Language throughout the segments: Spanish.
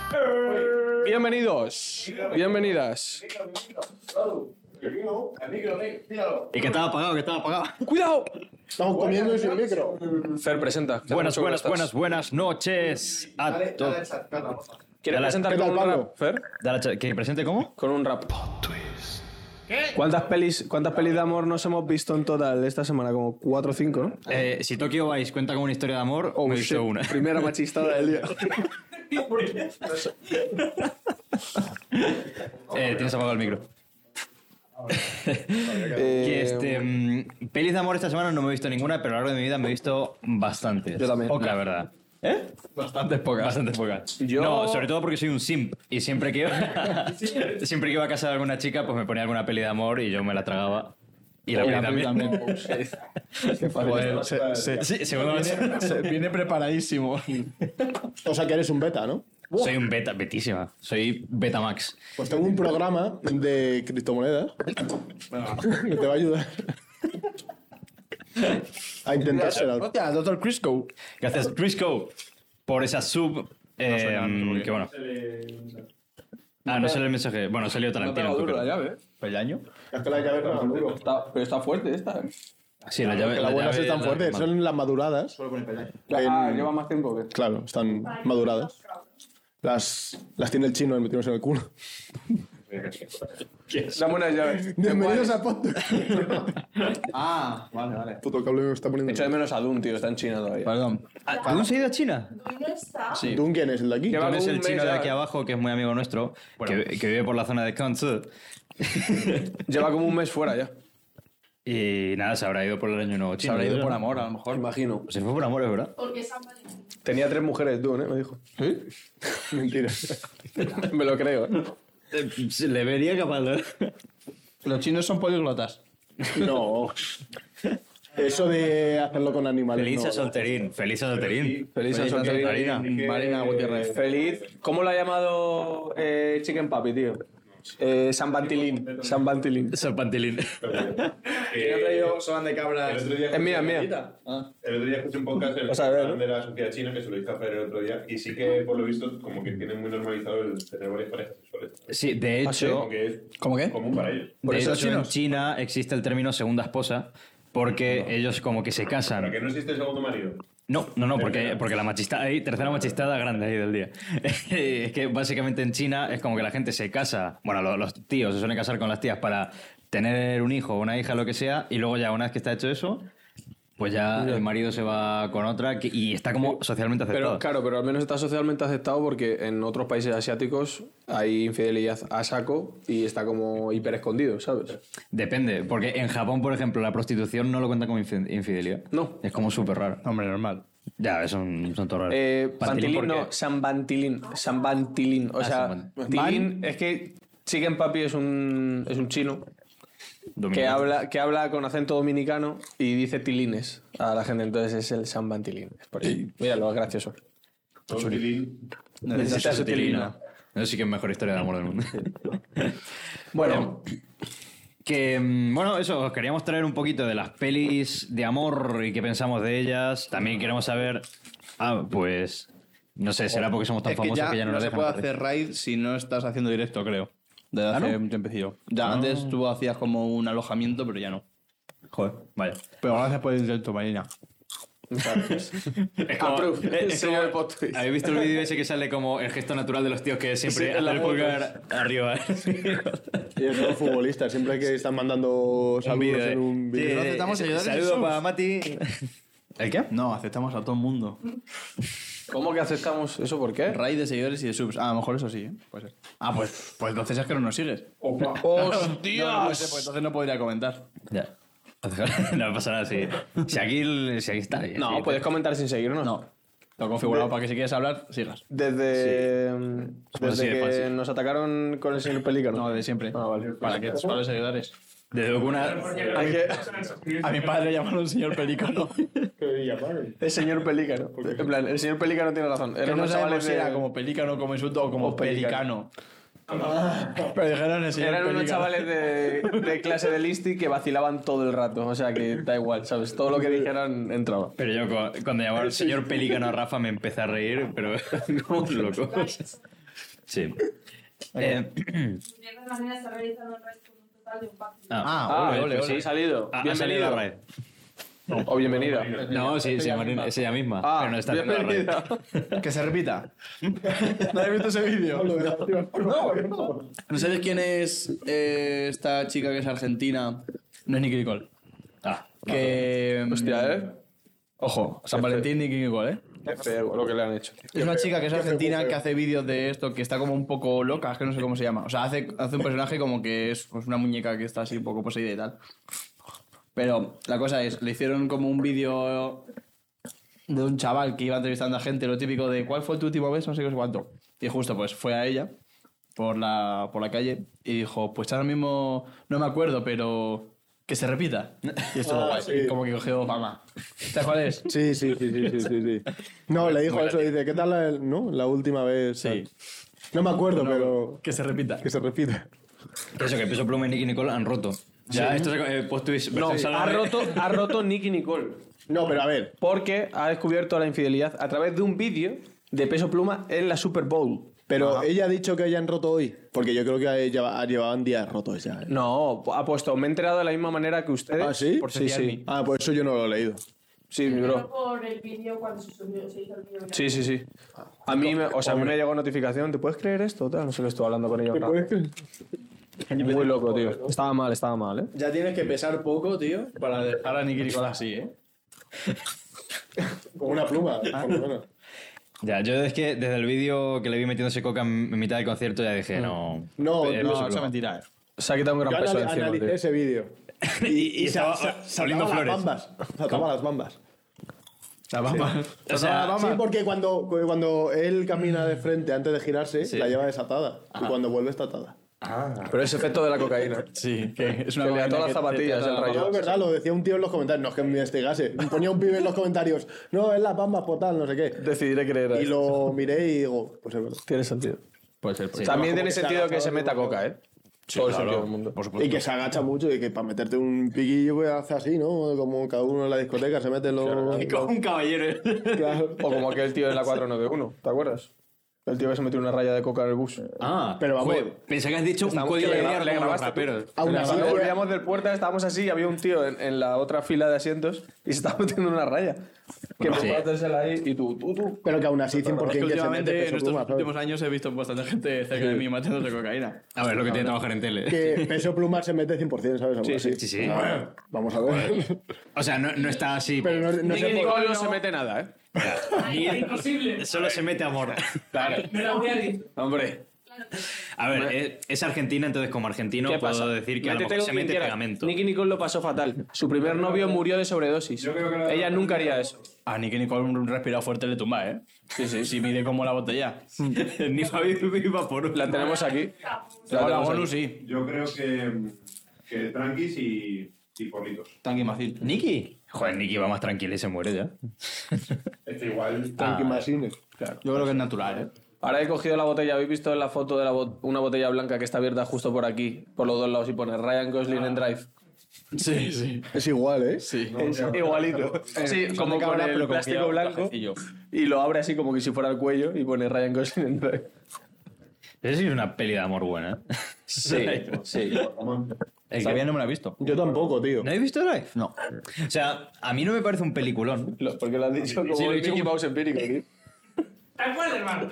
Bienvenidos, bienvenidas. Y que estaba apagado, ¡Cuidado! Estamos comiendo y sin micro. Fer, presenta. Buenas noches a todos. ¿Quieres presentar ¿Qué con tal, un Pablo? rap, Fer? ¿Que presente cómo? Con un rap. ¿Cuántas pelis de amor nos hemos visto en total esta semana? Como 4 o 5, ¿no? Si Tokyo Vice cuenta como una historia de amor, Oh, me he visto shit. una. Primera machistada del día. Tienes apagado el micro. Pelis de amor esta semana no me he visto ninguna, pero a lo largo de mi vida me he visto bastantes. Yo también. La verdad. Bastantes pocas. Bastantes pocas. Yo- No, sobre todo porque soy un simp y siempre que iba a casa de alguna chica, pues me ponía alguna peli de amor y yo me la tragaba. Y la peli también. Joder, Sí, seguro viene preparadísimo. O sea que eres un beta, ¿no? soy un betísima. Soy Betamax. Pues tengo un programa de criptomonedas que te va a ayudar a intentar ser algo. Hostia, Dr. Crisco. Gracias, Crisco, por esa sub. Que bueno. No sale el mensaje. Bueno, salió Tarantino. en concreto. llave. ¿Pellaño? Es que la llave no es duro. Pero está fuerte esta. Sí, la llave. Que las buenas están fuertes, son las maduradas. Lleva más tiempo que. Claro, están maduradas. Las tiene el chino metiéndose en el culo. Dame unas llaves. Bienvenidos a Podcast. Ah, vale. Puto cable me está poniendo. Echo de menos a Dun, tío. Está en China todavía. Perdón. ¿Tú has ido a China? ¿Dónde está? Sí. ¿Tú quién es el de aquí? ¿Qué va? Tú eres como el un chino mes de ya. aquí abajo, que es muy amigo nuestro, que vive por la zona de Kansu. Lleva como un mes fuera ya. Y nada, se habrá ido por el año nuevo Se chino. habrá ido por amor, a lo mejor. Imagino. Se fue por amor, es verdad. Porque San Valentín. Tenía 3 mujeres, Dun, ¿eh? Me dijo. Mentira. Me lo creo, ¿eh? Se le vería capaz de... Los chinos son políglotas. No. Eso de hacerlo con animales. Feliz no. a solterín. Feliz a solterín. Feliz a Marina. Marina Gutiérrez. Feliz. ¿Cómo lo ha llamado Chicken Papi, tío? San Bantilín. San Bantilín. Serpantilín. ¿Quién ha traído soban de cabra? El otro día Es mía, es mía. El otro día escuché un podcast O sea, a ver, ¿no? de la sociedad china que se lo hizo a Fer el otro día y sí que por lo visto como que tienen muy normalizado el tener varias parejas sexuales. Sí, de hecho, Como que es ¿Cómo qué? común para ellos. de eso hecho en chinos? China existe el término segunda esposa porque ellos como que se ¿Para casan. que no existe el segundo marido? No, porque la machistada, hay tercera machistada grande ahí del día. Es que básicamente en China es como que la gente se casa, bueno, los tíos se suelen casar con las tías para tener un hijo o una hija, lo que sea, y luego ya una vez que está hecho eso, pues ya el marido se va con otra y está como socialmente aceptado. Pero claro, pero al menos está socialmente aceptado porque en otros países asiáticos hay infidelidad a saco y está como hiper escondido, ¿sabes? Depende, porque en Japón, por ejemplo, la prostitución no lo cuenta como infidelidad. No. Es como súper raro. Hombre, normal. Ya, son todos raros. Bantilín Pantilín, ¿por no, qué? San Bantilín. San Bantilín. O sea, San Tilín es que Chicken Papi es un chino que habla con acento dominicano y dice tilines a la gente, entonces es el San Bantilín. Es por eso. Míralo, es gracioso. Todo tilín. Necesita su tilino. Eso sí que es mejor historia de amor del mundo. Bueno, Bueno, eso, os queríamos traer un poquito de las pelis de amor y qué pensamos de ellas. También queremos saber... pues... No sé, será porque somos tan Es que famosos ya que ya no no nos se dejan. puede hacer. hacer raid si no estás haciendo directo, creo. Desde hace ¿no? un tiempecillo. Ya antes tú hacías como un alojamiento, pero ya no. Joder, vaya. Pero gracias por el directo, Marina. Es como, Approve. es Señor como- Plot twist. ¿Habéis visto el vídeo ese que sale como el gesto natural de los tíos que siempre Sí, en hacen las el pulgar arriba? Y es los futbolistas, siempre que están mandando saludos vídeo, en un Sí, vídeo. no aceptamos seguidores y Saludo subs. para Mati. ¿El qué? No, aceptamos a todo el mundo. ¿cómo que aceptamos eso? ¿Por qué? Raid de seguidores y de subs. Ah, a lo mejor eso sí, ¿eh? Puede ser. Ah, pues entonces es que no nos sigues. ¡Hostia! No puede ser, pues entonces no podría comentar. Ya. No pasa nada, si aquí está. No, sí, puedes comentar sin seguirnos. No. Lo he configurado para que si quieres hablar, sigas. Desde, Pues así desde de que fácil. nos atacaron con el señor Pelícano. No, de siempre. Ah, vale. ¿Para qué? Para los seguidores. Desde alguna... Hay que- A mi padre le llamaron señor Pelícano. el señor Pelícano. En plan, el señor Pelícano tiene razón. Que Eran no unos sabemos chavales si de... era como pelícano, como insulto o como O pelicano. pelicano. Pero dijeron el señor Eran unos Pelícano. chavales de clase de Listi que vacilaban todo el rato. O sea que da igual, ¿sabes? Todo lo que dijeran entraba. Pero yo cuando llamaba al señor Pelícano a Rafa me empecé a reír, pero como un loco. Sí. De todas maneras, se ha realizado el resto con un total de un pack. Ole, pues sí, ha salido. Ha salido la raid. O bienvenida. No, sí, Marín, es ella misma. pero no está haciendo la raid. bienvenida. Que se repita. ¿No habéis visto ese vídeo? ¿No sabes quién es esta chica que es argentina? No es Nicki Nicole. Que... Hostia, Ojo, San Valentín Nicki Nicole, ¿eh? Qué feo lo que le han hecho. Es una chica que es argentina que hace vídeos de esto, que está como un poco loca, es que no sé cómo se llama. O sea, hace un personaje como que es pues, una muñeca que está así un poco poseída y tal. Pero la cosa es, le hicieron como un vídeo de un chaval que iba entrevistando a gente, lo típico de ¿cuál fue tu último beso? No sé qué, no sé cuánto. Y justo pues fue a ella por la calle y dijo, pues ahora mismo no me acuerdo, pero que se repita. Y esto sí. como que cogió fama. ¿Sabes cuál es? Sí. No, le dijo eso, dice, ¿qué tal la última vez? Sí. No me acuerdo, pero Que se repita. que se repita. Eso, que Peso Pluma y Nicki Nicole han roto. Ya, esto es post-twist. No, ha roto Nicki Nicole. No, pero a ver. Porque ha descubierto la infidelidad a través de un vídeo de Peso Pluma en la Super Bowl. Pero ella ha dicho que hayan roto hoy. Porque yo creo que llevaban días rotos ya. No, ha puesto, me he enterado de la misma manera que ustedes. ¿Ah, sí? Por sí. Ah, pues eso yo no lo he leído. Sí, mi Pero bro. por el vídeo cuando se hizo el vídeo. Sí. A mí, a mí me llegó notificación, ¿te puedes creer esto? No sé qué estuve hablando con ellos. Muy loco, tío. Estaba mal, ¿eh? Ya tienes que pesar poco, tío, para dejar a Nicki Nicole así, ¿eh? Como una pluma, por lo menos. Ya, yo es que desde el vídeo que le vi metiéndose coca en mitad del concierto ya dije, no... No, Peso No, Pluma. eso es mentira, ¿eh? Se ha quitado un gran Yo peso de encima, analicé tío. ese vídeo. Y estaba oliendo Saltaba flores. las bambas. Saltaba las bambas. La bamba. O sea, Sí, porque cuando él camina de frente antes de girarse, la lleva desatada. Y cuando vuelve está atada. Pero ese efecto de la cocaína. Sí, que es una Que le cocaína ató las que zapatillas, te el rayo. No, es verdad, lo decía un tío en los comentarios. No es que me investigase. Ponía un pibe en los comentarios. No, es las bambas por tal, no sé qué. Decidiré creer a Y esto. lo miré y digo, pues es verdad. Tiene sentido. Puede ser. También tiene como que se sentido que agacha se meta algo, coca, ¿eh? Todo el sentido del mundo. Por supuesto. Y que se agacha mucho y que para meterte un piquillo pues hace así, ¿no? Como cada uno en la discoteca se mete los... Como un caballero. Claro. O como aquel tío de la 491, ¿te acuerdas? El tío que se metió una raya de coca en el bus. Pero vamos, pensé que has dicho un código de guerra como los grabaste tú. raperos. aún así, Cuando volvíamos del puerta, estábamos así y había un tío en la otra fila de asientos y se estaba metiendo una raya. Que me fue a hacérsela ahí y tú. pero que aún así 100% que se mete Últimamente, en Peso estos Pluma, ¿sabes? últimos años he visto bastante gente cerca de mí metiéndose cocaína. A ver, lo que tiene que trabajar en tele. Que Peso Pluma se mete 100%, ¿sabes? Aún así. Sí. Vamos a ver. O sea, no está así. Pero no sé Nicki por Nicole no se mete nada, ¿eh? Imposible. Solo se mete amor. Me lo voy a decir. Hombre. A ver, es argentina, entonces como argentino ¿Qué puedo pasa? decir que a lo Métete mejor con se quien mete quiera. pegamento. Nicki Nicole lo pasó fatal. Su primer novio murió de sobredosis. Ella nunca haría eso. A Nicki Nicole un respirado fuerte le tumba, ¿eh? Sí. Si mide como la botella. Ni Fabi viva por La tenemos aquí. Hola, Gonu, sí. Yo creo que tranquis y porritos. Tanqui Macil. ¿Niki? Joder, Niki va más tranquila y se muere ya. Es que igual... Tranqui Machine. Yo creo que es natural, ¿eh? Ahora he cogido la botella. ¿Habéis visto en la foto de una botella blanca que está abierta justo por aquí, por los dos lados, y pone Ryan Gosling en Drive? Sí. Es igual, ¿eh? Sí. Igualito. Sí, Son como de con cabra, el pero como que plástico ya blanco. trajecillo. Y lo abre así como que si fuera el cuello y pone Ryan Gosling en Drive. Esa sí es una peli de amor buena. Sí. Está bien, no me la he visto. Yo tampoco, tío. ¿No habéis visto Drive? No. O sea, a mí no me parece un peliculón. Porque lo has dicho como Sí, lo he dicho Mickey como- Mouse empírico, tío. Tal cual, hermano.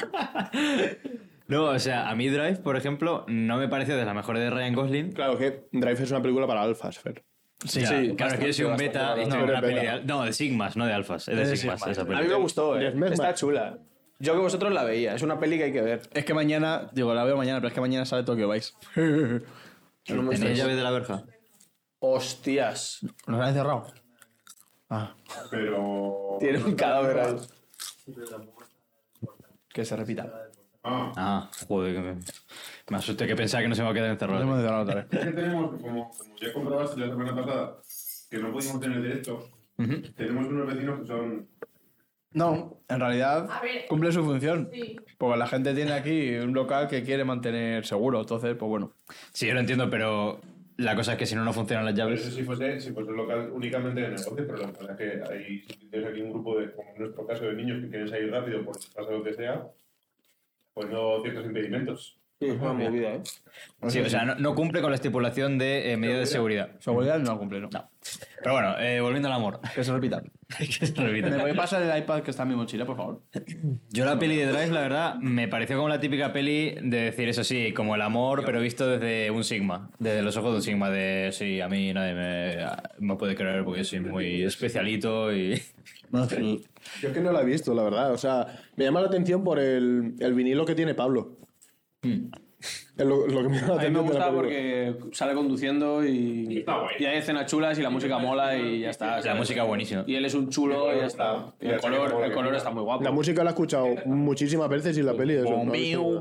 No, o sea, a mí Drive, por ejemplo, no me pareció de las mejores de Ryan Gosling. Claro que Drive es una película para alfas, Fer. Sí, sí, claro, es que yo soy un bastante, beta y bastante. no, Eres una peli beta. no, de Sigmas, no de alfas. Es de Sigmas, esa A mí peli. me gustó, Eres mesma. Está chula. Yo que vosotros la veía. Es una peli que hay que ver. Es que mañana, digo, la veo mañana, pero es que mañana sale Tokyo Vice. No me ¿Tenía gusta. llave de la verja? Hostias. ¿Nos han encerrado? Ah, Pero... Tiene un cadáver ahí. que se repita. Ah, joder, que me asusté que pensaba que no se me iba a quedar Nos encerrado. hemos encerrado otra vez. Es que tenemos, como ya comprobaste la semana pasada, que no pudimos tener directos, tenemos unos vecinos que son... No, en realidad A ver. cumple su función. Sí. Porque la gente tiene aquí un local que quiere mantener seguro, entonces, pues bueno. Sí, yo lo entiendo, pero la cosa es que si no funcionan las Pero llaves... eso si fuese local únicamente de negocio, pero la verdad es que hay, si tienes aquí un grupo de, como en nuestro caso, de niños que quieren salir rápido por pasa lo que sea, poniendo ciertos impedimentos. Sí, es una movida, ¿eh? Sí, o sea, no cumple con la estipulación de medidas de seguridad. Seguridad no cumple, ¿no? Pero bueno, volviendo al amor. Que se repita. Que se repita. ¿Me voy a pasar el iPad que está en mi mochila, por favor? Yo la peli de Drive, la verdad, me pareció como la típica peli de decir, eso sí, como el amor, pero visto desde un Sigma. Desde los ojos de un Sigma, de sí, a mí nadie me puede creer porque soy muy especialito y... Yo es que no la he visto, la verdad. O sea, me llama la atención por el vinilo que tiene Pablo. Es lo que me llama la A mí me atención de la gusta película. porque sale conduciendo y Está guay. hay escenas chulas y la música mola y ya está. La ¿sabes? música buenísima. Y él es un chulo y ya está. Y el color está muy guapo. La música la he escuchado muchísimas veces y la peli eso. ¿no?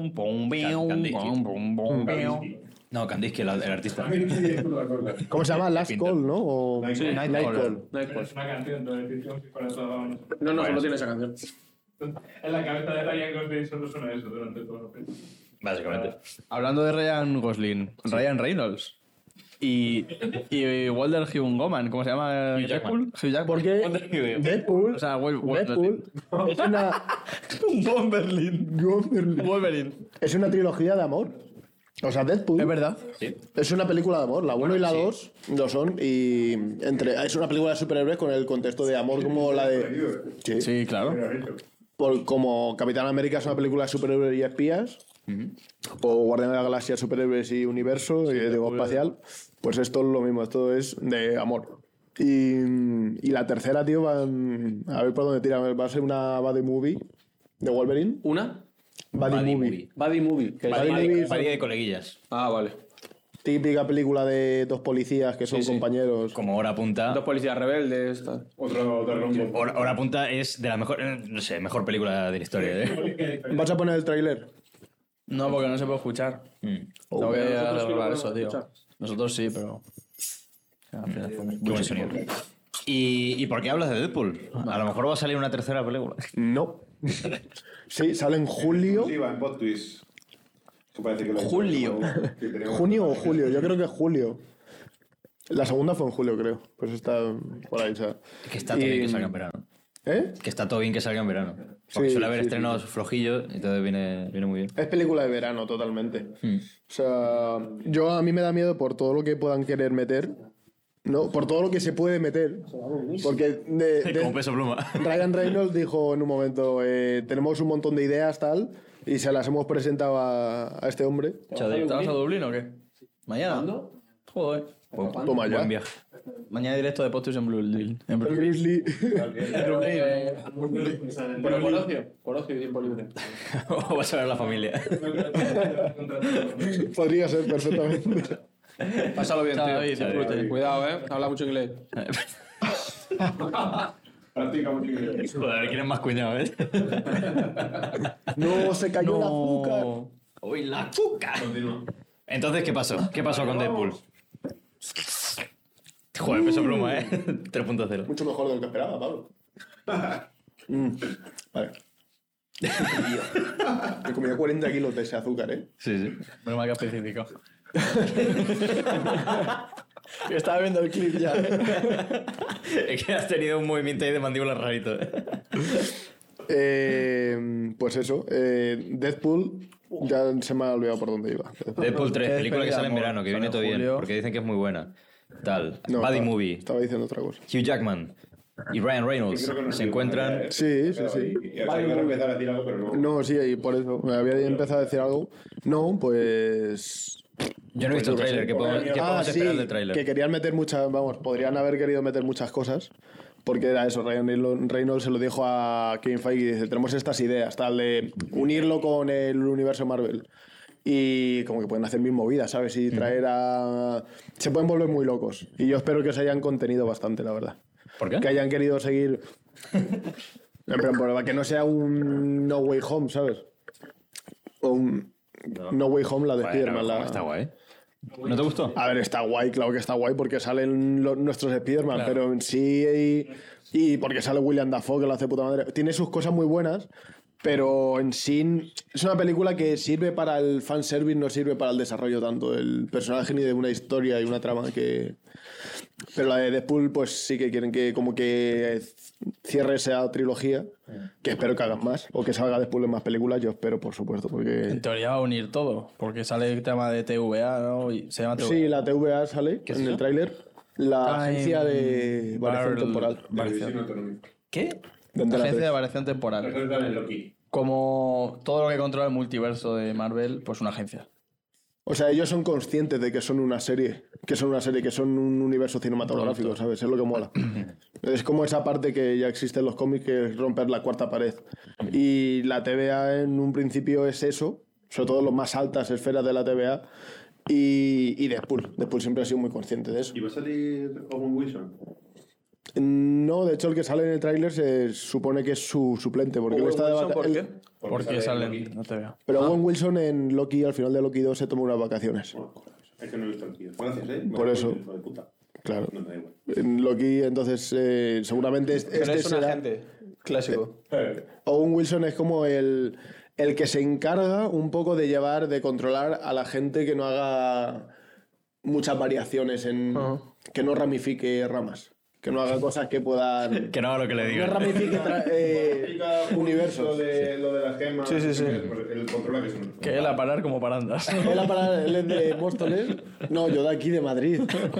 No, Kandinsky, el artista. ¿Cómo se llama? Last Pinta. Call, ¿no? O... Sí, Nightcall. Es una canción de decisión para todo. No, solo tiene esa canción. En la cabeza de Ryan Gosling solo suena eso durante todo la película. Básicamente. Hablando de Ryan Gosling, Ryan Reynolds y Walter Hugo-Goman, ¿cómo se llama? Hugh Jackman. Hugh Jackman. Porque Deadpool, O sea, Deadpool es una... Wolverine. Es una trilogía de amor. O sea, Deadpool Es verdad. es una película de amor. La 1 y la 2 lo son. Y es una película de superhéroes con el contexto de amor como la de... Sí. Sí, claro. Como Capitán América es una película de superhéroes y espías. O Guardián de la Galaxia, superhéroes y universo, y digo espacial. Pues esto es lo mismo. Esto es de amor. Y la tercera, tío, a ver por dónde tira. Va a ser una buddy movie de Wolverine. ¿Una? Buddy movie. Buddy movie. Que Buddy movie. Varía de coleguillas. Ah, vale. Típica película de dos policías que son Sí, sí. compañeros. Como Hora Punta. Dos policías rebeldes. Tal. Otro rumbo. Hora Punta es de la mejor, no sé, mejor película de la historia, ¿eh? ¿Vas a poner el tráiler? No, porque no se puede escuchar. Tengo que arreglar eso, tío. Nosotros sí, pero... Qué buen sonido. ¿Y por qué hablas de Deadpool? A lo mejor va a salir una tercera película. No. Sí, sale en julio. Sí, va en Pod Twist. Que parece que lo Julio. que tenemos- ¿Junio o julio? Yo creo que es julio. La segunda fue en julio, creo. Pues está por ahí, ¿sabes? Que está todo bien que salga en verano. ¿Eh? Que está todo bien que salga en verano. Porque Sí, suele haber sí, estrenos flojillos y todo viene muy bien. Es película de verano, totalmente. O sea, a mí me da miedo por todo lo que puedan querer meter. ¿No? Por todo lo que se puede meter. Porque Como Peso Pluma. Ryan Reynolds dijo en un momento, tenemos un montón de ideas tal, y se las hemos presentado a este hombre. ¿Te vas a Dublín o qué? ¿Mañana? Joder. Toma ya. Buen viaje. Mañana directo de Postus en Blue Deal. En El Bruce Lee. Pero por ocio y tiempo libre. O vas a ver a la familia. Podría ser perfectamente. Pásalo bien, Chao, tío. David, disfrute. Cuidado, Habla mucho inglés. Practica mucho inglés. Joder, ¿quién es más cuñado, eh? No, se cayó el azúcar. ¡Uy, la azúcar! Continúa. Entonces, ¿qué pasó? ¿Qué pasó con Deadpool? Joder, Peso Pluma, ¿eh? 3.0. Mucho mejor de lo que esperaba, Pablo. Vale. Me comía 40 kilos de ese azúcar, ¿eh? Sí, sí. Menos mal que has especificado. Estaba viendo el clip ya. Es que has tenido un movimiento ahí de mandíbula rarito. Pues eso. Deadpool, ya se me ha olvidado por dónde iba. Deadpool 3, película que sale en amor, verano, que sale viene en todo bien, julio. porque dicen que es muy buena. Tal. No, Buddy estaba- Movie. Estaba diciendo otra cosa. Hugh Jackman y Ryan Reynolds Creo que no se sé encuentran. cómo era, Sí, sí, sí. Y ahora iba a empezar a decir algo, pero no. No, sí, y por eso. Me había empezado a decir algo. No, pues... Yo no he visto el tráiler, ¿qué podemos Ah, sí, esperar del tráiler? que querían meter muchas... Vamos, podrían haber querido meter muchas cosas. Porque era eso, Ryan Reynolds se lo dijo a Kevin Feige, dice, tenemos estas ideas, tal, de unirlo con el universo Marvel. Y como que pueden hacer mil movidas, ¿sabes? Y traer a... Se pueden volver muy locos. Y yo espero que se hayan contenido bastante, la verdad. ¿Por qué? Que hayan querido seguir... En plan, para que no sea un No Way Home, ¿sabes? O un No Way Home, la de Spider-Man. Bueno, está guay. ¿No te gustó? A ver, está guay, claro que está guay porque salen nuestros Spider-Man, pero en sí y porque sale William Dafoe que lo hace puta madre. Tiene sus cosas muy buenas, Pero en sí es una película que sirve para el fanservice, no sirve para el desarrollo tanto del personaje ni de una historia y una trama que... Pero la de Deadpool pues sí que quieren que como que cierre esa trilogía, que espero que hagan más, o que salga Deadpool en más películas, yo espero por supuesto, porque... En teoría va a unir todo, porque sale el tema de TVA, ¿no? Y se llama TVA. Sí, la TVA sale en el tráiler, la agencia de variación temporal. ¿Qué? De La la agencia de 3. variación temporal. Como todo lo que controla el multiverso de Marvel, pues una agencia. O sea, ellos son conscientes de que son una serie, que son un universo cinematográfico, ¿sabes? Es lo que mola. Es como esa parte que ya existe en los cómics, que es romper la cuarta pared. Y la TVA en un principio es eso, sobre todo las más altas esferas de la TVA, y Deadpool. Deadpool siempre ha sido muy consciente de eso. ¿Y va a salir Owen Wilson? No, de hecho el que sale en el tráiler se supone que es su suplente, porque él está de ¿Por qué? Porque salen, no te veo. Pero Owen Wilson en Loki, al final de Loki 2, se toma unas vacaciones. Es que no he visto el tío. Gracias, Por eso. Hijo de puta. Claro. No me da igual. En Loki, entonces, seguramente Pero es un será- agente clásico. Owen Wilson es como el que se encarga un poco de llevar, de controlar a la gente que no haga muchas variaciones, que no ramifique ramas, que no haga cosas que puedan... Que no haga lo que le No diga. ramifique universos. Lo de las gemas. Sí. El controla que son. Que él a parar como parandas. Él es de Móstoles. No, yo de aquí, de Madrid.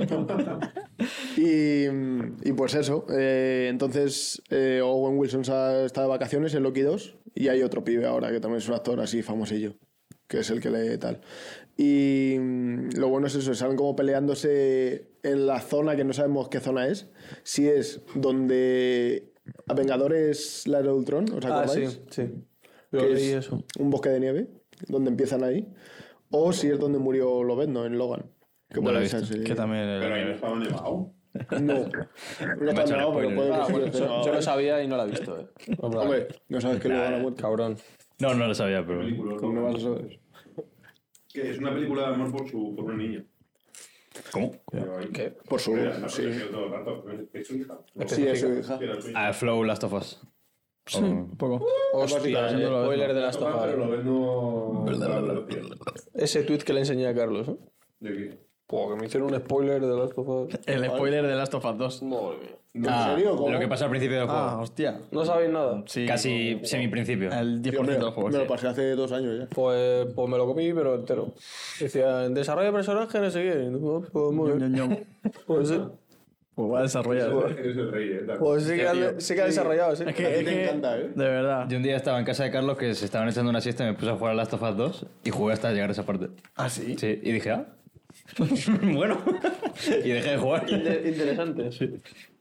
y pues eso. Entonces, Owen Wilson está de vacaciones en Loki 2 y hay otro pibe ahora que también es un actor así famosillo, que es el que lee tal. Y lo bueno es eso, salen como peleándose en la zona que no sabemos qué zona es. Si es donde a Vengadores la era de Ultron, ¿os acordáis? Sí. Que Yo leí es eso. un bosque de nieve, donde empiezan ahí. O si es donde murió Lobezno, en Logan. Que No lo puede he ser, visto. sí. Que también Pero ahí no estaba nevado. No está hecho nevado, pero spoiler. puede que Ah, sí bueno, esté yo nevado. lo sabía y no la he visto. Hombre, no sabes que Logan ha muerto. Cabrón. No, no lo sabía, pero... Película, ¿Cómo no vas a saber? Que es una película de amor por una niña. ¿Cómo? Pero ahí- ¿Qué? Por su... Pero la Sí, protege todo el rato. Es su hija. sí, es su hija. Era su hija. Ah, Flow Last of Us. un poco. Hostia, el spoiler de Last of Pero lo Us. ves no... Ese tweet que le enseñé a Carlos, ¿eh? ¿De qué? Que me hicieron un spoiler de Last of Us. El spoiler de Last of Us 2. Madre mía. ¿En Ah, serio? ¿Cómo? lo que pasa al principio del juego. Ah, hostia. ¿No sabéis nada? Sí. Casi semi-principio. El 10% Dios mío, del juego. me sí. lo pasé hace 2 años ya. Pues me lo comí, pero entero. Decía, en desarrollo de personaje, no sé qué. Pues muy bien. Ño, ño. Pues sí. Pues va a desarrollar. Eres el rey, ¿eh? Pues sí que ha desarrollado, sí. Es A que, ti es te que encanta, ¿eh? de verdad. Yo un día estaba en casa de Carlos que se estaban echando una siesta y me puse a jugar a Last of Us 2 y jugué hasta llegar a esa parte. ¿Ah, sí? Sí, y dije, ah, bueno. Y dejé de jugar. Interesante. Sí.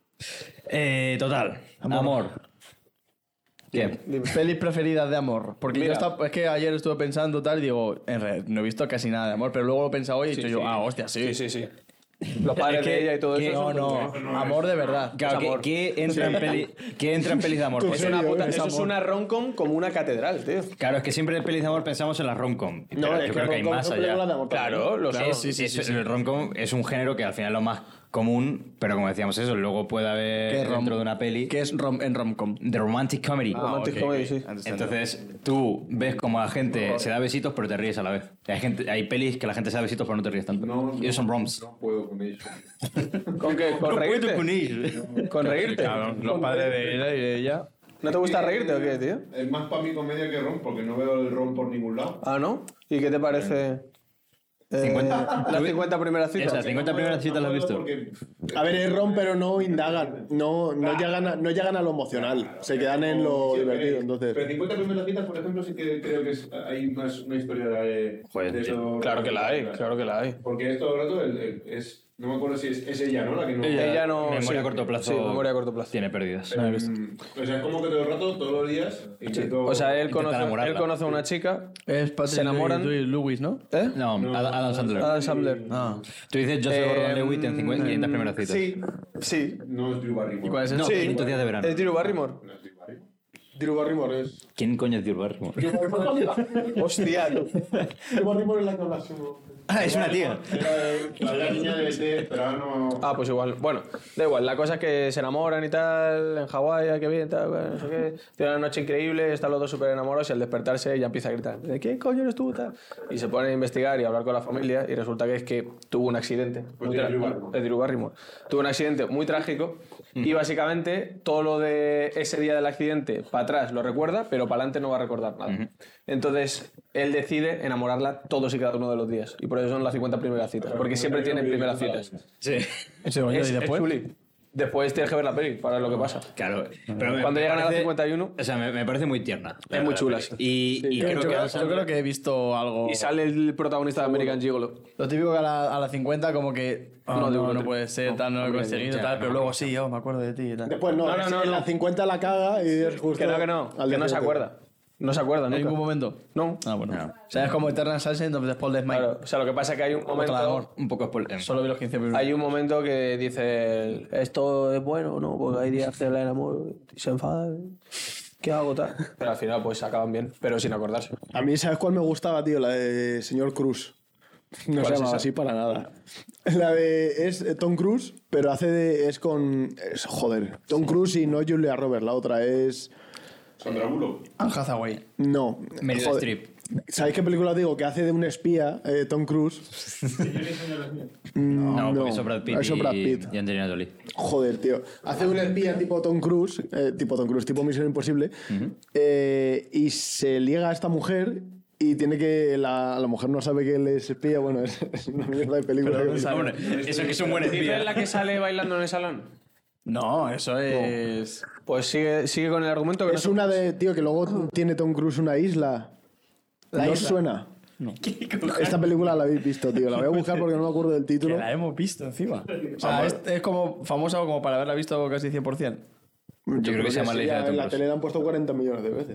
Total, amor. ¿Qué? Pelis preferidas de amor. Porque Mira. es que ayer estuve pensando tal y digo, en realidad, no he visto casi nada de amor, pero luego lo he pensado hoy y he dicho yo, ah, hostia, sí. Sí. Los padres Es que- de ella y todo que- eso. No, amor de verdad. Claro, ¿qué entra en pelis de amor? Tú Pues Es una puta, Es eso es una rom-com como una catedral, tío. claro, es que siempre en pelis de amor pensamos en la rom-com. No, Pero es yo que creo que hay rom-com más son películas de allá. amor Claro, lo Claro, sé. el rom-com es un género que al final es lo más común, pero como decíamos eso, luego puede haber dentro de una peli ¿Qué es en romcom? de romantic comedy. Romantic ok, comedy, ok. sí. Entonces tú ves como la gente se da besitos pero te ríes a la vez. Hay pelis que la gente se da besitos pero no te ríes tanto. Y esos son roms. No puedo con eso. ¿Con qué? ¿Con reírte? ¿Con reírte? Claro, los padres de ella y de ella. ¿No te gusta reírte o qué, tío? Es más para mi comedia que rom, porque no veo el rom por ningún lado. Ah, ¿no? ¿Y qué te parece? 50. Las 50 primeras citas. Esas 50 primeras citas las has visto. Porque A ver, es rom, pero no indagan. No llegan a lo emocional. Se quedan en lo divertido, entonces... Pero 50 primeras citas, por ejemplo, sí que creo que hay una historia de Joder, de eso. Claro que la hay, claro que la hay. Porque esto todo el rato es... No me acuerdo si es ella, ¿no? La que no... Ella no... Memoria a sí. corto plazo. Sí, memoria a corto plazo. Tiene pérdidas. O sea, es como que todo el rato, todos los días, intento... O sea, él Intenta enamorarla. conoce a una chica. Es Patrick Se enamoran. Lewis, ¿no? ¿Eh? No, Adam Sandler. Adam Sandler. Tú dices Joseph Gordon-Levitt en 500 primeras citas. Sí. No es Drew Barrymore. ¿Y cuál es No, ese? 500 días de verano. Es Drew Barrymore. No es Drew Barrymore. Drew Barrymore es... ¿Quién coño es Drew Barrymore? Hostia, tú. Drew Barrymore es la que hablas. Es una tía. La niña de ET, pero ahora no... Ah, pues igual. Bueno, da igual. La cosa es que se enamoran y tal, en Hawái, ay, qué bien, tal, no sé qué. Tienen una noche increíble, están los dos súper enamorados y al despertarse ella empieza a gritar, ¿de qué coño eres tú? Tal. Y se pone a investigar y a hablar con la familia y resulta que es que tuvo un accidente. De Drew Barrymore. Tuvo un accidente muy trágico y básicamente todo lo de ese día del accidente para atrás lo recuerda, pero para adelante no va a recordar nada. Entonces él decide enamorarla todos y cada uno de los días y por eso son las 50 primeras citas, porque siempre tienen primeras citas. Sí. Es chuli. Después tienes que ver la peli para ver lo que pasa. Claro. Pero Cuando llegan a las 51 O sea, me parece muy tierna. es muy chula. Sí. Y creo que Yo creo que he visto algo... Y sale el protagonista de American Gigolo. Lo típico que a la 50 como que... no puede ser, tal, no lo he conseguido, tal, pero luego sí, me acuerdo de ti y tal. Después no, en la 50 la caga y es justo... Que no se acuerda. No se acuerda ¿En nunca. ningún momento? No. Ah, bueno. O sea, es como Eternal Sunshine of the Spotless Mind. Claro, o sea, lo que pasa es que hay un momento... un poco spoiler. Solo vi los 15 primeros. Hay un momento que dice él, esto es bueno, ¿no? Porque hay días que la enamoro y se enfada. ¿Qué hago, tal? Pero al final pues acaban bien, pero sin acordarse. A mí, ¿sabes cuál me gustaba, tío? La de Señor Cruz. No se ¿Cuál es llamaba esa? así para nada. La de... Es Tom Cruise, pero hace de... Es con... joder. Tom Cruise y no Julia Roberts. La otra es... Sandra Bullock. Anne Hathaway. No. Meryl joder. Streep. ¿Sabéis qué película os digo? Que hace de un espía, Tom Cruise. No, porque son Brad Pitt eso Brad Pitt. y Angelina Jolie. Joder, tío. Hace un espía tipo Tom Cruise, tipo Misión Imposible, y se liga a esta mujer y tiene que... La mujer no sabe que él es espía. Bueno, es una mierda de película. Hombre, eso que es un buen ¿Dices espía. la que sale bailando en el salón? No, eso es... Pues sigue con el argumento que Es una de... Tío, que luego tiene Tom Cruise una isla. ¿No os suena? No. Esta película la habéis visto, tío. La voy a buscar porque no me acuerdo del Que título. la hemos visto encima. O sea, es como famosa como para haberla visto casi 100%. Yo creo que se llama La sí, isla de Tom en la Cruise. tele la han puesto 40 millones de veces.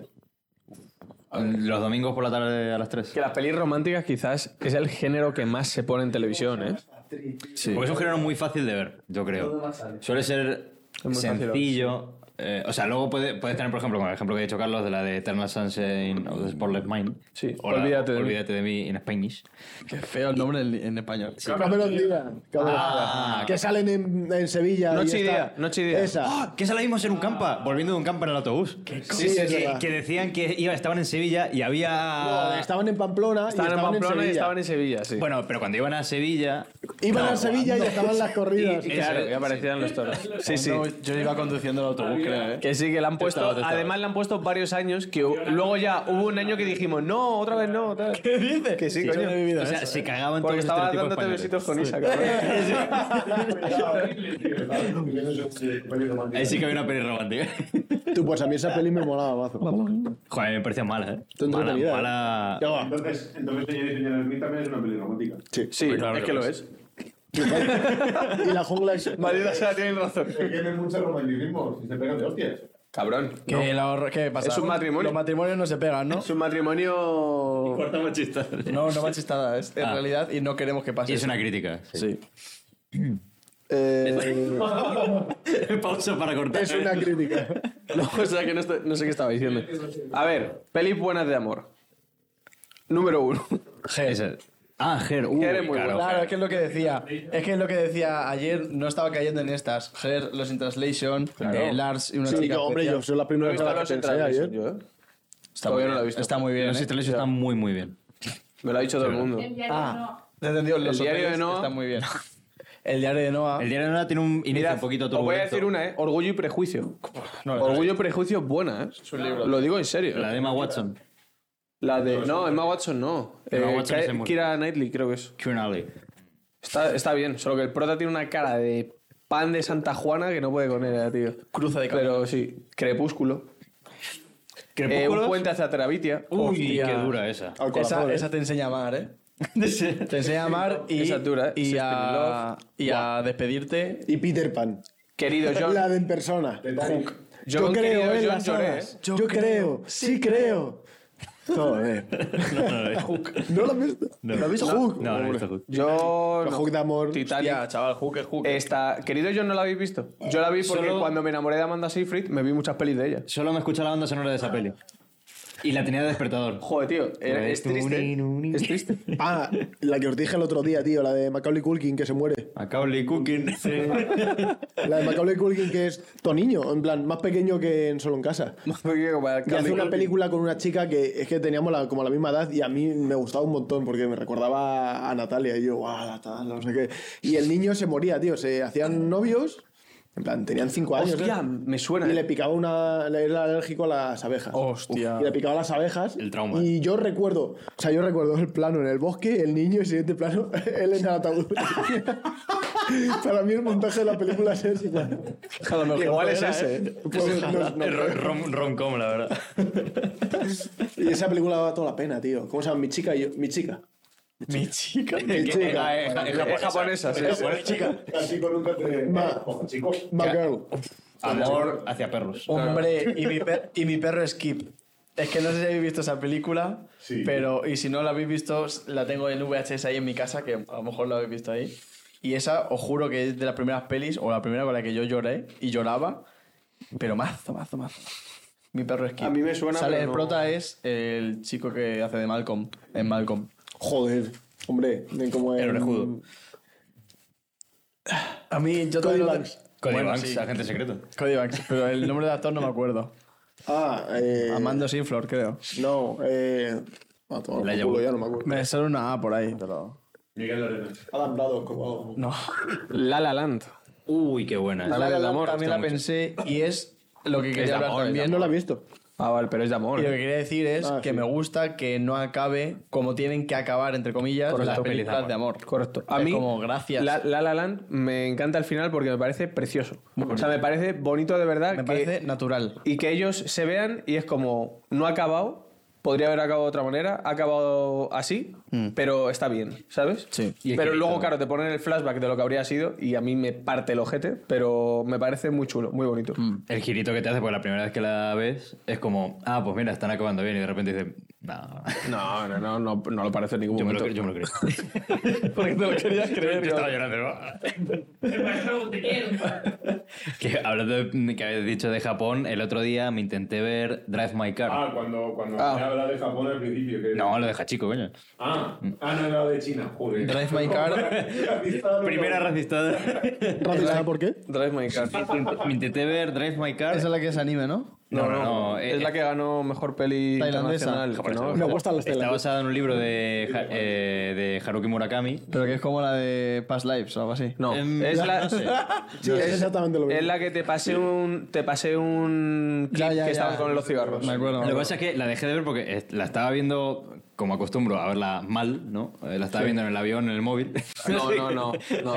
Los domingos por la tarde a las 3. Que las pelis románticas quizás es el género que más se pone en televisión, ¿eh? Sí. Porque es un género muy fácil de ver, yo creo. Suele ser muy fácil, sencillo. O sea, luego puedes tener, por ejemplo, como el ejemplo que ha dicho Carlos, de la de Eternal Sunshine of the Spotless Mind. Sí, O la Olvídate de mí. en Spanish. Qué feo el nombre en español. Cameron Díaz. Que salen en Sevilla. Noche y y está- día, noche y día. Esa. ¡Ah! Que esa la vimos en un campa, volviendo de un campa en el autobús. Sí, es verdad. Que decían que estaban en Sevilla y había... No, estaban en Pamplona Estaban y en estaban Pamplona y Sevilla. estaban en Sevilla, sí. Bueno, pero cuando iban a Sevilla... Iban a Sevilla y estaban las corridas. Y claro, y aparecían los toros. Sí, sí. Yo iba conduciendo el autobús, creo, ¿eh? Que sí, que le han puesto. Además, le han puesto varios años. Que luego ya hubo un año que dijimos, no, otra vez no. Tal. ¿Qué dices? Que sí, Yo coño. no he vivido O sea, eso. se cagaban Porque todos los estaba estereotipos dándote españoles. besitos con Isa, cabrón. Ahí sí que había una peli romántica. Tú, pues a mí esa peli me molaba mazo. Joder, me parecía mala, ¿eh? Tú Mala, entretenida, ¿eh? mala... Ya va. Entonces señor y señora Smith también es una peli romántica. Sí. Sí, claro es que que lo lo es. es. Y la jungla es... Maldita sea, tienes razón. Es que no es mucho romanticismo, si se pegan de hostias. Cabrón. ¿Qué pasa? Es un matrimonio. Los matrimonios no se pegan, ¿no? Es un matrimonio. Corta machista. No machistada, es en realidad y no queremos que pase. Y es eso. una crítica. Sí. Pausa para cortar. Es una crítica. No, o sea que no sé qué estaba diciendo. A ver, pelis buenas de amor. Número 1. Ese. Ah, Her. Her es muy claro. Claro, es que es lo que decía. Es que es lo que decía ayer, no estaba cayendo en estas. Her, los in translation, Lars y una Sí, chica. yo, hombre, yo especial. soy la primera vez que pensé ayer. Está Todavía muy no la he bien. visto. Está muy bien. Los ¿eh? instalations están muy, muy bien. Me lo ha dicho todo el mundo. El diario no. Te he entendido, los El diario hoteles de Noah. Está muy bien. El diario de Noah. El diario de Noah tiene un inicio Mirad, un poquito os voy a turbulento. decir una, ¿eh? Orgullo y prejuicio. No, Orgullo y prejuicio es buena, ¿eh? Es un libro. Lo digo en serio. La de Emma Watson. La de. No, Emma Watson no. Emma Watson es muy- Kira Knightley, creo que es. Kieran Alley. Está bien, solo que el prota tiene una cara de pan de Santa Juana que no puede con ella, tío. Cruza de cabeza. Pero sí, Crepúsculo. Un puente hacia Terabitia. Uy, Hostia. qué dura esa. Al corazón, Esa te enseña a amar, ¿eh? Te enseña a amar y, Esa es dura, ¿eh? y, Shakespeare a, y a despedirte. Y Peter Pan. Querido John. La de en persona. Hook. Yo creo querido en John, las lloré, hadas. ¿eh? Yo creo. Sí creo. Joder. ¿No lo has visto? ¿No has visto Hook? No, no he visto Hook. Yo. Pero Hook de amor. Titanic. Hostia, chaval, Hook es Hook. Querido John, ¿no la habéis visto? Yo la vi porque Solo- cuando me enamoré de Amanda Seyfried me vi muchas pelis de ella. Solo me escucha la banda sonora de esa peli. Y la tenía de despertador. Joder, tío, es triste. Es triste. Ah, la que os dije el otro día, tío, la de Macaulay Culkin que se muere. Macaulay Culkin. La de Macaulay Culkin que es Toniño, en plan, más pequeño que en Solo en Casa. Y hace una película con una chica que es que teníamos como la misma edad y a mí me gustaba un montón porque me recordaba a Natalia y yo, guau, Natalia, no sé qué. Y el niño se moría, tío, se hacían novios, en plan, tenían 5 años. Hostia, me suena. Y le picaba era alérgico a las abejas. Hostia. Y le picaba las abejas. El trauma. Y yo recuerdo el plano en el bosque, el niño, y el siguiente plano, él en el ataúd. Para mí el montaje de la película es ese. Igual es ese. Pues, Rom-com, la verdad. Y esa película daba toda la pena, tío. ¿Cómo se llama? Mi chica y yo. Mi chica. Mi chica. Mi chica. Es japonesa, sí. Mi chica. Así con un cate. Chicos. My girl. Amor hacia perros. Hombre, y mi perro es Skip. Es que no sé si habéis visto esa película, Sí. pero y si no la habéis visto, la tengo en VHS ahí en mi casa, que a lo mejor la habéis visto ahí. Y esa, os juro que es de las primeras pelis, o la primera con la que yo lloré y lloraba, pero mazo. Mi perro es Skip. A mí me suena, Sale, pero el no. prota es el chico que hace de Malcolm, en Malcolm. Joder. Hombre, como El orejudo. A mí, yo Cody todavía no- Banks. Cody Bueno, Banks, sí. agente secreto. Cody Banks, pero el nombre del actor no me acuerdo. Amando Sinflor, creo. No, toma por La culo, llevo. ya no me acuerdo. Me sale una A por ahí, pero... Miguel Arenas. Adam Braddock como algo. No. La La Land. Uy, qué buena. La del amor. También la gusta pensé y es lo que Es quería de hablar amor, es de también. No la he visto. Ah, vale, pero es de amor. Y lo que quería decir es Ah, que sí. me gusta que no acabe como tienen que acabar, entre comillas, Correcto. las películas de amor. Correcto. A Es mí, como, gracias. La La Land me encanta el final porque me parece precioso. O sea, me parece bonito de verdad. Me parece natural. Y que ellos se vean y es como, no ha acabado, podría haber acabado de otra manera, ha acabado así, pero está bien, ¿sabes? Sí. Y es Pero que- luego, claro, te ponen el flashback de lo que habría sido y a mí me parte el ojete, pero me parece muy chulo, muy bonito. El girito que te hace, porque la primera vez que la ves es como, pues mira, están acabando bien, y de repente dices, no, No lo parece en ningún yo me lo, momento. yo me lo creo. Porque te lo querías creer. Yo estaba llorando, ¿no? Te quiero. Que hablando de que habéis dicho de Japón, el otro día me intenté ver Drive My Car. Ah, cuando me habla de Japón al principio. Que... No, lo deja chico, coño. No era de China, joder. Drive My Car. Primera racistada. ¿Racista por qué? Drive My Car. Me intenté ver Drive My Car. Esa es la que es anime, ¿no? No, es la que ganó mejor peli Tailandesa. internacional. que no, Me gustan las Está telas. basada en un libro de Haruki Murakami. Pero que es como la de Past Lives o algo así. No, Es es la, no sé. Sí, es exactamente lo mismo. es la que te pasé un clip Ya, que estaban con los cigarros. Me acuerdo. Lo que pasa es que la dejé de ver porque la estaba viendo, como acostumbro a verla mal, ¿no? La estaba viendo en el avión, en el móvil. No.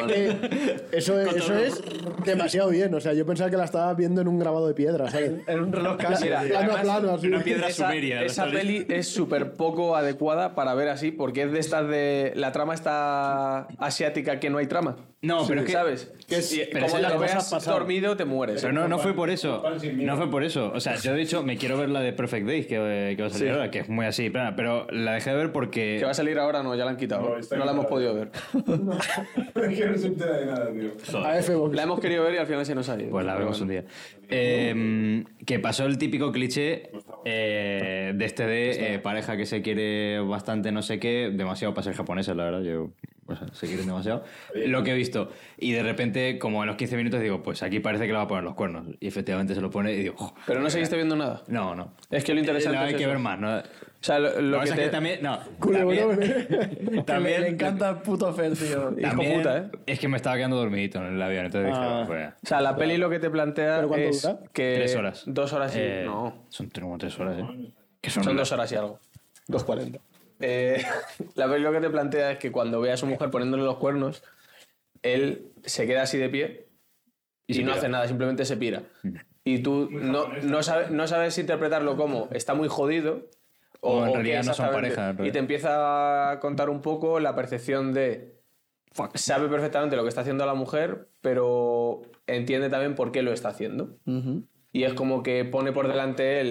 Eso es demasiado bien. O sea, yo pensaba que la estaba viendo en un grabado de piedra, ¿sabes? En un reloj casi. Mira, Plano a además, plano, así. una piedra esa, sumeria. esa ¿sabes? peli es súper poco adecuada para ver así, porque es de estas de... La trama está asiática que no hay trama. No, pero es que... ¿Sabes? pero Como es la la veas dormido, te mueres. Pero no fue por eso. No fue por eso. O sea, yo de hecho me quiero ver la de Perfect Days que va a salir ahora, que es muy así, pero la dejé de ver porque... Que va a salir ahora, no, ya la han quitado. No, No, está la hemos quitada. podido ver. Es que no se entera de nada, tío. AF Box. La hemos querido ver y al final se nos ha ido. Pues la Pero vemos un bueno. día. Que pasó el típico cliché de pareja que se quiere bastante no sé qué, demasiado para ser japonesa, la verdad. Yo, se quieren demasiado. Lo que he visto. Y de repente, como en los 15 minutos, digo, pues aquí parece que le va a poner los cuernos. Y efectivamente se lo pone y digo, "Jo". Pero no seguiste viendo nada. No. Es que lo interesante No, hay es que eso. ver más, ¿no? O sea, lo Lo que que pasa es te... que también. No. Culebrón, También, también- Le encanta el puto Fer, tío. Hijo también puta, ¿eh? Es que me estaba quedando dormidito en el avión. Entonces dije, pues, O sea, la peli lo que te plantea ¿Pero cuánto es dura? que... 3 horas. 2 horas y... No. Son como 3 horas, ¿eh? Que Son 2 horas y algo. 2:40. La peli lo que te plantea es que cuando ve a su mujer poniéndole los cuernos, él se queda así de pie y se no pira. hace nada, simplemente se pira. Y tú no sabes interpretarlo como está muy jodido O en qué realidad no son exactamente. pareja, en realidad. Y te empieza a contar un poco la percepción de... Sabe perfectamente lo que está haciendo la mujer, pero entiende también por qué lo está haciendo. Y es como que pone por delante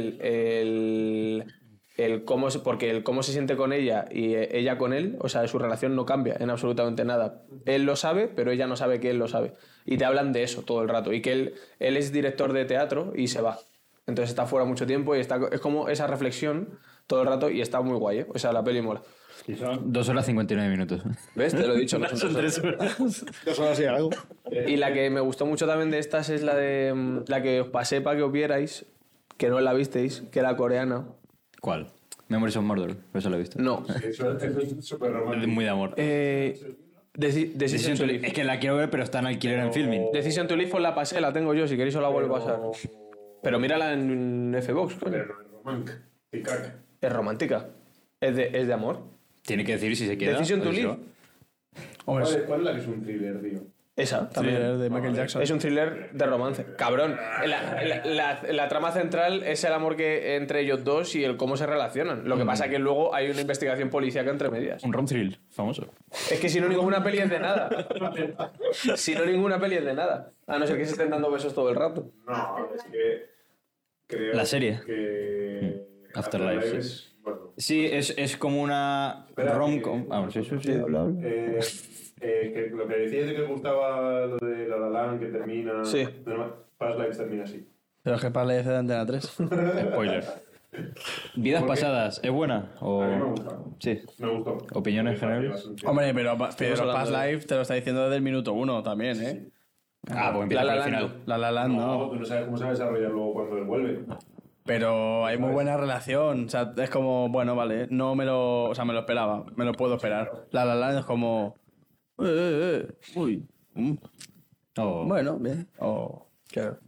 el cómo porque el cómo se siente con ella y ella con él, o sea, su relación no cambia en absolutamente nada. Él lo sabe, pero ella no sabe que él lo sabe. Y te hablan de eso todo el rato. Y que él es director de teatro y se va. Entonces está fuera mucho tiempo y es como esa reflexión todo el rato y está muy guay, ¿eh? O sea, la peli mola. Y son 2 horas 59 minutos. ¿Ves? Te lo he dicho. Son 3 horas. 2 horas y algo. Y la que me gustó mucho también de estas es la de la que os pasé para que os vierais, que no la visteis, que era coreana. ¿Cuál? Memories of Murder. Eso lo he visto. No. Eso es súper Es romántico. muy de amor. Decision to Live. Es que la quiero ver, pero está en alquiler en Filming. Decision to Live os la pasé, la tengo yo, si queréis os la vuelvo a pasar. Pero mírala en FBox, coño. Pero no es romántica. Y caca. Es romántica. Es de amor. Tiene que decir si se queda. Decision to pues Live. eso. Hombre, ¿Cuál es la que es un thriller, tío? Esa, también. thriller de Michael Jackson. Es un thriller de romance. Cabrón. La trama central es el amor que entre ellos dos y el cómo se relacionan. Lo que pasa que luego hay una investigación policíaca entre medias. Un rom thrill famoso. Es que si no, ninguna peli es de nada. Si no, ninguna peli es de nada. A no ser que se estén dando besos todo el rato. No, es que creo La serie. que Afterlife, sí. es, bueno, Sí, es como una Espera, rom-com. Ah, sí, sí, habla. que lo que decías de que os gustaba lo de La La Land, que termina... Sí. Past Lives termina así. Pero es que para leer de Antena 3. Spoiler. ¿Vidas ¿Por qué? pasadas es buena? O... A mí me gusta. Sí. Me gustó. ¿Opiniones generales? Hombre, pero hablando Past de- Life te lo está diciendo desde el minuto 1 también, ¿eh? Ah, pues empieza La por La el Land final. La La Land, No, no. tú no sabes cómo se va a desarrollar luego cuando él vuelve. Pero hay muy buena relación. O sea, es como, bueno, vale, no me lo... O sea, me lo esperaba. Me lo puedo esperar. La La Land es como... Uy. Oh. Bueno, bien. Oh. Claro.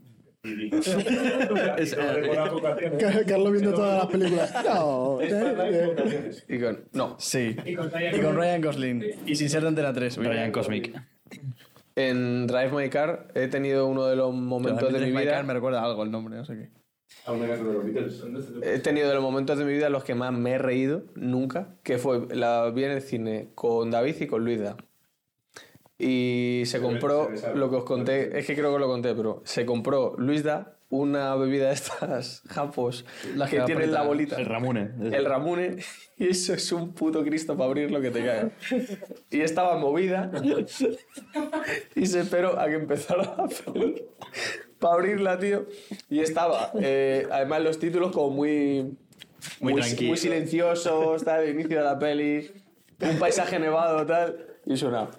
Carlos viendo todas las películas. No. Y con... No. Sí. Y con Ryan Gosling. Y sin ser de Antena 3. Uy. Ryan Cosmic. En Drive My Car he tenido uno de los momentos de mi vida... Me recuerda algo el nombre, no sé qué. A una canción de los Beatles. He tenido de los momentos de mi vida en los que más me he reído nunca, que fue, la vi en el cine con David y con Luisa. Y se compró, lo que os conté, es que creo que lo conté, pero se compró Luisa una bebida de estas japos Las que que tienen la aprietan. bolita. El Ramune. El Ramune, y eso es un puto Cristo para abrir lo que te cae. Y estaba movida y se esperó a que empezara a hacer para abrirla, tío. Y estaba, además, los títulos como muy tranquilo. muy silenciosos, tal, el inicio de la peli, un paisaje nevado, tal, y sonaba.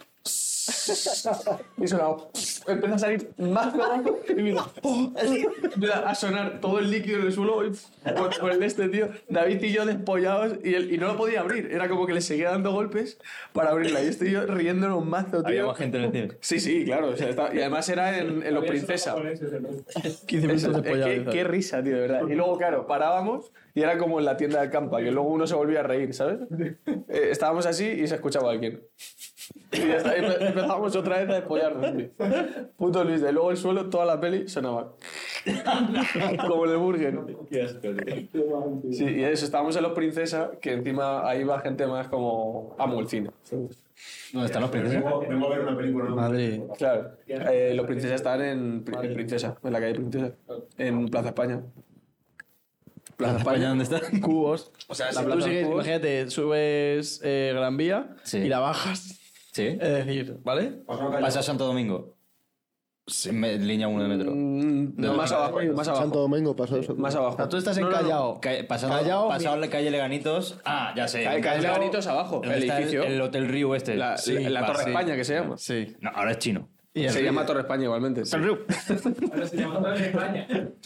Y sonaba. Empieza a salir más cagado y mira, empieza a sonar todo el líquido en el suelo y por el de este tío. David y yo despollados y no lo podía abrir. Era como que le seguía dando golpes para abrirla. Y este tío riéndonos mazo, tío. Había más gente en el cine. Sí, sí, claro. O sea, y además era en Los Princesa. 15 minutos de Qué risa, tío, de verdad. Y luego, claro, parábamos y era como en la tienda del campa, que luego uno se volvía a reír, ¿sabes? Estábamos así y se escuchaba a alguien. Y ya está, y empezábamos otra vez a despollarnos, tío. Puto Luis, y luego el suelo, toda la peli sonaba. Como el de Burger. Sí, y eso, estábamos en Los Princesa, que encima ahí va gente más como amo el cine. ¿Dónde están los princesas? Vengo a ver una película. ¿no? Madrid. Claro. Los Princesa están en Princesa, en la calle Princesa, en Plaza España. Plaza ¿España dónde está? Cubos. O sea, si tú sigues, imagínate, subes Gran Vía Sí. y la bajas. Sí. Es decir, ¿vale? Pasa a Santo Domingo. Línea 1 de metro. No, más abajo, más Santo abajo. Domingo pasó eso. Más O abajo. sea, tú estás en No, no, no. Callao. Pasado la calle Leganitos. Ah, ya sé. Calle Leganitos abajo, ¿Dónde el está edificio. El Hotel Río este. La Torre sí. España, que se llama. Sí. No, ahora es chino. Y Se llama Torre España igualmente. sí. Ahora se llama Torre España.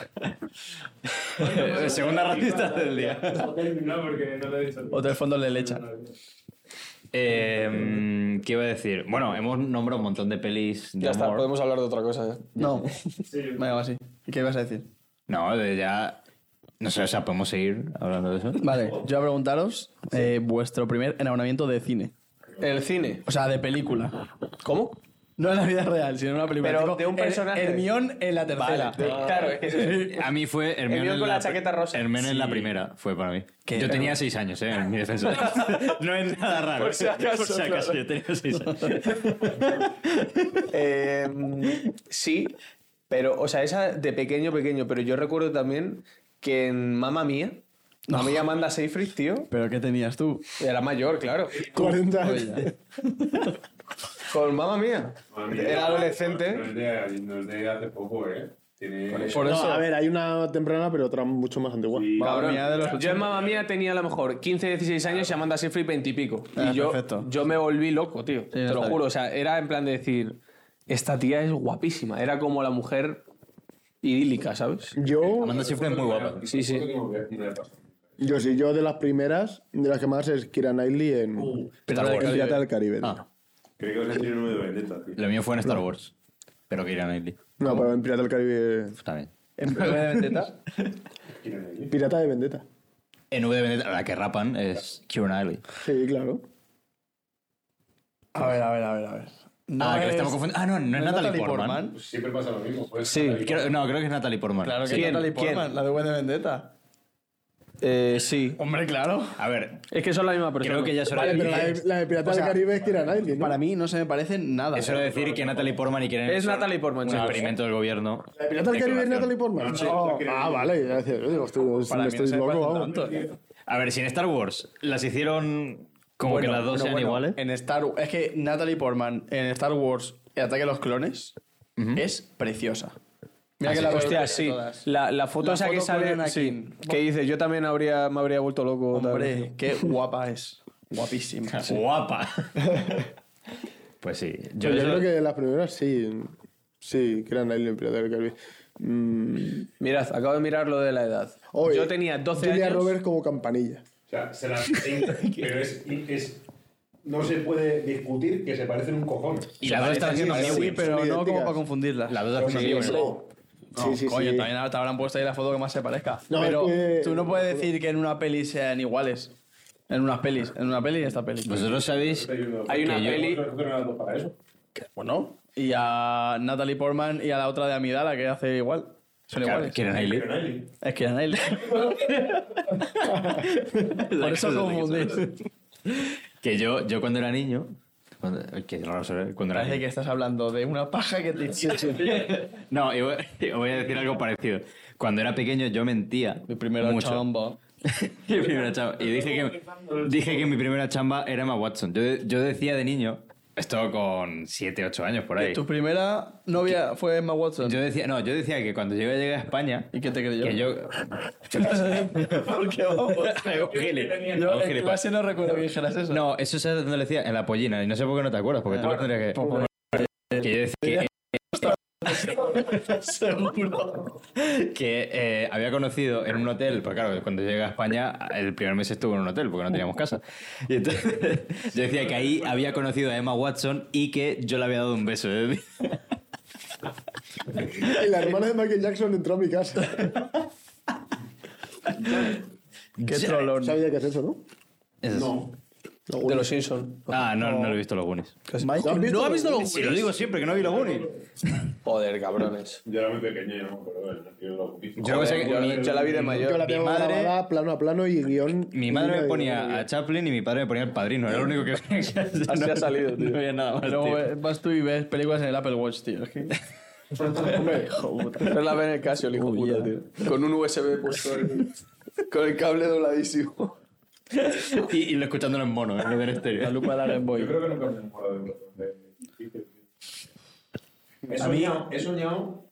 Segunda racista del día. No, porque no lo he dicho. Hotel Fondo de Lecha. ¿Qué iba a decir? Bueno, hemos nombrado un montón de pelis de Ya está, amor. podemos hablar de otra cosa. No. Venga, va así. ¿Y qué ibas a decir? No, ya... No sé, o sea, podemos seguir hablando de eso. Vale, yo voy a preguntaros vuestro primer enamoramiento de cine. El cine. O sea, de película. ¿Cómo? No en la vida real, sino en una película. Pero Tipo, de un personaje. Hermione en la tercera. Claro, es que A mí fue Hermione Hermione en con la chaqueta rosa. Hermione en la primera fue para mí. ¿Qué? Yo tenía 6 años, en mi defensa. No es nada raro. Por si acaso, Por si acaso, claro. yo tenía 6 años. Sí, pero, o sea, esa de pequeño, pero yo recuerdo también que en Mamma Mía, Mamma Mía Amanda Seyfried, tío, ¿Pero qué tenías tú? era mayor, claro. 40 años. Con Mamma Mía. Era adolescente. No es de hace poco, ¿eh? Por eso. No, a ver, hay una temprana, pero otra mucho más antigua. Cabrón, Mía de los yo en Mamma Mía tenía a lo mejor 15, 16 años y Amanda Seyfried 20 y pico. Ah, Y perfecto. yo me volví loco, tío. Te lo está juro. O sea, era en plan de decir, esta tía es guapísima. Era como la mujer idílica, ¿sabes? Yo, Amanda Seyfried es muy guapa. Sí, sí. yo de las primeras, de las que más es Keira Knightley en Pirata del Caribe. Ah, Creí que ibas a decir el 9 de Vendetta, tío. lo mío fue en Star Wars. Pero que Keira Knightley. No, pero en Pirata del Caribe... Está bien. ¿En V de Vendetta? Pirata de Vendetta. En V de Vendetta, la que rapan es Keira Knightley. Sí, claro. A ver. Que estamos confundiendo. Ah, no es Natalie Portman. Pues siempre pasa lo mismo. Pues, Sí. Creo que es Natalie Portman. Claro que ¿Quién? es Natalie ¿Quién? Portman, la de V de Vendetta. Sí. Hombre, claro. A ver, Es que son la misma persona. creo que ya es hora Vale, de pero la de Pirata O sea, del Caribe es Keira Knightley, ¿no? Para mí no se me parece nada. es hora de decir que Natalie Portman y Keira Es Natalie Portman, un sí. experimento del gobierno. ¿La de Pirata del Caribe es clonación. Natalie Portman? No, Vale, ya decía, yo digo, Para mí estoy no se me loco, parecen vamos. tanto. A ver, si en Star Wars las hicieron como que las dos sean iguales. En es que Natalie Portman en Star Wars El ataque a los clones es preciosa. Mira que la veo Hostia, de sí. todas. La foto La esa que foto con sale. Anakin. Sí, que dice, yo también me habría vuelto loco. tal. Hombre, qué guapa es. Guapísima. Guapa. Pues sí. Yo creo que las primeras sí. Sí, que eran Knightley en Pirata del Caribe. Mirad, acabo de mirar lo de la edad. Oye, yo tenía 12 Julia años. Roberts como campanilla. O sea, se las... pero es... No se puede discutir que se parecen un cojón. Y las dos están haciendo sí, Newey. Sí, pero son no como idénticas. para confundirlas. Las dos haciendo Newey. Sí, sí, Coño, sí. también te habrán puesto ahí la foto que más se parezca. No, pero es que- tú no puedes decir que en una peli sean iguales. En unas pelis. En una peli y esta peli. Vosotros sabéis. Hay una peli. para eso. Bueno. Y a Natalie Portman y a la otra de Amidala que hace igual. Son iguales. Keira Knightley. Es que eran él. Por eso confundís. Que yo cuando era niño. Qué raro ser, cuando era Parece niño. que estás hablando de una paja que te hiciste. No, yo voy a decir algo parecido. Cuando era pequeño yo mentía. Mi primera mucho. chamba. Mi primera chamba. Y dije que mi primera chamba era Emma Watson. Yo decía de niño, esto con 7, 8 años por ahí. Tu primera novia fue Emma Watson. Yo decía que cuando yo llegué a España. ¿Y qué te creyó? Que yo. ¿Por qué vamos? Yo en clase no recuerdo que dijeras eso. No, eso es donde lo decía, en la pollina. Y no sé por qué no te acuerdas, porque tú lo tendrías que. Que yo decía Seguro. que había conocido en un hotel, porque claro, cuando llegué a España, el primer mes estuve en un hotel, porque no teníamos casa. Y entonces yo decía que ahí había conocido a Emma Watson y que yo le había dado un beso. Y la hermana de Michael Jackson entró a mi casa. Qué trolón. Sabía que es eso, ¿no? No. De los Simpsons. Ah, no lo he visto los Goonies. ¿No has visto los Si lo digo siempre, que no vi los Goonies. Joder, cabrones. Yo era muy pequeño, yo no me acuerdo. Yo no sé que Yo la vi de mayor. Yo la mi tengo madre- grabada plano a plano y guión. Mi madre me ponía a Chaplin y mi padre me ponía al Padrino. Era lo único que... Así ha salido, tío. No había nada más, Pero tío. vas tú y ves películas en el Apple Watch, tío. Es que... Pero la ve en el Casio, el hijo puta, tío. Con un USB puesto ahí. Con el cable dobladísimo. Y lo escuchándolo en mono, en vez de en estéreo. La lupa de la Game Yo Boy. creo que nunca me he enamorado de He soñado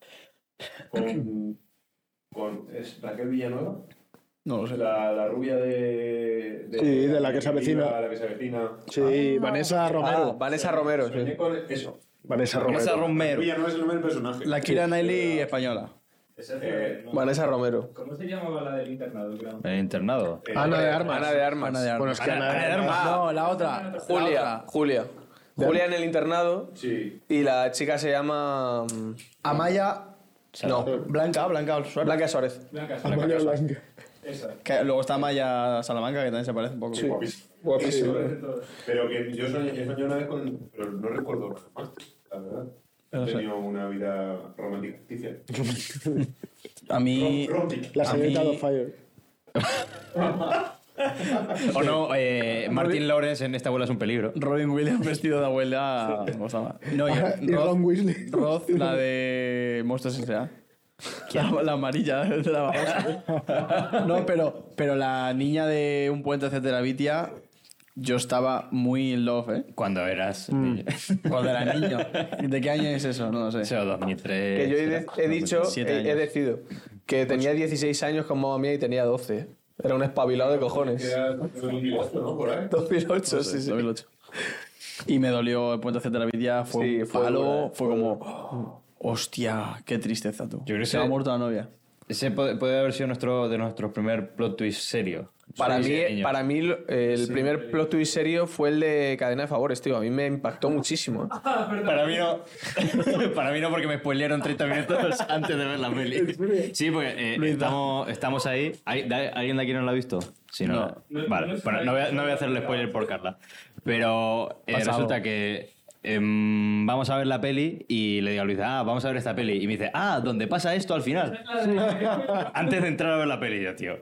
con ¿es Raquel Villanueva? No lo sé. La rubia de Sí, de la que se avecina. La que se avecina. Sí, Vanessa Romero. Vanessa Romero, Soñé sí. con eso. Vanessa Romero. Vanessa Romero. Villanueva es el nombre del personaje. La Keira Knightley española. Vanessa Romero. ¿Cómo se llamaba la del internado? El internado. Ana de Armas. Ana de Armas. Ana de Armas. Bueno, es que Ana de Armas. No, la otra. Julia. Julia. Julia en el internado. Sí. Y la chica se llama. Amaya. No. Blanca Suárez. Blanca Suárez. Amalia Blanca. Que luego está Amaya Salamanca, que también se parece un poco. Sí. Guapísimo. Guapísimo. Pero que yo he soñado una vez con... Pero no recuerdo nada más, la verdad. He tenido una vida romántica ficticia. A mí. Romántica. La A señorita mí- of Fire. O no, Martin Lawrence en Esta abuela es un peligro. Robin Williams vestido de abuela. ¿Cómo se llama? No, Y Ron Weasley. Roth, la de Monsters S.A. La amarilla de la babosa. No, pero la niña de Un puente, etcétera, Vitia, yo estaba muy in love, ¿eh? Cuando eras niño. Cuando era niño. ¿De qué año es eso? No lo sé. Eso, 2003. Que yo he dicho, 7 años. he decidido que tenía 16 años con mamá mía y tenía 12. Era un espabilado de cojones. Era 2008, ¿no? Por ahí. 2008, sí, sí. 2008. Y me dolió el puente hacia Teravidia, fue Sí, un fue palo, dura, fue como... hostia, qué tristeza tú. Yo creo que se ha muerto la novia. Ese puede haber sido de nuestro primer plot twist serio. Para Sí, mí, niño. para mí el primer plot twist serio fue el de Cadena de Favores, tío. A mí me impactó muchísimo. Para mí no. Para mí no, porque me spoilearon 30 minutos antes de ver la peli. Sí, porque estamos ahí. ¿Alguien de aquí no lo ha visto? Sí, no. Vale, bueno, no voy a hacerle spoiler por Carla. Pero resulta que vamos a ver la peli y le digo a Luis, vamos a ver esta peli. Y me dice, ¿dónde pasa esto al final? Antes de entrar a ver la peli, yo, tío.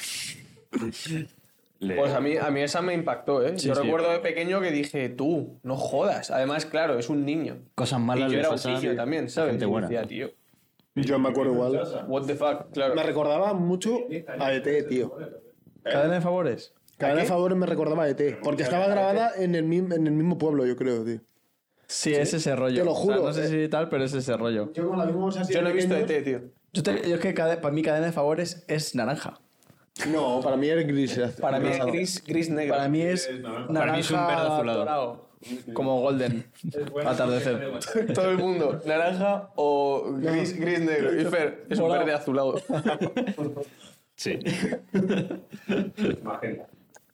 Pues a mí esa me impactó, ¿eh? Yo recuerdo de pequeño que dije, tú, no jodas. Además, claro, es un niño. Cosas malas Y yo le era un pasan niño también, a ¿sabes? gente Y buena. decía, tío, Yo me acuerdo igual. what the fuck, claro. Me recordaba mucho a ET, tío. ¿Cadena de favores? Cadena de Favores me recordaba a ET. Porque estaba grabada en el mismo pueblo, yo creo, tío. Sí, es ese rollo. Te lo O sea, juro, no sé si tal, pero es ese rollo. Yo como la vimos así. Yo no he visto pequeños- ET, tío. Yo es que para mí cadena de favores es naranja. No, para mí era gris. Para mí es gris negro. Para mí es naranja Para mí es un verde azulado. dorado. Como golden. Atardecer. Todo el mundo, naranja o gris negro. Y Fer, es un Morado. verde azulado. Sí. Magenta.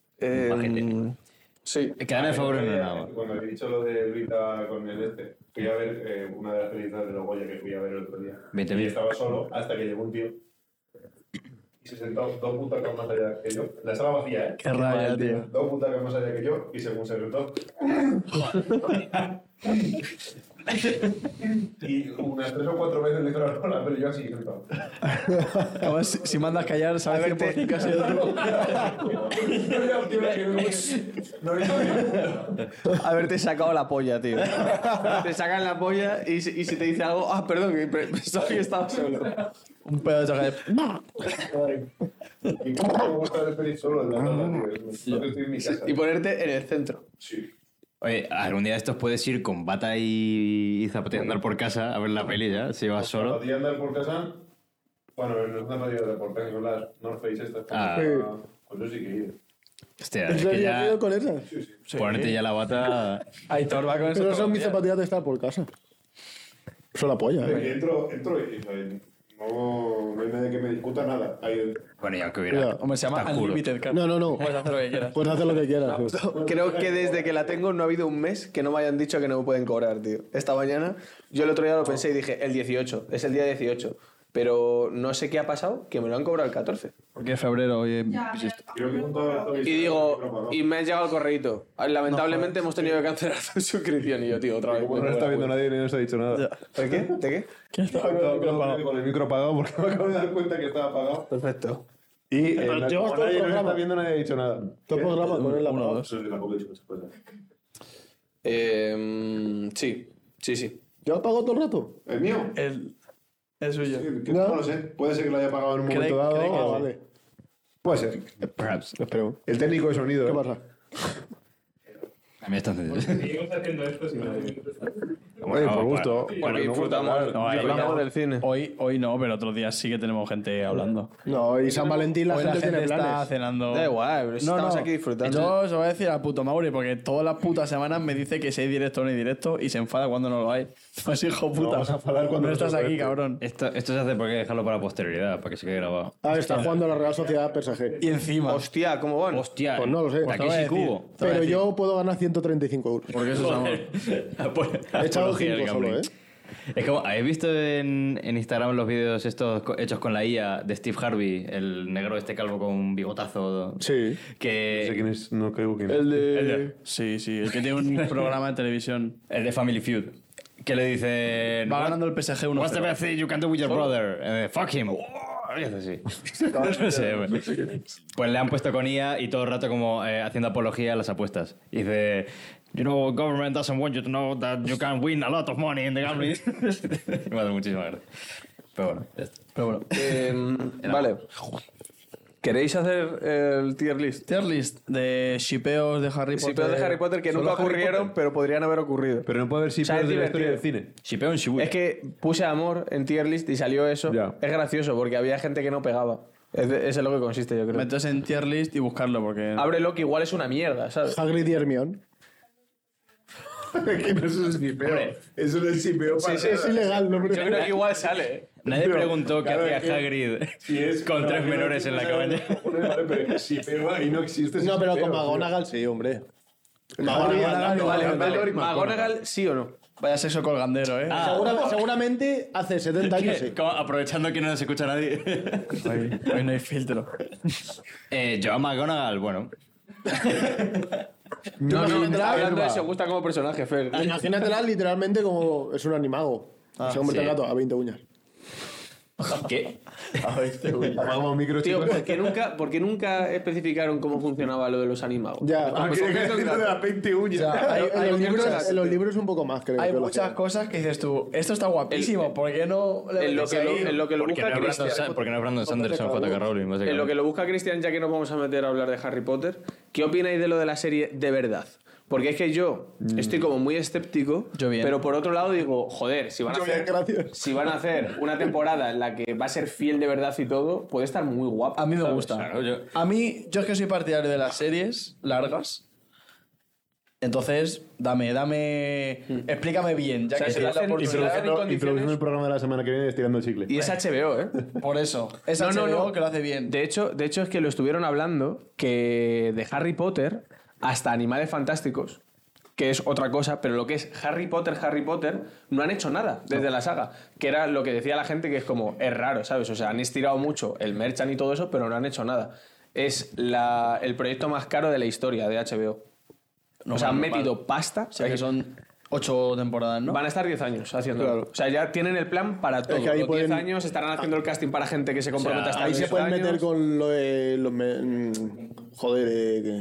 Sí. Cadena de favores no es nada más. Cuando he dicho lo de Luita con el fui a ver una de las películas de los Goya que fui a ver el otro día. 20.000. Y estaba solo hasta que llegó un tío y se sentó 2 putas camas más allá que yo. La sala vacía, ¿eh? Qué rabia, tío. 2 putas camas más allá que yo y según se sentó. Y unas 3 o 4 veces le hizo la rola, pero yo así sentado. Además, si mandas callar, sabes 100% que ha sido tú. Haberte sacado la polla, tío. Te sacan la polla y si te dice algo, perdón, que pensaba que estaba solo. Un pedazo de... Y cómo me gusta ver pelis solo en la sala, tío. No estoy en mi casa. Y ponerte en el centro. Sí. Oye, algún día de estos puedes ir con bata y zapatillas, andar por casa a ver la peli ya, si vas solo. Podía andar por casa. Bueno, no es una patilla de por casa, son las North Face estas. Pues yo sí que he ido. Hostia, ¿En es que serio has ya ido con esas? ponerte ya la bata... Aitor va con eso. Pero son todo mis el día. zapatillas de estar por casa. Son la polla, Que entro y no hay nadie que me discuta nada. Bueno, ya que hubiera... Cuidado. Hombre, se llama Está oscuro. Unlimited Car. No. Puedes hacer lo que quieras. Puedes hacer lo que quieras. Creo que desde que la tengo no ha habido un mes que no me hayan dicho que no me pueden cobrar, tío. Esta mañana, yo el otro día lo pensé y dije, el 18, es el día 18. Pero no sé qué ha pasado, que me lo han cobrado el 14. Porque es febrero hoy. Creo que son todas Y digo, y me ha llegado el correito. Lamentablemente hemos tenido que cancelar tu suscripción. Y yo, tío, otra vez. Como no lo está viendo nadie ni nos ha dicho nada. ¿De qué? ¿De qué? Con el micro apagado porque me acabo de dar cuenta que estaba apagado. Perfecto. Y Pero como llevas todo el nadie nos programa. está viendo, nadie ha dicho nada. Todo el programa con él apagado. Eso es tampoco he dicho que se puede. Sí. ¿Yo has pagado todo el rato? ¿El mío? El suyo. No lo sé. Puede ser que lo haya pagado en un momento Cree dado. que sí. Vale. Puede ser. Perhaps. Espero. El técnico de sonido. ¿Qué ¿eh? pasa? A mí está encendido. Seguimos haciendo esto sin Oye, por gusto. Porque disfrutamos, disfrutamos del cine. Hoy no, pero otros días sí que tenemos gente hablando. No, y San Valentín la Hoy gente tiene está planes. cenando. Da igual, pero si estamos aquí disfrutando. Yo os voy a decir al puto Mauri, porque todas las putas semanas me dice que si hay directo o no hay directo y se enfada cuando no lo hay. Pues hijo puta. vamos a enfadar cuando no estás nosotros aquí, esto. cabrón. Esto se hace porque hay que dejarlo para posterioridad, para que se quede grabado. Está jugando a la Real Sociedad PSG. Y encima. Hostia, ¿cómo van? Hostia. Pues no lo sé. De aquí Te voy a sí decir. cubo. Pero yo puedo ganar 135 euros. Porque eso es amor. He echado Apología del 5 solo, gambling. Es como, ¿habéis visto en Instagram los vídeos estos hechos con la IA de Steve Harvey, el negro este calvo con un bigotazo? Sí. No sé Que quién es, no creo quién es. El de... Sí, el que tiene un programa de televisión. el de Family Feud. Que le dice... Va ganando el PSG 1-0. What's the best thing you can do with your brother? Fuck him. Y hace así. No sé, güey. Pues le han puesto con IA y todo el rato como haciendo apología a las apuestas. Y dice... You know, government doesn't want you to know that you can win a lot of money in the gambling. Me hace muchísima gracia. Pero bueno, ya está. Pero bueno. Vale. ¿Queréis hacer el tier list? Tier list de shipeos de Harry Potter. Shipeos de Harry Potter que ¿Solo nunca Harry ocurrieron, Potter? pero podrían haber ocurrido. Pero no puede haber O sea, shipeos es de la historia del divertido. cine. Shipeo en Shibuya. Es que puse amor en tier list y salió eso. Ya. Es gracioso porque había gente que no pegaba. Es en lo que consiste, yo creo. Metes en tier list y buscarlo porque... Ábrelo que igual es una mierda, ¿sabes? Hagrid y Hermione. que no es un shipeo. Eso no es shipeo para Es ilegal, ¿no? Yo creo que igual sale, ¿eh? Nadie preguntó qué claro, hacía es que- Hagrid Si es con tres menores en la cabaña. Vale, pero shipeo ahí no existe. No, pero shipeo, con tío. McGonagall sí, hombre. Vale, McGonagall, vale. ¿McGonagall sí o no? Vaya sexo colgandero, ¿eh? Seguramente hace 70 años sí. Como aprovechando que no nos escucha nadie. Hoy no hay filtro. Yo a McGonagall, bueno. No, Imagínatela, hablando de Elba. se gusta como personaje, Fer. Imagínatela literalmente como es un animago. Se convierte en sí. gato a 20 uñas. ¿Qué? Apagamos micro, Tío, chicos. ¿por qué nunca especificaron cómo funcionaba lo de los animagos? Ya, Ah, que de las 20 uñas. en los libros un poco más, creo. Hay que lo muchas hacían. cosas que dices tú, esto está guapísimo, ¿por qué no le En lo metéis que ahí? en lo que lo Porque busca no es Christian. porque no es Brandon Sanderson, J.K. Rowling, En lo que básicamente. lo busca Christian, ya que nos vamos a meter a hablar de Harry Potter, ¿qué opináis de lo de la serie de verdad? Porque es que yo estoy como muy escéptico, Yo bien. pero por otro lado digo, joder, si van a Yo bien, hacer, gracias. si van a hacer una temporada en la que va a ser fiel de verdad y todo, puede estar muy guapo. A mí me ¿sabes? gusta. Claro, yo- A mí, yo es que soy partidario de las series largas. Entonces, explícame bien, ya O sea, que si te lo das la hacen oportunidad. Introduciendo el programa de la semana que viene estirando el chicle. Y es HBO, ¿eh? Por eso, es No, HBO no. que lo hace bien. De hecho es que lo estuvieron hablando que de Harry Potter hasta Animales Fantásticos, que es otra cosa, pero lo que es Harry Potter, no han hecho nada desde la saga. Que era lo que decía la gente, que es como, es raro, ¿sabes? O sea, han estirado mucho el merchan y todo eso, pero no han hecho nada. Es el proyecto más caro de la historia de HBO. O sea, han metido pasta. O sea, que son 8 temporadas, ¿no? Van a estar 10 años haciéndolo. Claro. O sea, ya tienen el plan para todo. que ahí Los 10 pueden- años estarán haciendo el casting para gente que se comprometa hasta Ahí los se 10 pueden años. meter con lo de los... joder,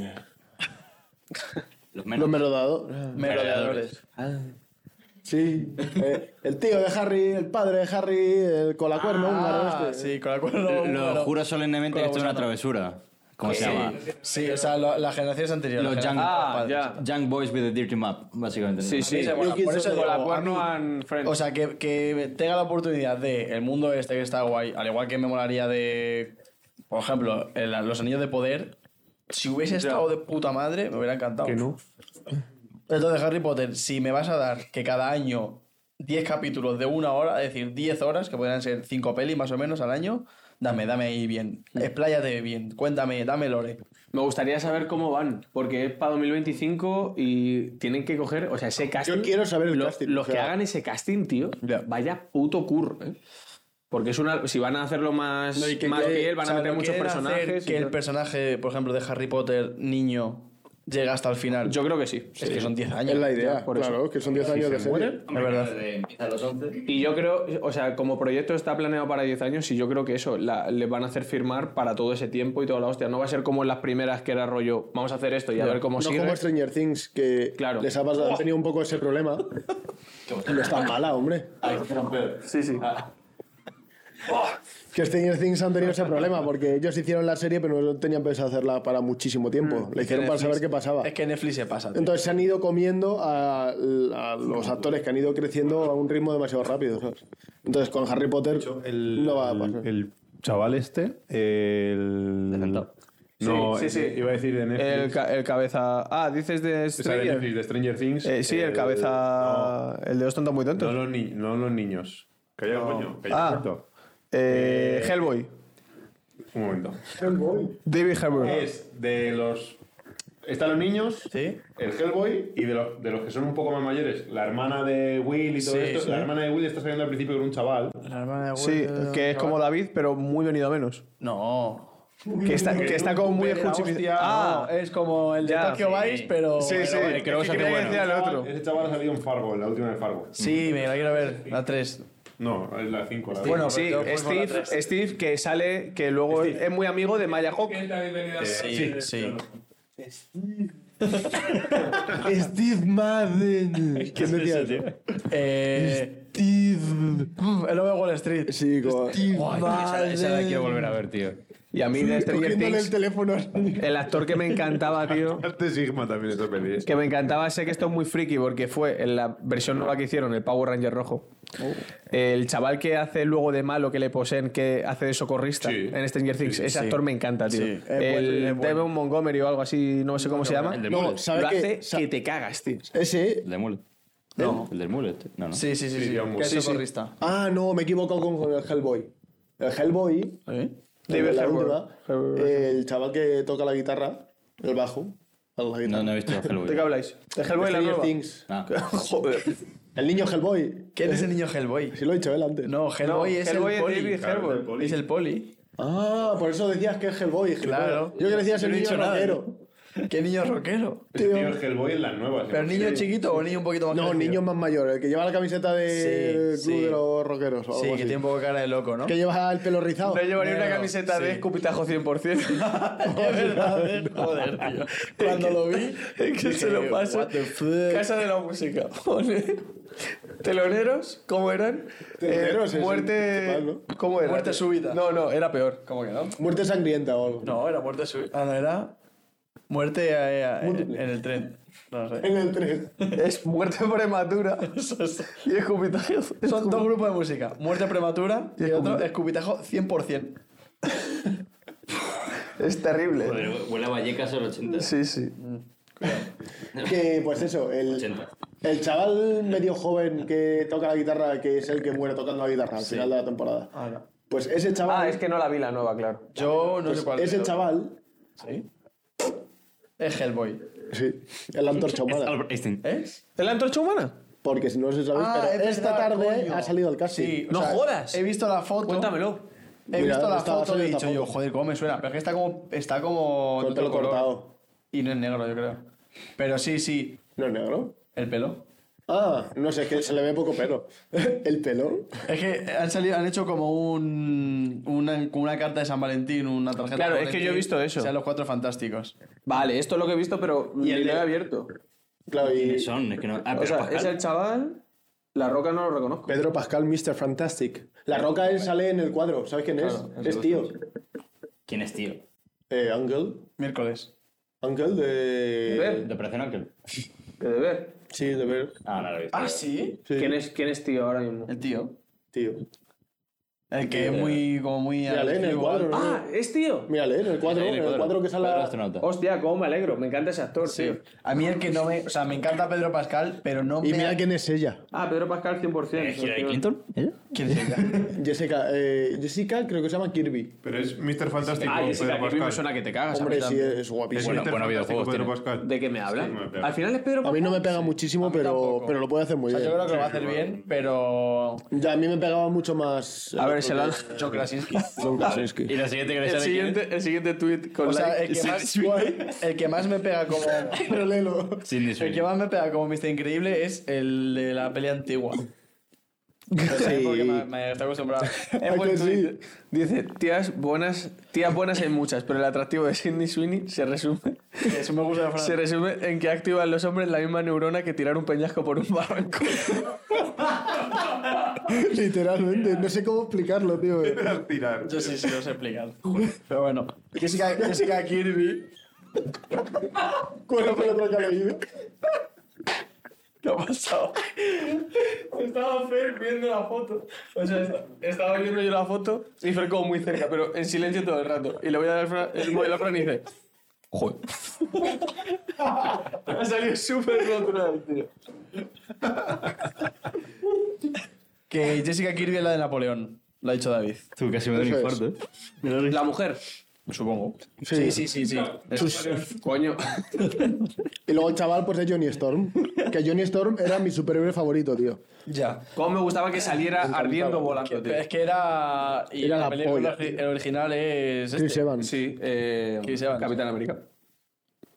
Los los merodados. Merodeadores. Sí. El tío de Harry, el padre de Harry, el colacuerno húngaro este. Sí, con la cuerda. Lo juro solemnemente que esto es una travesura. ¿Cómo se llama? Sí, o sea, las generaciones anteriores. Los las young, generaciones padres. young Boys with a Dirty Map, básicamente. Sí, sí. Sí, bueno, por eso Con digo, la a cuerno mí- and friends. O sea, que tenga la oportunidad de el mundo este que está guay, al igual que me molaría de, por ejemplo, los anillos de poder, si hubiese estado de puta madre, me hubiera encantado. Que no. Entonces, Harry Potter, si me vas a dar que cada año 10 capítulos de 1 hora, es decir, 10 horas, que podrían ser 5 pelis más o menos al año, dame ahí bien. Expláyate bien, cuéntame, dame lore. Me gustaría saber cómo van, porque es para 2025 y tienen que coger, o sea, ese casting. Yo quiero saber el casting, Los o sea. que hagan ese casting, tío, vaya puto curro, ¿eh? Porque es una. Si van a hacerlo más, No, y que- más fiel, van O sea, a meter lo muchos quieren hacer personajes. y que el tal. personaje, por ejemplo, de Harry Potter, niño, llega hasta el final. Yo creo que sí. Es que son 10 años. Es la idea, Ya, por eso. claro, que son 10 años de serie. Es verdad. Empieza a los 11. Y yo creo, o sea, como proyecto está planeado para 10 años y yo creo que eso, le van a hacer firmar para todo ese tiempo y toda la hostia. No va a ser como en las primeras que era rollo, vamos a hacer esto y a ver cómo No sigue. como Stranger Things, que Claro. les ha pasado, han tenido un poco ese problema. No es tan mala, hombre. Sí, sí. Que Stranger Things han tenido ese problema, porque ellos hicieron la serie, pero no tenían pensado hacerla para muchísimo tiempo. La hicieron para saber qué pasaba. Es que Netflix se pasa. tío. Entonces se han ido comiendo a los actores que han ido creciendo a un ritmo demasiado rápido, ¿sabes? Entonces con Harry Potter no va a pasar. El chaval este, No, Sí, sí, sí. iba a decir de Netflix. El cabeza. Ah, dices de O sea, de Stranger. Netflix, de Stranger Things. Sí, el cabeza. El de dos tontos muy tontos. No los niños. Calla, coño. Calla, Ah. un momento. Hellboy. Un momento. David Harbour. Es de los... Están los niños, ¿Sí? el Hellboy, y de los que son un poco más mayores, la hermana de Will y todo Sí, esto. sí. La hermana de Will está saliendo al principio con un chaval. La hermana de Sí, Will, que es como David, pero muy venido a menos. No. Que está como muy escuchado. Ah, es como el de ya, Tokyo sí. Vice, pero. Sí, sí. creo que Es se hace creía que bueno. decía el otro. Ese chaval ha salido en Fargo, en la última de Fargo. Sí, me la quiero ver. La 3. No, es la 5. La Bueno, Sí, pero pues con la Steve, que sale, que luego es muy amigo de Maya Hawke. Sí, sí. Steve Madden. ¿Quién decía eso? Steve. El nuevo Wall Street. Sí, como. Steve Esa la quiero volver a ver, tío. Y a mí de Stranger Cogiéndole el Things, teléfono. el actor que me encantaba, tío, Arte Sigma también esta peli. que me encantaba, sé que esto es muy friki porque fue en la versión nueva que hicieron, el Power Ranger rojo. El chaval que hace luego de malo, que le poseen, que hace de socorrista Sí. en Stranger Things, ese actor me encanta, tío. Sí. El Devon Montgomery o algo así, no sé cómo se llama. El del No, mullet. ¿sabes Lo qué? hace que te cagas, tío. Ese. El del mullet. No. El del mullet. No, no. Sí. digamos. Que es Sí, socorrista. Ah, no, me he equivocado con el Hellboy. El Hellboy. David la Harbour. última, el chaval que toca la guitarra, el bajo. La guitarra. No he visto Hellboy. ¿De qué habláis? ¿De Hellboy la Stranger nueva? Things. Ah. Joder. El niño Hellboy. ¿Quién es el niño Hellboy? Sí lo he dicho él antes. No, Hellboy es Hellboy el es poli. David Harbour. Poli. Es el poli. Ah, por eso decías que es Hellboy. Claro. Yo que decías Yo el no he niño dicho nada. rockero. ¿Qué niño rockero? Tío, Hellboy en las nuevas. ¿Pero niño chiquito o niño un poquito más No, crecido? niño más mayor, el que lleva la camiseta del Sí, club sí. de los rockeros. O algo Sí, que así. tiene un poco de cara de loco, ¿no? Que lleva el pelo rizado. No llevaría una Negro, camiseta de sí. escupitajo 100%. Es verdad, joder, tío. Cuando lo vi, Es que se lo dije, paso. what the fuck. Casa de la música. Pone teloneros, ¿cómo eran? Teloneros, es muerte. el principal, ¿Cómo era? Muerte súbita. No, era peor. ¿Cómo que no? Muerte sangrienta o algo. No, era muerte súbita. Ah, no, era muerte en el tren. No sé. En el 3. Es muerte prematura. Y escupitajo. Son dos grupos de música. Muerte prematura y otro escupitajo 100%. Es terrible. Joder, huele a Vallecas el 80. Sí, sí. Que, pues eso, 80. el chaval medio joven que toca la guitarra, que es el que muere tocando la guitarra al final de la temporada. Ah, no. Pues ese chaval. Ah, es que no la vi la nueva, claro. Yo no sé cuál Ese es. chaval. ¿Sí? Es Hellboy. Sí, el la antorcha Es humana. Albert Einstein. ¿Es? ¿Es la antorcha humana? Porque si no se sabe, Ah, pero es esta verdad, tarde coño. ha salido el casting. Sí, No jodas. He visto la foto. Cuéntamelo. He Mira, visto la estaba foto y he saliendo dicho esta yo, foto. joder, cómo me suena. Pero es que está como Con el de pelo otro color. cortado. Y no es negro, yo creo. Pero sí, ¿No es negro? el pelo. Ah, no sé, es que se le ve poco pelo. ¿El pelo? Es que han hecho como una carta de San Valentín, una tarjeta. Claro, de es que Valentín, yo he visto eso. O sea, los Cuatro Fantásticos. Vale, esto es lo que he visto, pero Y ni el lo he de- abierto. Claro, y ¿Quiénes son? Es que no. Ah, O pero sea, Pascal. es el chaval. La roca no lo reconozco. Pedro Pascal, Mr. Fantastic. La roca él sale en el cuadro, ¿sabes quién es? Claro, Es tío. ¿Quién es, tío? Ángel. Miércoles. Ángel ¿De de... ver? ¿De Operación Ángel? ¿De ver? Sí, de ver. Ah, no lo he visto. Ah, ¿sí? Sí. ¿Quién es tío ahora mismo? El tío. Tío. El que es muy, como muy... Mírale en el igual. cuadro, ¿no? Ah, es tío. Mírale, en el cuadro, Sí, en el cuadro que sale... Cuadro astronauta. Hostia, cómo me alegro. Me encanta ese actor, Sí. tío. A mí el que no me... O sea, me encanta Pedro Pascal, pero no Y me... mira quién es ella. Ah, Pedro Pascal 100%. ¿Hillary Clinton? ¿Ella? ¿Quién es ella? Jessica creo que se llama Kirby. Pero es Mr. Fantástico. Ah, Jessica Pedro Kirby me Pascal. suena que te cagas. a mí Hombre, sí, también. es Es guapísimo. Bueno, Mr. bueno, Fantástico videojuegos Pedro tiene. Pascal. ¿De qué me habla? Sí, me pega. Al final es Pedro A mí no me pega muchísimo, tampoco. pero lo puede hacer muy O sea, bien. yo creo que lo va a hacer bien, pero... Ya, a mí me pegaba mucho más... A ver, se lo han... John Krasinski. John Krasinski. Y la siguiente que le sale. El siguiente tweet con O sea, like. el que más me pega como... Pero léelo. Sidney El Sweeney. que más me pega como Mr. Increíble es el de la peli antigua. Sí. Porque me está acostumbrado. ¿A que sí? Dice, tías buenas hay muchas, pero el atractivo de Sidney Sweeney se resume Eso me gusta la frase. Se resume en que activan los hombres la misma neurona que tirar un peñasco por un barranco. Literalmente, no sé cómo explicarlo, tío. Tirar. Yo sí lo sé explicar. Pero bueno. Jessica Kirby. ¿Cuál fue el otro que ha leído? ¿Qué ha pasado? Estaba Fer viendo la foto. O sea, estaba viendo yo la foto y Fer como muy cerca, pero en silencio todo el rato. Y le voy a dar el móvil a Fran y dice... Joder. Ha salido súper natural, tío. Que Jessica Kirby es la de Napoleón. Lo ha dicho David. Tú casi me da un Eso infarto, ¿eh? La mujer. Supongo. Sí. Sí. Coño. Y luego el chaval, pues es Johnny Storm. Que Johnny Storm era mi superhéroe favorito, tío. Ya. Cómo me gustaba que saliera ardiendo volando, tío. Pero es que era... Y Era la la película, polla. el original es... Chris Evans. Sí, Chris Evans. Capitán América.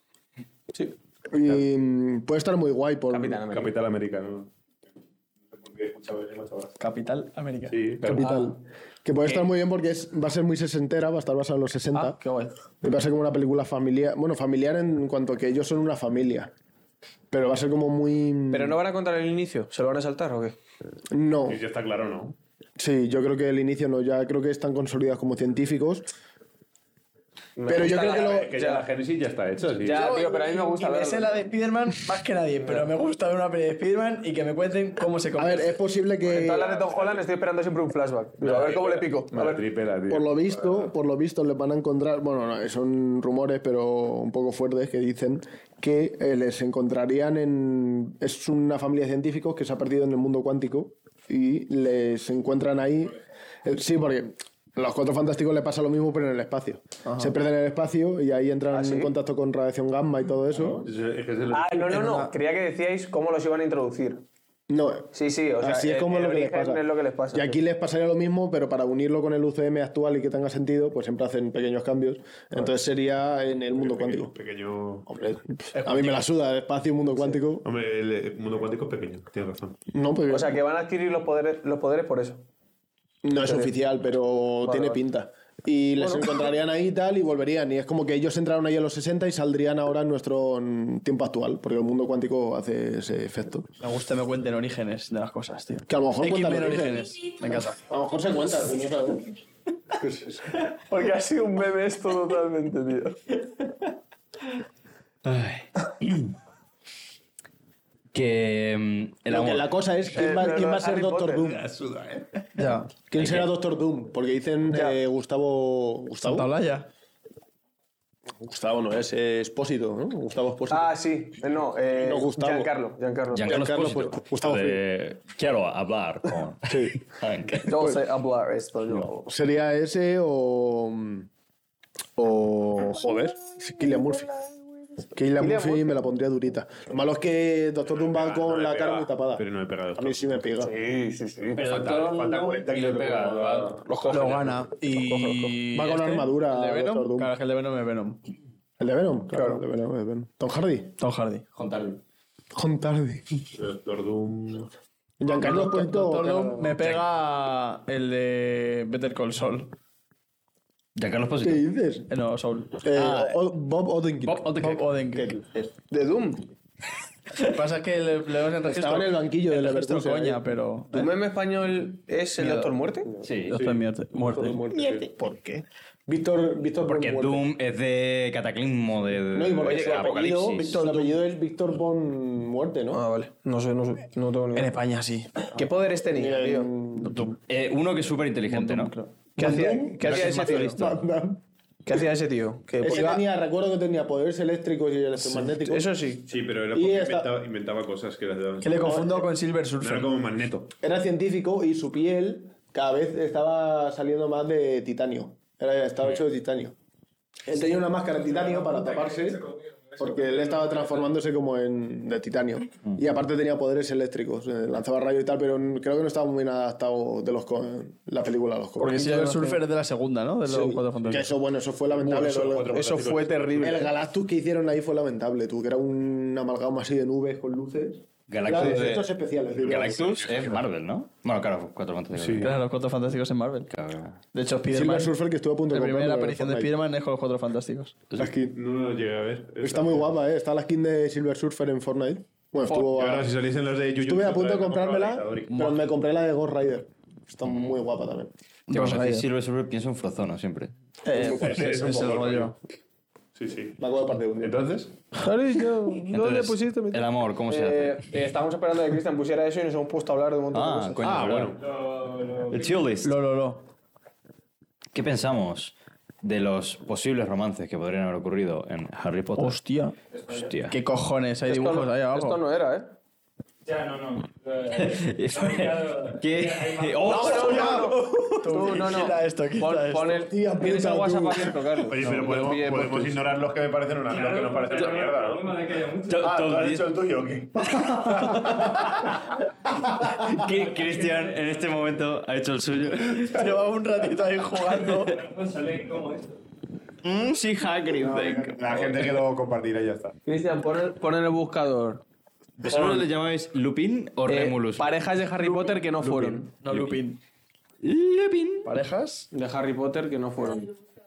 Sí. Y puede estar muy guay por... Capitán América. Capital América, ¿no? que escuchaba en Macho Brazo. Capital América. Sí, claro. Capital. Que puede estar muy bien porque va a ser muy sesentera, va a estar basada en los 60. Qué guay. Y va a ser como una película familiar. Bueno, familiar en cuanto a que ellos son una familia. Pero va a ser como muy... ¿Pero no van a contar el inicio? ¿Se lo van a saltar o qué? No. Y ya está claro, ¿no? Sí, yo creo que el inicio no. Ya creo que están consolidados como científicos. Pero yo creo que lo... Que ya la génesis ya está hecha. Sí. Ya, tío, pero a mí me gusta Y me verlo. sé la de Spider-Man más que nadie, pero me gusta ver una peli de Spider-Man y que me cuenten cómo se A convierte. ver, es posible En que... todas las de Tom Holland estoy esperando siempre un flashback. Digo, a ver cómo le pico. A La ver. tripera, tío. Por lo visto les van a encontrar, bueno, no, son rumores pero un poco fuertes que dicen que les encontrarían en... Es una familia de científicos que se ha perdido en el mundo cuántico y les encuentran ahí... Sí, porque a los Cuatro Fantásticos le pasa lo mismo pero en el espacio. Se pierden en el espacio y ahí entran en contacto con radiación gamma y todo eso. Es que es el- Ah, no. Creía que decíais cómo los iban a introducir. No, Sí, o sea, así es como el lo que les origen pasa. es lo que les pasa. Y aquí les pasaría lo mismo, pero para unirlo con el UCM actual y que tenga sentido, pues siempre hacen pequeños cambios. Entonces sería en el mundo cuántico. Pequeño. Hombre, a mí me la suda el espacio, mundo cuántico. Hombre, el mundo cuántico es pequeño, tienes razón. No, pues O sea, que van a adquirir los poderes por eso. no es oficial, pero tiene pinta. Y les encontrarían ahí y tal y volverían. Y es como que ellos entraron ahí en los 60 y saldrían ahora en nuestro tiempo actual, porque el mundo cuántico hace ese efecto. Me gusta que me cuenten orígenes de las cosas, tío. Que a lo mejor cuentan X-Men orígenes. orígenes. Me encanta. A lo mejor se cuenta, no sabemos. Porque ha sido un meme esto totalmente, tío. Que el Lo que amor. la cosa es quién va a ser Harry Doctor Potter. Doom. Ya. ¿Quién será Doctor Doom? Porque dicen Gustavo. Santa Olaya. Gustavo no es Espósito, ¿no? Gustavo Espósito. Ah, sí. No, Gustavo. Giancarlo. Giancarlo Giancarlo, Esposito. pues, Gustavo Quiero hablar con Hank. Yo sé hablar español. Sería ese o. Joder, Cillian Murphy. Cillian Murphy me la pondría durita. Lo malo es que Doctor Doom va con la cara muy tapada. Pero no he pegado. A mí sí me pega. Sí. Pero Falta 40 y le pega. Lo gana. Y. Va con armadura, ¿El de Doctor Venom? Doom. Claro, es que el de Venom es Venom. ¿El de Venom? Claro, el de Venom, el de Venom. Tom Hardy. Tom Hardy. Tom Hardy. Doctor Doom. Giancarlo Esposito. Doctor Doom me pega el de Better Call Saul. Giancarlo ¿Qué Esposito. dices? No, Saul. Bob Odenkirk. Bob Odenkirk. ¿De Doom? Lo que pasa es que le vemos en registro. Estaba en el banquillo del registro Leverkusen. coña, pero. ¿Doom en español es el Doctor Muerte? Sí. Doctor Muerte. Muerte. ¿Por qué? Víctor Porque Von Muerte. Doom es de cataclismo, de No, y porque su apellido, apocalipsis. su apellido es Víctor Von Muerte, ¿no? Ah, vale. No sé. No tengo ni En idea. España sí. ¿Qué poderes tenía, tío? Uno que es súper inteligente, ¿no? ¿Qué hacía ese tío? Van Damme. ¿Qué hacía ese tío? Que Ese recuerdo que tenía poderes eléctricos y electromagnéticos. Eso sí. Sí, pero era Y porque esta- inventaba cosas que las daban. Que le confundo con Silver No Surfer. era como Magneto. Era científico y su piel cada vez estaba saliendo más de titanio. Estaba hecho de titanio. Él tenía una máscara de titanio para taparse porque él estaba transformándose como de titanio. Y aparte tenía poderes eléctricos. Lanzaba rayos y tal, pero creo que no estaba muy bien adaptado de la película a los Porque cómics. Silver Surfer es de la segunda, ¿no? De los Sí, Cuatro que Fantásticos. eso fue lamentable. Eso fue terrible. El Galactus que hicieron ahí fue lamentable, tú, que era un amalgama así de nubes con luces. Galactus Claro, de- efectos especiales. digo. Galactus es Marvel, ¿no? Bueno, claro, Cuatro Fantásticos. Claro, los Cuatro Fantásticos en Marvel. Claro. De hecho, Silver Spider-Man. Surfer que estuvo a punto de La primera comprarlo, aparición de Fortnite. Spider-Man es con los Cuatro Fantásticos. La skin. No lo llegué a ver. Está muy guapa, ¿eh? Está la skin de Silver Surfer en Fortnite. Bueno, Y ahora si saliesen las de Jujutsu, estuve a punto de otra vez, comprármela, compraba la pero me compré la de Ghost Rider. Está muy guapa también. Vamos a decir Silver Surfer, pienso en Frozono siempre. Es un Es el poco rollo. Sí, sí. Me acuerdo de parte de un. Entonces, Entonces, el amor, ¿cómo se hace? Estábamos esperando que Cristian pusiera eso y nos hemos puesto a hablar de un montón de Ah, cosas. coño. ah, claro. bueno. El chill list. Lo. ¿Qué pensamos de los posibles romances que podrían haber ocurrido en Harry Potter? Hostia. Hostia. ¿Qué cojones? Hay dibujos ahí abajo. Esto no era, ¿eh? Ya, no. ¿Qué? Tú, no. Quita esto, quita esto. Pon el... Tía Tienes puta, el WhatsApp tú. abierto, Carlos. Oye, pero podemos ignorar los que me parecen una los que nos parecen una mierda, ¿no? Problema de que haya mucho. ¿Tú has hecho el tuyo o qué? ¿Qué? Cristian en este momento ha hecho el suyo. Llevaba un ratito ahí jugando. No sale como esto. Sí, Hagrid. La gente que lo compartirá y ya está. Cristian, pon en el buscador ¿Vosotros le llamáis Lupin o Remulus? Parejas de Harry Potter que no fueron. No, Lupin. Lupin. ¿Parejas? De Harry Potter que no fueron.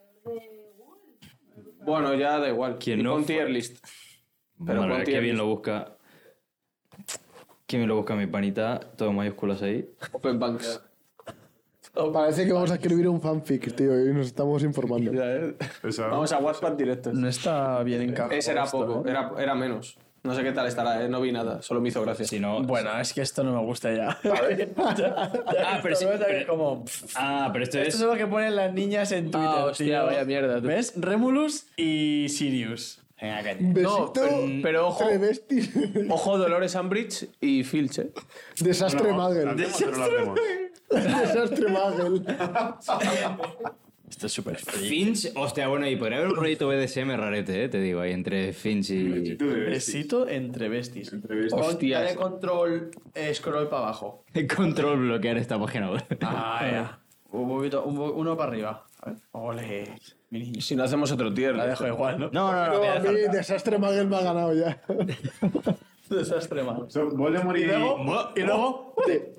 Bueno, ya da igual. ¿Quién Y no pon fue? tier list. Pero Madre, pon qué tier bien list. lo busca. Qué bien lo busca mi panita. Todo en mayúsculas ahí. Open Banks. Parece que vamos a escribir un fanfic, tío, y nos estamos informando. Esa- Vamos a WhatsApp directos. No está bien encajado. Ese era esto, poco, ¿eh? era menos. No sé qué tal estará, no vi nada, solo me hizo gracia. Si no... Bueno, es que esto no me gusta ya. Ah, pero sí, pero- como... Ah, pero esto Esto es... es lo que ponen las niñas en Twitter, hostia, tío. vaya mierda, tú. ¿Ves? Remulus y Sirius. Besito, pero ojo. Travestis. Ojo, Dolores Umbridge y Filch, ¿eh? Desastre ¿La Magel. hacemos o no la hacemos? Desastre Magel. Esto es súper frío. Finch, hostia, bueno, y podría haber un proyecto BDSM rarete, te digo, ahí entre Finch y... Besito entre besties. Hostias. Dale control, scroll para abajo. Control bloquear esta página web. Ah, ya. Un poquito, uno para arriba. A ver. Ole, mi niño. Si no hacemos otro tier. La dejo igual, ¿no? No, No, a mí Desastre Magel me ha ganado ya. Desastre malo. Voldemort y... Y luego,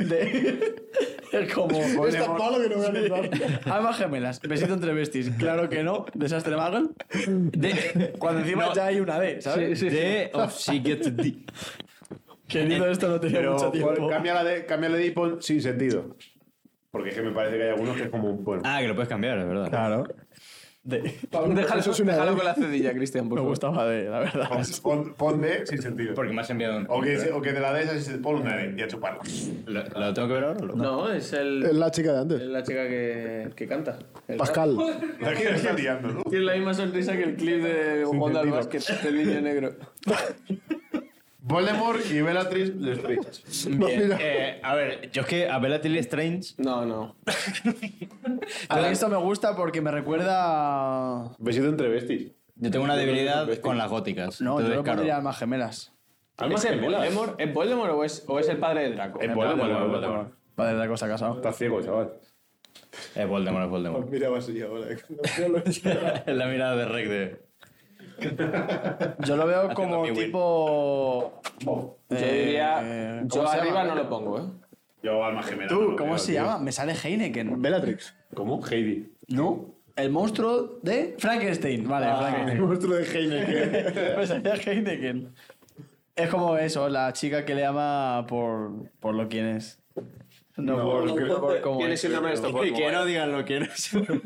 es como... Es tan malo que no voy a notar. Almas gemelas, besito entre besties. Claro que no, desastre Magel. Cuando encima ya hay una D, ¿sabes? D of she gets D. Querido, esto no tenía Pero mucho tiempo. cámbiala de y pon sin sentido. Porque es que me parece que hay algunos que es como un... Bueno, Ah, que lo puedes cambiar, es verdad. Claro. Déjalo, Eso es una déjalo D. con la cedilla, Cristian, por Me favor. gustaba D, la verdad. pon D sin sentido. Porque me has enviado un... O que de la D esa pon una D y a chuparla. ¿Lo tengo que ver ahora? No, es Es la chica de antes. la chica que canta. El Pascal. Aquí me está liando, ¿no? Tiene la misma sonrisa que el clip de jugando al básquet, el niño negro. Voldemort y Bellatrix Lestrange. No, mira. A ver, yo es que a Bellatrix Strange... No. A mí esto me gusta porque me recuerda a... Besito entre besties. Yo tengo una debilidad con las góticas. No, yo entonces, lo claro. pondría almas gemelas. ¿Es el Voldemort? ¿Es Voldemort o es el padre de Draco? Es Voldemort. Padre de la cosa casado. Estás ciego, chaval. Es Voldemort, es Voldemort. Mira, vas así ahora. Es la mirada de Rec de... Yo lo veo como mi win. tipo... Yo diría. ¿cómo Yo se arriba llama? no lo pongo, ¿eh? Yo alma gemela. Tú, ¿cómo se llama? Me sale Heineken. Bellatrix. ¿Cómo? Heidi. ¿No? El monstruo de Frankenstein. Vale, El Frankenstein. monstruo de Heineken. Me salía Heineken. Es como eso, la chica que le ama por lo quien es. No, por cómo Tiene es. síndrome de Estocolmo. Y que no digan lo que no son.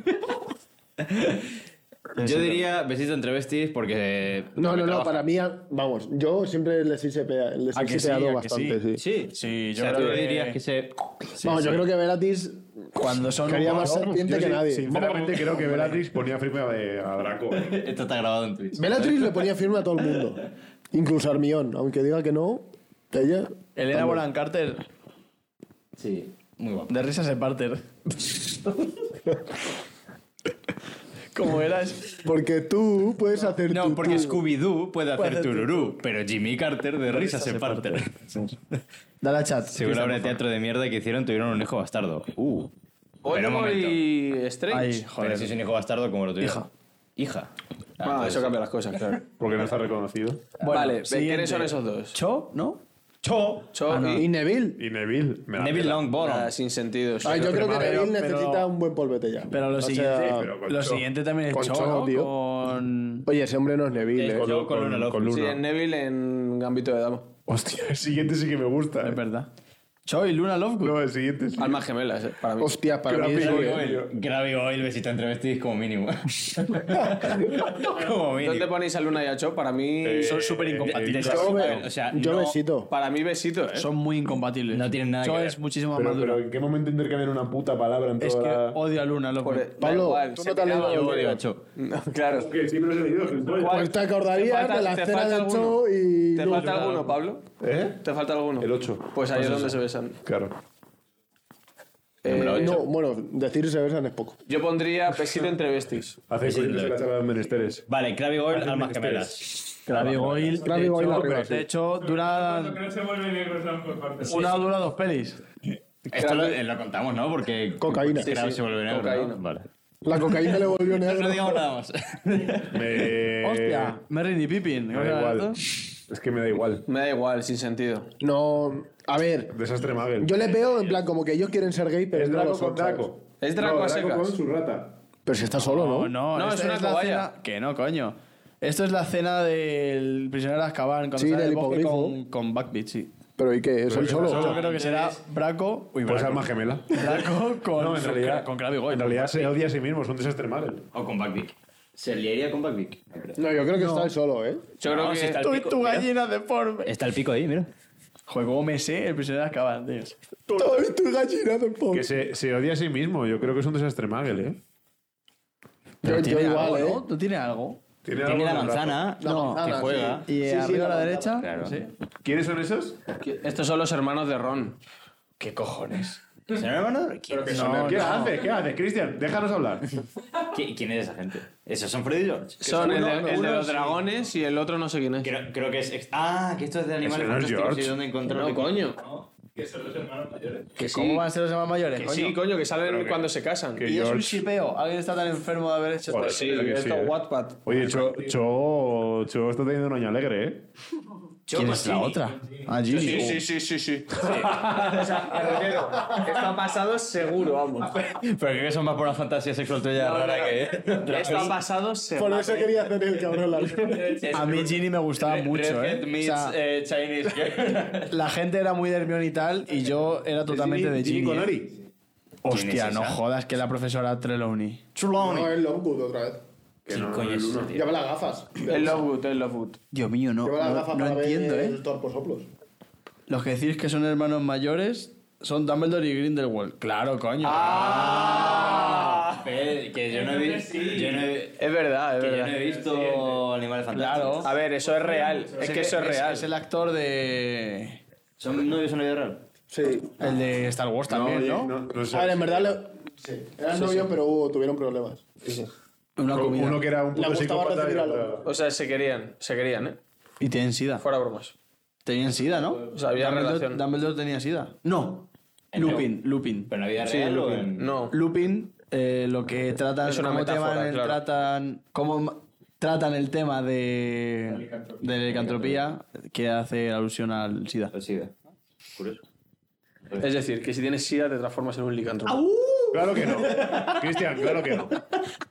Yo diría besito entre besties porque... No, para mí, vamos, yo siempre les he ¿A que sí? sipeado ¿A que bastante, sí. Sí, Sí, o yo sea, tú creo que... dirías que se... Vamos, yo creo que Bellatrix Cuando son quería humos, más serpiente que nadie. Sinceramente creo que Bellatrix ponía firme a Draco. Esto está grabado en Twitch. Bellatrix le ponía firme a todo el mundo. Incluso a Hermione, aunque diga que no, ella... Elena Bonham Carter, Sí, muy guapo. de risas en Parter. Como eras. Porque tú puedes hacer No, tu- porque tu- Scooby-Doo puede hacer hacer tururú, pero Jimmy Carter de risas se parte. Dale a chat. Según la obra de teatro de mierda que hicieron, tuvieron un hijo bastardo. Pero un Voldemort momento. y Strange. Ay, Pero joder. si es un hijo bastardo, ¿cómo lo tuvieron? Hija. Hija. Eso cambia las cosas, claro. Porque no está reconocido. Vale, siguiente. ¿quiénes son esos dos? Cho, ¿no? Cho. Cho Y y... Neville. Y Neville. Me la Neville pela. Longbottom. Nada, sin sentido. Ay, yo creo que pero- Neville pero- necesita un buen polvete ya. Pero lo O sea, siguiente, pero con lo Cho. siguiente también es Con Cho, Cho, ¿no? tío. Con... Oye, ese hombre no es Neville, ¿eh? Cho con Luna Love. con Sí, Luna. en Neville en Gambito de Dama. Hostia, el siguiente sí que me gusta. Es verdad. Cho y Luna Lovegood. No, el siguiente sí. Almas gemelas, para mí. Hostia, para mí Gravy es... Oil. Gravy Oil, besito entre besties como mínimo. Como ¿Dónde mínimo. ponéis a Luna y a Cho? Para mí... Son súper incompatibles. Yo, O sea, yo no- besito. Para mí besito, ¿eh? Son muy incompatibles. No tienen nada Cho que ver. es muchísimo más Pero maduro. ¿en qué momento intercambian una puta palabra en Es toda que la...? odio a Luna Por- Lovegood. da Pablo, igual, tú se no te has peleaba leído yo el odio libro. a Cho. No, claro. Que siempre los he leído. gilipollas. Pues te acordarías de la te escena falta de alguno? Cho y... ¿Te falta alguno, Pablo? ¿Eh? ¿Te falta alguno? El 8. Pues ahí es donde se besan. Claro. No, bueno, decir se besan es poco. Yo pondría besito entre besties. Hace coño se la charla de menesteres. Vale, Gravy Oil, almas gemelas. Gravy Goyle. Gravy Goyle arriba, sí. De hecho, dura... Cuando no se vuelve negro son por partes. Una dura 2 pelis. Esto lo contamos, ¿no? Porque Cocaína. Gravy se vuelve negro, Cocaína. ¿no? Vale. La cocaína le volvió negro. No digamos nada más. Me... Hostia, Merry y Pippin. Da igual. Es que me da igual. Me da igual, sin sentido. No. A ver, Desastre Magel. yo le veo en plan como que ellos quieren ser gay, pero Es no lo Draco son, con ¿sabes? Draco. Es Draco a secas. con su rata. Pero si está solo, ¿no? No, esta es una la cobaya. cena- Que no, coño. Esto es la cena del prisionero de Azkaban cuando Sí, está en del el bosque hipogrifo. con Buckbeak, sí. Pero ¿y qué? ¿Es él solo? Yo creo que será Braco... Uy, Pues Braco. alma gemela. Draco con, No, en realidad, con Crabbe y Goyle. en realidad se odia a sí mismo, es un desastre Magel. O con Buckbeak. ¿Se liaría con Buckbeak? No, yo creo que está él solo, ¿eh? Yo creo que... está el Tú y pico, tu mira. gallina deforme. Está el pico ahí, mira. Joder, cómo me sé el prisionero de Azkaban, tío. ¡Ay, tu gallina de Que se odia a sí mismo, yo creo que es un desastre Magel, ¿eh? Yo tiene igual, algo, ¿eh? ¿no? ¿Tú tienes algo? Tiene algo la en el brazo. manzana, La no, manzana, que juega. Y Sí, sí, arriba a la la derecha... Claro. Sí. ¿Quiénes son esos? Estos son los hermanos de Ron. ¿Qué cojones? ¿Será hermano? ¿Quién, ¿Qué haces? ¿Qué haces, Cristian? Déjanos hablar. ¿Quién es esa gente? ¿Esos son Freddy y George? Son el de uno los sí. dragones y el otro no sé quién es. Creo que es... Ah, que esto es de animales Ese no es fantásticos George. y dónde encontrarlo. No, coño. Que son los hermanos mayores. Que sí. ¿Cómo van a ser los demás mayores, Que coño? sí, coño, que salen Pero que- cuando se casan. que- Y es un George. shipeo. Alguien está tan enfermo de haber hecho Joder, esto. Sí, Pero que esto sí, Wattpad. Oye, Cho está teniendo un año alegre, ¿eh? ¿Quién es la otra? Ah, Gigi. sí. O sea, me refiero, esto ha pasado seguro, vamos. Pero creo que son más por una fantasía sexual tuya rara que... Esto ha pasado seguro. Por eso quería hacer el cabrón la A mí Ginny me gustaba mucho, ¿eh? O sea, Chinese girl. la gente era muy de Hermione y tal, y yo era totalmente de Ginny. con ¿eh? Ari. Hostia, ¿Quién es no esa? jodas, que la profesora Trelawney. No, es Lovegood otra vez. ¿Quién coño es ese, tío? Lleva las gafas. El Lovewood. Dios mío, no, Lleva las gafas no para entiendo, ver ¿eh? Torpos soplos. Los que decís que son hermanos mayores son Dumbledore y Grindelwald. Claro, coño. Que yo no he visto... Es verdad, Yo no he visto Animales Fantásticos. Claro. A ver, eso es real. Es que eso es real. Es el actor de... ¿Son novios en la vida real? Sí. El de Star Wars también, oye, ¿no? no sé. A ver, en verdad, sí. Eran novios, pero tuvieron problemas. Una comida. Uno que era un Le puto gustaba psicópata. recibir y a otro- los- O sea, se querían, ¿eh? Y tienen sida. Fuera bromas. Tenían sida, ¿no? O sea, había relación. Dumbledore tenía sida. No. Lupin. ¿Pero en la vida Sí, real o Lupin. en...? No. Lupin, lo que tratan... Es una cómo metáfora, claro. tratan el tema de la licantropía que hace alusión al SIDA. Pues sí, curioso. Es decir, que si tienes sida te transformas en un licántropo. Claro que no. Cristian, claro que no.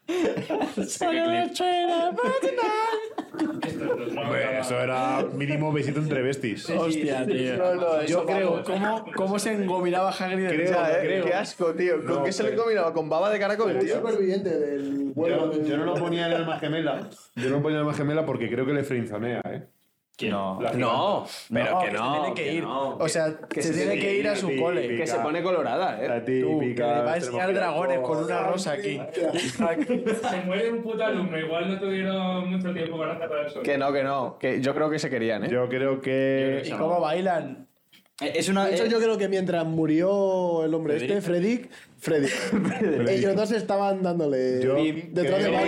Hombre, eso era mínimo besito entre besties. Hostia, tío. Yo creo, ¿cómo se engominaba Hagrid? Creo, Qué asco, tío. ¿Con qué se le combinaba? ¿Con baba de caracol, Un tío? superviviente del vuelo. Yo no lo ponía en alma gemela. Yo no lo ponía en alma gemela porque creo que le frenzonea, ¿eh? No. No, pero que se no. tiene que ir. no. O sea, se tiene que ir a su cole. Que se pone colorada, La ¿eh? típica. Que le va a enseñar dragones con una rosa aquí. Se muere un puto alumno, igual no tuvieron mucho tiempo para hacer eso. Que no. Que yo creo que se querían, ¿eh? Yo creo que. ¿Y cómo bailan? Es una... De hecho, yo creo que mientras murió el hombre este, Freddy, ellos dos estaban dándole Yo detrás de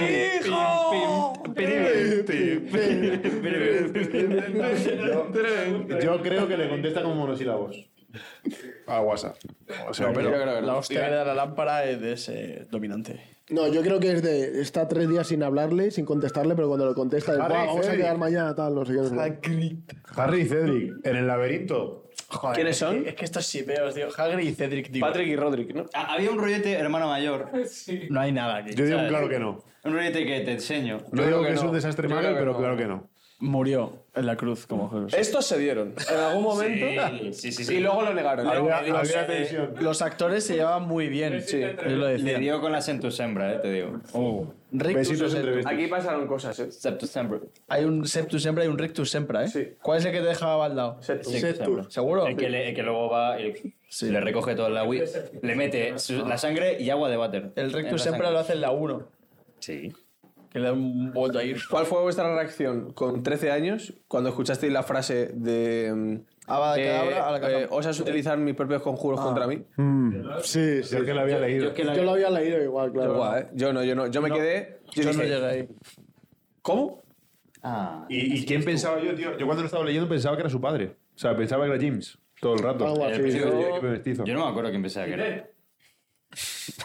Yo creo que le contesta como monosílabos. A WhatsApp. O sea, Pero pero- la hostia que le da la lámpara es de ese dominante. No, yo creo que es de. Está 3 días sin hablarle, sin contestarle, pero cuando lo contesta, de, Harry, "Buah, vamos a Cedric. quedar mañana, tal, no sé qué. Harry y Cedric, en el laberinto. Joder, ¿Quiénes son? Es que estos shipeos, tío. Hagrid y Cedric, tío. Patrick y Roderick, ¿no? Había un rollete hermano mayor. No hay nada aquí. Yo digo ¿sabes? claro que no. Un rollete que te enseño. Yo digo que es no. un desastre Yo Magel, creo que pero no. claro que no. Murió en la cruz como Jesús. Estos se dieron en algún momento Sí. y luego lo negaron. Había tensión. Los actores se llevaban muy bien. Sí. Yo lo Le decía. dio con la Sentus Sembra, te digo. Rictus Besitos entre Septus. besties. Aquí pasaron cosas, ¿eh? Septus Sembra. Hay un Septus Sempra y un Rictus Sempra, ¿eh? Sí. ¿Cuál es el que te dejaba baldado? Septus. Septus. ¿Seguro? El que luego va y le recoge todo el agua, le mete la sangre y agua de váter. El Rectus Sempra lo hace en la 1. Sí. Que le da un vuelto a ir. ¿Cuál fue vuestra reacción con 13 años cuando escuchasteis la frase de... Abacadabra, a la casa. ¿Osas utilizar mis propios conjuros contra mí? Sí, Si es que lo había leído. Yo lo había leído igual, claro. Guau, ¿eh? Yo no. Yo me quedé... Yo no dije, llegué ahí. ¿Cómo? Ah. ¿Y quién pensaba yo, tío? Yo cuando lo estaba leyendo pensaba que era su padre. O sea, pensaba que era James todo el rato. Algo así. El príncipe mestizo. Yo no me acuerdo quién pensaba que era.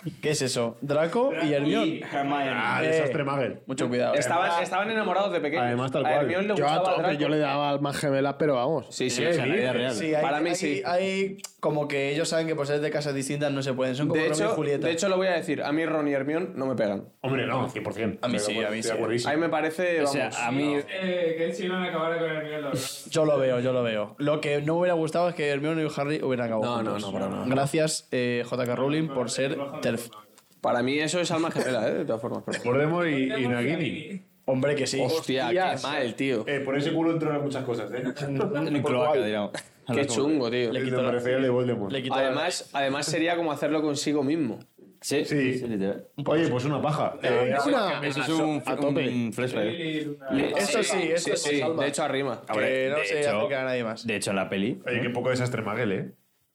¿Qué es eso? Draco y Hermione. Ah, desastre Magel. Mucho cuidado. Estaban enamorados de pequeños. Además, tal A cual. Hermione le Yo a gustaba tope, Draco. yo le daba almas gemelas, pero vamos. Sí, sí. O sea, la vida real. Sí, hay, Para mí hay- sí. hay como que ellos saben que por ser de casas distintas no se pueden. Son como De Romeo y hecho, Julieta. de hecho, lo voy a decir. A mí Ron y Hermione no me pegan. Hombre, no, 100%. A mí sí, Pero, a mí estoy sí. de acuerdísimo. A mí me parece, O vamos... sea, a mí... Que el chino acabara con el mío, la verdad. Yo lo veo. Lo que no me hubiera gustado es que Hermione y Harry hubieran acabado No, juntos. no, para nada. Gracias, J.K. Rowling, por ser TERF. Para mí eso es alma gemela, de todas formas. Pero... Voldemort y Nagini. Hombre, que sí. Hostia, qué mal, tío. Por ese culo entran muchas cosas, En cloaca, digamos. Qué chungo, tío. Le Me quito la- parecía el de Voldemort. le quito la- Además sería como hacerlo consigo mismo. Sí, Sí. literal. Oye, pues una paja. Eso es un flashback. Esto sí, esto es sí. alma. De hecho, arrima. Que no de se hecho- acerca a nadie más. De hecho, en la peli... Oye, qué poco desastre Magel, ¿eh?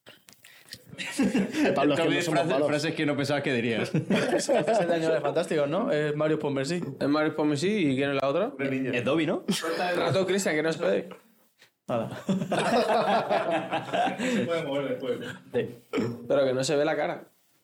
Pablo, es que no También somos malos. frases que no pensabas que dirías. Este es el de Años Fantásticos, ¿no? Es Mario Pomersi. Es Mario Pomesí y ¿quién es la otra? Es Dobby, ¿no? Rato Cristian, que no se puede. Se puede mover después. Pero que no se ve la cara.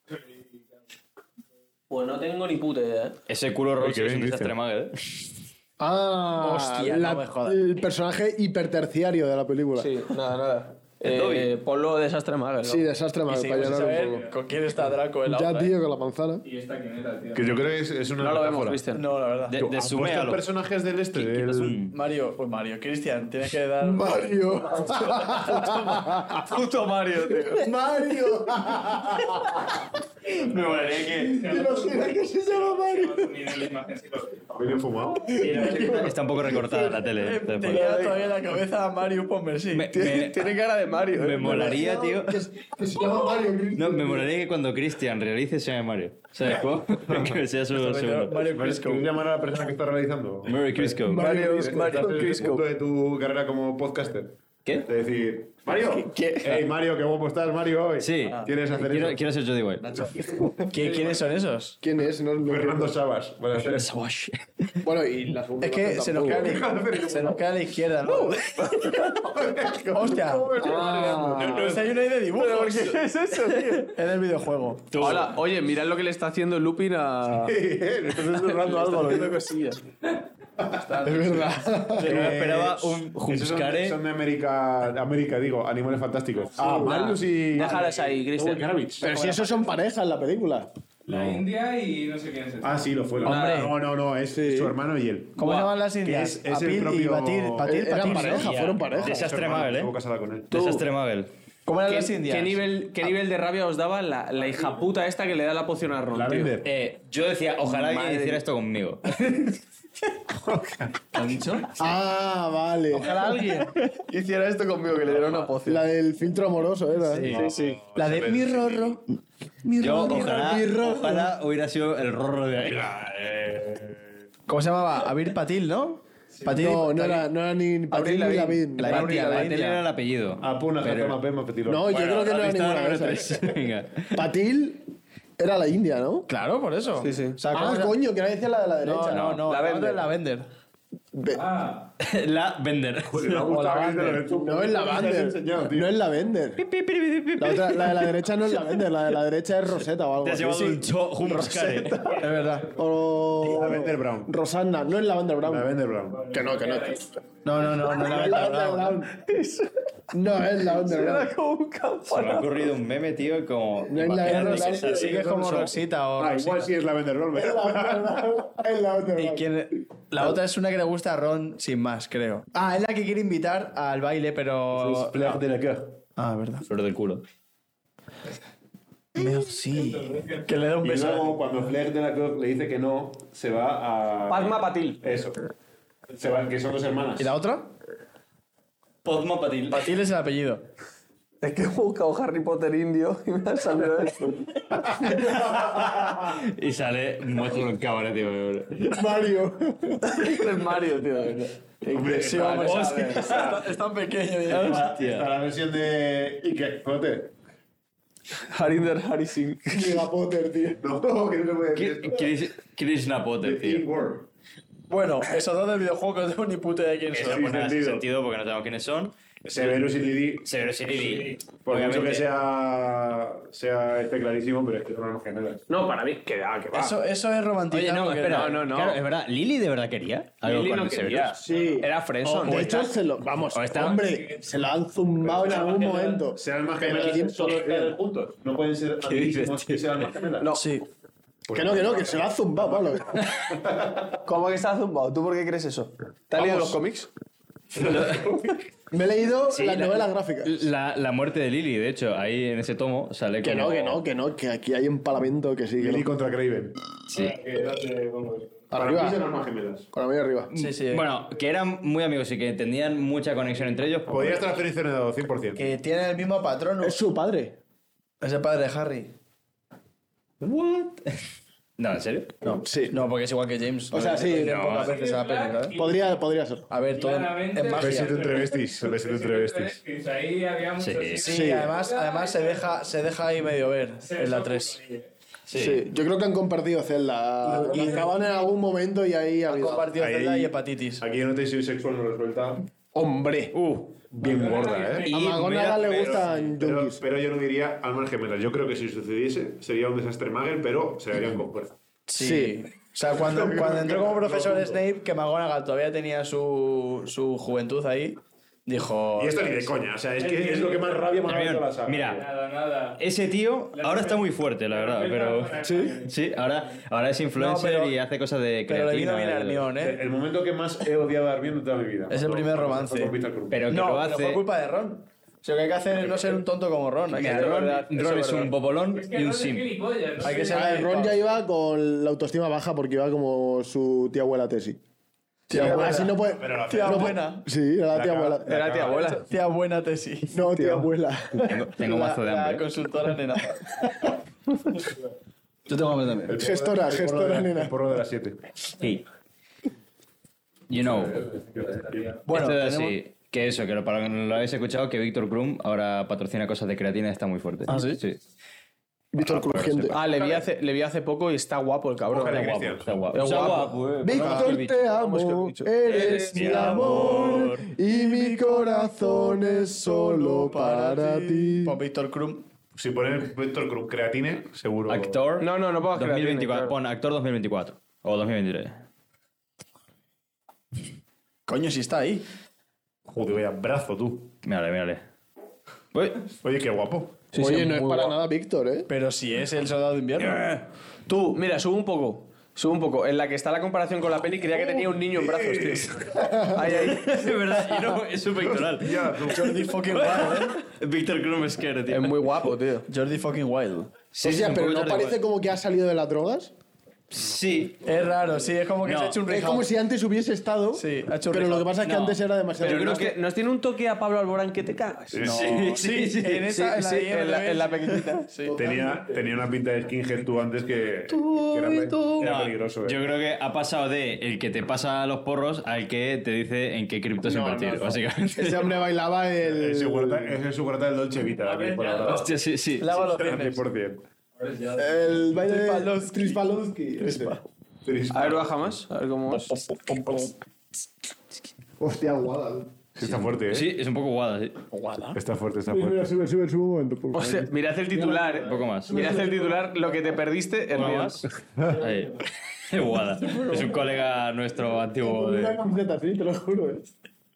Pues no tengo ni puta idea, ¿eh? Ese culo rojo qué es bien, un desastre Cristian. Magel, Ah, Hostia, no me jodas. el personaje hiperterciario de la película. Sí, nada. Dobby. Ponlo desastre Magel, ¿no? Sí, desastre Y mal, para seguimos sin llenar un saber poco. con quién está Draco en la Ya, otra. tío, con la manzana. Y esta quién era, tío. Que yo creo que es una No lo vemos, metáfora. Cristian. No, la verdad. De ¿Han Sume puesto a lo... personajes del este? del- Mario, Cristian, tienes que dar. Mario. Puto Mario, tío. Mario. Me molaría que... Imagina que se llama Mario. Ni la imagen, sí, lo- ¿Medio fumado? Está un poco recortada la tele. Tenía todavía en la cabeza a Mario Pomersi. Tiene cara de Mario, Me molaría, tío... Que se llama Mario. No, me molaría que cuando Christian realice se llame Mario. ¿Sabes cómo? Que sea su segundo. Mario Crisco. ¿Quieres llamar a la persona que está realizando? Merry Crisco. Mario ¿Estás en el punto de tu carrera como podcaster? ¿Qué? De decir, Mario, hey Mario, qué guapo estás, Mario, hoy. Sí. ¿Quieres hacer eso? Quiero ser Jodie White. ¿Quiénes son esos? ¿Quién es? No, no- Fernando Sabas. Buenas tardes. Bueno, y la segunda Es que parte se nos, queda tampoco. se nos queda a la izquierda, ¿no? Hostia. No sé, hay una idea de dibujo. ¿Qué es eso, tío? Es del videojuego. Hola, oye, mirad lo que le está haciendo Lupin a... Le estás susurrando algo. ¿no? haciendo cosillas. Es verdad. No esperaba un Esos Jumskare. son de América, digo, Animales Fantásticos. Marius y... Déjalos ahí, Cristian. Gravitz. Pero si esos son pareja en la película. La India y no sé quién es. Ah, sí, lo fue. Hombre. No, es su hermano y él. ¿Cómo se llaman las indias? es el Apil y propio- Patil. Eran pareja, fueron pareja. Desastre Magel, Estuvo casada con él. Desastre Magel. ¿Cómo eran ¿Qué, las indias? qué nivel de rabia os daba la hija puta esta que le da la poción a Ron, La tío? Vender. Yo decía, ojalá alguien Madre. hiciera esto conmigo. ¿Qué han dicho? Ah, vale. Ojalá alguien. Hiciera esto conmigo, que le diera una poción. La del filtro amoroso era. Sí. La de mi rorro. Yo, ojalá hubiera sido el rorro de ahí. ¿Cómo se llamaba? Abir Patil, ¿no? Patil. No, no era ni Patil ni Lavín. La India, la Patil era India. el apellido. Apuna, Jatoma, Pema, Petilón. No, yo creo que no era ninguna de esas. Venga. Patil era la India, ¿no? Claro, por eso. Sí, sí. O sea, ¿cómo Ah, era? coño, que nadie decía la de la derecha. No. La Vender. Ah, La Vender. No es la Vender. No es la Vender. La de la derecha no es la Vender. La de la derecha es Rosetta o algo Te has así. llevado un Jumskare. Es verdad. O La Vender Brown. Rosanna. No es la Vender Brown. La Vender Brown. Que no. No, la La Vender Vender Brown. Brown. No es la Vender Brown. Se me ha ocurrido un meme, tío, como... No es la Vender Brown. Sí que es como Rosita o Ah, Rosita. igual sí es la Vender Brown. Es la Vender Brown. Es la Vender ¿Y Brown. quién? La otra es una que le gusta a Ron sin más, creo. Ah, es la que quiere invitar al baile, pero... Fleur de la Coeur. Ah, verdad. Flor del culo. Sí. Que le da un Y beso. luego, cuando Fleur de la Coeur le dice que no, se va a... Padma Patil. Eso. Se va, que son dos hermanas. ¿Y la otra? Podmo Patil. Patil es el apellido. Es que he buscado Harry Potter indio y me ha salido esto. Y sale muestro en cámara, tío. Mario. Es Mario, tío. Hombre, Sí, está- hombre, es tan pequeño. está la versión de... ¿Y qué? Joder. Harinder Hari Singh. Mega Potter, tío. No, que no se puede decir. Krishna Potter, The Teen tío. World. Bueno, esos dos del videojuego que no tengo ni puta idea de quién Eso son. pues no hace sentido. sentido porque no sabemos quiénes son. Severus y Lily, por mucho que sea esté clarísimo, pero es que son almas gemelas. No, para mí, que va. Eso es romantizar. Oye, no, porque- espera. no. Claro, es verdad. ¿Lily de verdad quería? ¿Algo Lily con no quería. Sí. Era Frenson. De hecho, vamos, o está- hombre, se lo han zumbado en algún momento. Sean almas Pero gemelas, ¿quién- solo están juntos. No pueden ser amiguísimos que sean almas gemelas. No. Sí. Que no, que se lo ha zumbado, Pablo. ¿Cómo que estás zumbado? ¿Tú por qué crees eso? ¿Te has leído los cómics? Me he leído Sí, las novelas gráficas. La muerte de Lily, de hecho, ahí en ese tomo sale Que como... no, que aquí hay empalamiento que sí. Que Lily no. contra Craven. Sí. Para Arriba. mí son almas gemelas. Con la mía arriba. Sí. Bueno, que eran muy amigos y que tenían mucha conexión entre ellos. Podría estar traicionado 100%. Que tienen el mismo patrón. Es su padre. Es el padre de Harry. ¿What? No, ¿en serio? No, Sí. No, porque es igual que James. O sea, sí, Dicen no, pocas veces a la peli, ¿sabes? Podría ser. A ver, todo Claramente. en magia. Besito entre besties. Besito entre besties. Que ahí había muchos Sí. Sí, Sí. además se deja ahí medio ver en la 3. Sí. Yo creo que han compartido celda. Y acaban en algún momento y ahí ha habido. Compartido Ahí- celda y hepatitis. Aquí en Noticia Sexual no resuelta. ¡Hombre! Bien gorda, ¿eh? A McGonagall le gustan junkies. Pero yo no diría almas gemelas. Yo creo que si sucediese sería un desastre Magel, pero se darían con fuerza. Sí. O sea, cuando entró como profesor Snape, que McGonagall todavía tenía su juventud ahí, dijo... Y esto ni de coña. O sea, es que es lo que más rabia me ha dado la saga. Mira, Nada. ese tío ahora está muy fuerte, la verdad, pero... Sí, ahora es influencer No, pero- y hace cosas de Pero le vino creatina. bien a Hermione, ¿eh? El momento que más he odiado a Hermione de toda mi vida. Es el primer romance. Pero que No, lo pero hace... fue culpa de Ron. O sea, lo que hay que hacer es no ser un tonto como Ron. Hay que Mira, ser Ron es un popolón Es y que un no es simp. gilipollas, ¿no? Hay que ser A ver, Ron ya iba con la autoestima baja porque iba como su tía abuela Tesi. Tía abuela. Así no puede. Tía no buena. Sí, era la tía abuela. Era tía abuela. Tía buena tesis. No, tía abuela. Tengo mazo de La hambre. consultora nena. Yo tengo hambre también. Gestora nena. El porro de las 7. Sí. You know. Bueno, Esto es tenemos- así. Que eso, que para lo habéis escuchado, que Víctor Krum ahora patrocina cosas de creatina y está muy fuerte. ¿Ah, sí? Sí. Víctor Crujiente. Le vi hace poco y está guapo el cabrón. Ojalá, Está guapo. Cristian. Está guapo. Es guapo. Víctor, te amo, eres mi amor y mi corazón es solo para ti. Con Víctor Krum. Si pones Víctor Cruz creatine, seguro. Actor. No pongas creatina, 2024. claro. Pon actor 2024. O 2023. Coño, si está ahí. Joder, vaya brazo tú. Mírale. Uy. Oye, qué guapo. Oye, no es muy para guapo. nada Víctor, ¿eh? Pero si es el soldado de invierno. Tú, mira, sube un poco. En la que está la comparación con la peli, creía que tenía un niño en brazos, tío. Ahí. Es verdad, y no, es un pectoral. Jordi fucking Wild, Víctor Krum es que tío. Es muy guapo, tío. ¿eh? Jordi fucking Wild. Sí, Hostia, un pero poco ¿no tarde, parece como que ha salido de las drogas? Sí. Es raro, sí, es como que No, se ha hecho un Es rehab. como si antes hubiese estado, Sí, ha hecho un pero lo rehab. que pasa es que No, antes era demasiado... Pero creo nos tiene un toque a Pablo Alborán que te cagas. Sí, sí. En esa, Sí, en la pequeñita. Sí. Tenía una pinta de skinhead tú antes que era No, peligroso. Yo creo que ha pasado de el que te pasa los porros al que te dice en qué criptos invertir, básicamente. Ese hombre bailaba el... Es su guarda del Dolce Vita. aquí, por ahora. Hostia, sí. Lava los dientes. 100%. El baile de Trispalowski. A ver, baja más. A ver cómo vas. Hostia, guada. Sí, está fuerte, ¿eh? Sí, es un poco guada, sí. Está fuerte, está Mira, fuerte. sube un momento, por favor. Hostia, mirad el titular, Un poco más. Mirad el titular, lo que te perdiste, Un poco Hermione. más. Ahí. Qué guada. Es un colega nuestro antiguo Una de... camiseta, sí, te lo juro, ¿eh?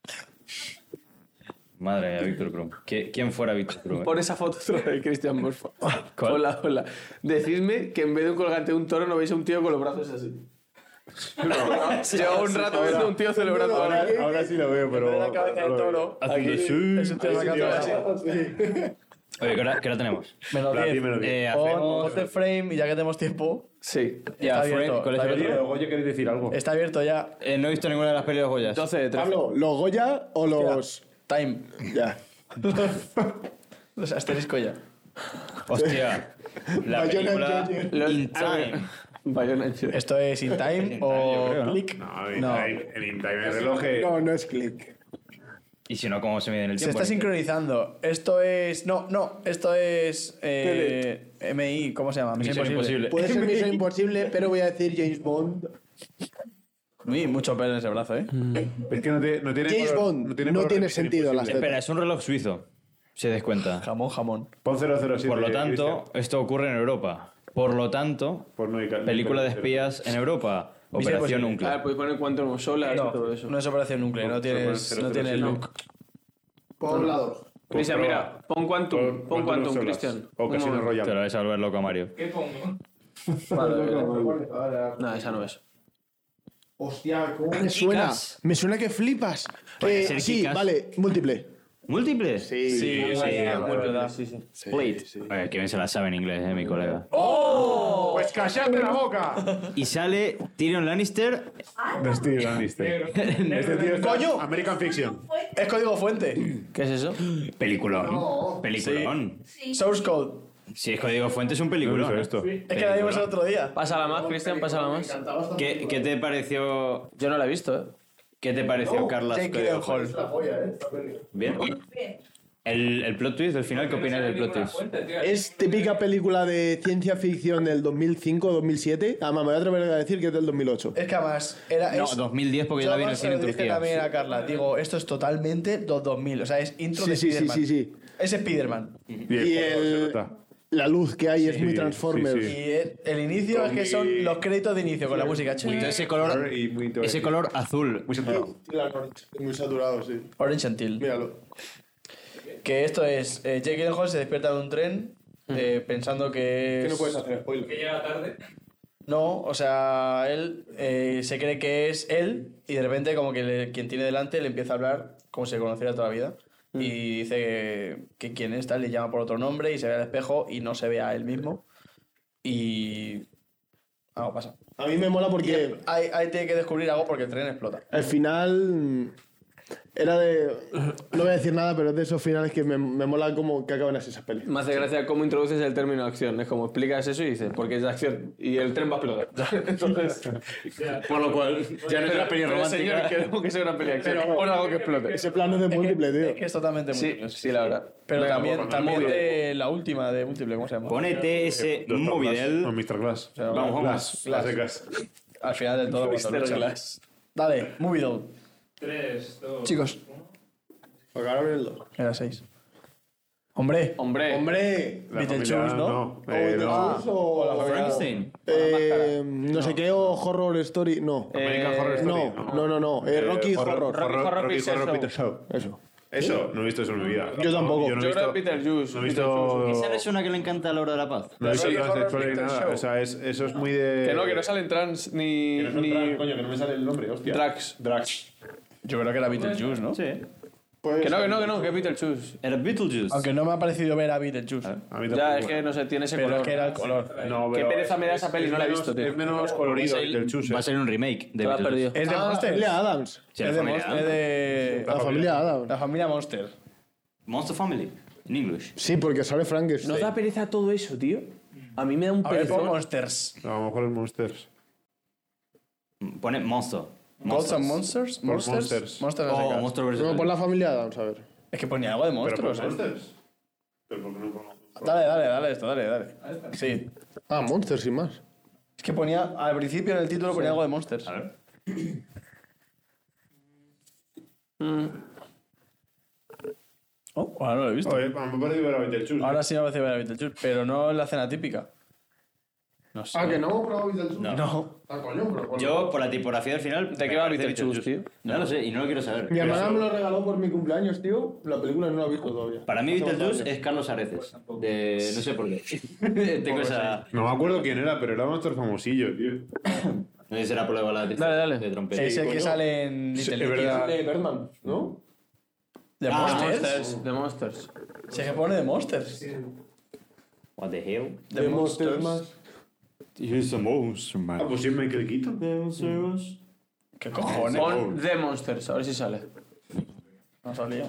Madre mía, Víctor Krum. ¿Quién fuera Víctor Krum? Pon esa foto otra vez, Cristian, por favor. ¿Cuál? Hola. Decidme que en vez de un colgante de un toro no veis a un tío con los brazos así. Llevo un rato viendo a un tío celebrando. Ahora sí lo veo, pero. La cabeza del toro. Haciendo sí. Es un tío sacando así. Oye, ¿qué hora tenemos? Menos 10. Menos 10. Ponte el frame y ya que tenemos tiempo. Sí. Ya, Está Frank, abierto, ¿cuál es está el abierto. otro? Oye, ¿queréis decir algo? Está abierto ya. No he visto ninguna de las pelis de los Goyas. 12 de 13. Pablo, ¿los Goya o los...? Time. Ya. Los asterisco ya. Hostia. La Bayona película Jojo. In Time. Bayona. ¿Esto es In Time o creo, ¿no? Click? No, No. en InTime el reloj. No es click. Y si no, ¿cómo se mide en el Se tiempo? está sincronizando. Esto es... No. Esto es... MI, ¿cómo se llama? Misión Imposible. Puede ser Misión Imposible, pero voy a decir James Bond. Uy, mucho pelo en ese brazo, ¿eh? Es que no tiene James color- Bond no tiene color sentido la Espera, es un reloj suizo. Se des cuenta. Jamón. Pon 007. Por lo tanto, Cristian. esto ocurre en Europa. Por lo tanto, Porno y cal- película de espías en Europa. Operación A ver, Nuclear. podéis poner Quantum of Solace y todo eso. No es operación nuclear, no tiene el look. Por la 2. Cristian, mira, pon Quantum, pon Quantum, Solas. Cristian. O Casino Te Royale. lo vais a volver loco a Mario. ¿Qué pongo? No, esa no es. Hostia, ¿cómo me suena? Me suena que flipas. Puede ser Sí, Kick-Ass. vale, múltiple. ¿Múltiples? Sí, Que bien se la sabe en inglés, mi colega. Pues cállate la boca. Y sale Tyrion Lannister. De Steve Lannister. Este tío es ¡Coño! American Fiction. Es código fuente. ¿Qué es eso? Peliculón. Peliculón. Source code. Si es código fuente, es un peliculón. ¿Qué es esto? Es que la vimos el otro día. Pásala más, Cristian, pásala más. ¿Qué te pareció? Yo no la he visto, ¿eh? ¿Qué te pareció, Carla? Jake Gyllenhaal. Bien. El plot twist del final, ¿qué opinas del plot twist? Es típica película de ciencia ficción del 2005-2007. Además, me voy a atrever a decir que es del 2008. Es que además era... No, es- 2010 porque yo la vi en el además cine en se lo dije Turquía. también a Carla. Digo, esto es totalmente los 2000. O sea, es intro Sí, de sí, sí, Spider-Man. sí, sí. Es Spider-Man. Y la luz que hay es muy Transformers. sí, Y el inicio es que son los créditos de inicio con la música. Ese color, Y muy ese color azul. Muy saturado. Muy saturado, sí. Orange Until. Míralo. Que esto es... Jake Gyllenhaal se despierta de un tren pensando que... ¿Qué no es- puedes hacer Que spoiler? llega tarde. No, o sea, él se cree que es él y de repente como que quien tiene delante le empieza a hablar como si se conociera toda la vida. Y dice que quién es, tal, le llama por otro nombre y se ve al espejo y no se ve a él mismo. Y... algo pasa. A mí me mola porque Ahí tiene que descubrir algo porque el tren explota. al final era de... No voy a decir nada, pero es de esos finales que me mola como que acaban así esas pelis. Me hace gracia cómo introduces el término acción. Es como explicas eso y dices, porque es de acción. Y el tren va a explotar. Entonces, por lo cual, ya no es una peli romántica. Señor, queremos que sea una peli de acción. Pon algo que explote. Ese plano es de múltiple, tío. Es que es totalmente Sí, múltiple. sí, la verdad. Pero Venga, también, pues, también muy bien. de la última de múltiple, ¿cómo se llama? Ponete ese No, Movidel. Mr. Glass. Vamos, Glass. Glass. Las secas. Al final del todo cuando Mr. lucha. Glass. Dale, Movie Doll. 3, 2. Chicos, Acabaron el 2. era 6. Hombre, Hombre, Hombre. La Beetlejuice, familia, ¿no? no. o Frankenstein. no sé qué, o Horror Story. No. American Horror Story. No. Rocky Horror. Rocky Horror Picture Show. Eso. Eso, no he visto eso en mi vida. Yo tampoco. Yo no he yo visto, creo que Peter Juice. no he visto, Esa es una que le encanta a la hora de la paz. no he visto Rocky Dance Horror Explorer ni Picture nada. Show. O sea, eso es muy de... Que no salen trans ni, ni Coño, que no me sale el nombre, hostia. drags. Drax. yo creo que era Beetlejuice, ¿no? Sí. Pues, Que no, que Peter Juice. Era Beetlejuice. Aunque no me ha parecido ver a Beetlejuice. A mí Ya, tampoco. es que no sé, tiene ese Pero color. es que era el color. No, Qué pero pereza me da esa peli, es no la he menos- visto, tío. Es menos colorido del chuse. Va a ser un remake de Te lo has Beetlejuice. perdido. Es de Monsters. familia Adams. Sí, Es la de familia Monsters. Es de... La familia Adams. La familia Monster. Monster Family. En English. Sí, porque sale Frankenstein. ¿No da pereza todo eso, tío? A mí me da un A ver, pon perezón. Monsters. A lo mejor es Monsters. Pone Monster. Gods and Monsters. Monsters. Monsters. Monsters. Oh, no Monster vs. No, por la familia Adams, a ver. Es que ponía algo de ¿Pero monstruos, por ¿eh? Monsters? ¿Pero por qué no pongo? Dale esto, dale. Sí. Ah, Monsters sin más. Es que ponía, al principio en el título ponía algo de Monsters. A ver. Oh, ahora no lo he visto. Oye, me ha parecido ver a Beetlejuice. Ahora sí me parece ver a Beetlejuice, pero no en la cena típica. No sé. Ah, que no hemos probado Beetlejuice. No. Ah, coño, pero Yo, por la tipografía del final. ¿De qué va Beetlejuice, tío? No lo sé y no lo quiero saber. Mi hermana me lo regaló por mi cumpleaños, tío. La película no la he visto todavía. Para mí, Beetlejuice es Carlos Areces. De... No sé por qué. Tengo esa. No me acuerdo quién era, pero era un actor famosillo, tío. No sé si será por la bola de, Dale. de trompeta. Es el que coño. sale en Little es Nicky. verdad. De Birdman, ¿no? ¿De Monsters? De Monsters. Se que pone de Monsters. What the hell? De Monsters. más. Here's a monster, Ah, pues sí, Michael Keaton. ¿Qué cojones? Pon The Monsters, a ver si sale. No salía,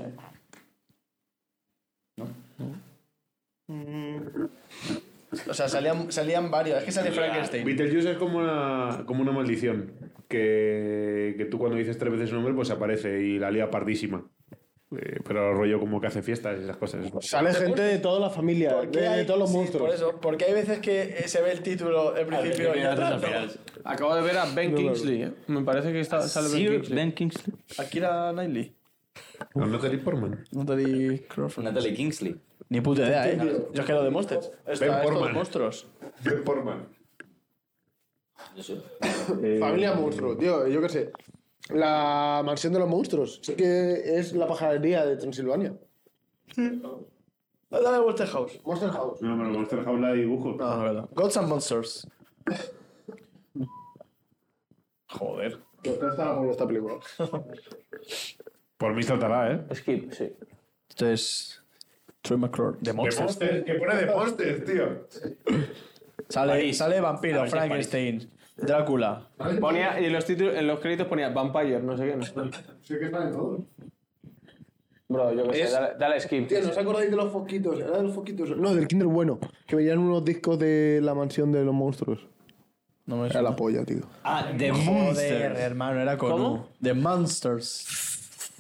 O sea, salían varios. Es que sale Frankenstein. Beetlejuice es como una maldición. Que tú cuando dices 3 veces su nombre, pues aparece y la lía pardísima. Pero rollo como que hace fiestas y esas cosas. Sale gente de toda la familia, de todos los monstruos. Por eso, porque hay veces que se ve el título al principio y al final. Acabo de ver a Ben Kingsley, ¿eh? Me parece que sale Ben Kingsley. Ben Kingsley. Akira Knightley. No, Natalie Portman. Natalie Crawford. Natalie Kingsley. Ni puta idea, ¿eh? Yo es que lo de Monsters. Esto Portman. de monstruos. Ben Portman. Familia monstruo, tío, yo qué sé. La mansión de los monstruos. Sí que es la pajarería de Transilvania. Dame Monster House. Monster House. No, pero Monster House la dibujo. No, es verdad. Gods and Monsters. Joder. ¿Qué estaba con esta película? Por mí saltará, ¿eh? Skip, sí. Esto es Troy McClure. De Monsters. ¿Qué pone de Monsters, tío? Sale Vampiro, Frankenstein, Drácula. Ponía, y en los créditos ponía Vampire, no sé qué. No sé. Sí que está en todo. Bro, yo qué sé, dale skip. Tío, ¿no os acordáis de los foquitos? ¿Era de los foquitos? No, del Kinder Bueno. Que veían unos discos de la mansión de los monstruos. No me Era la polla, tío. Ah, The Joder, Monster. hermano, era con ¿Cómo? The Monsters.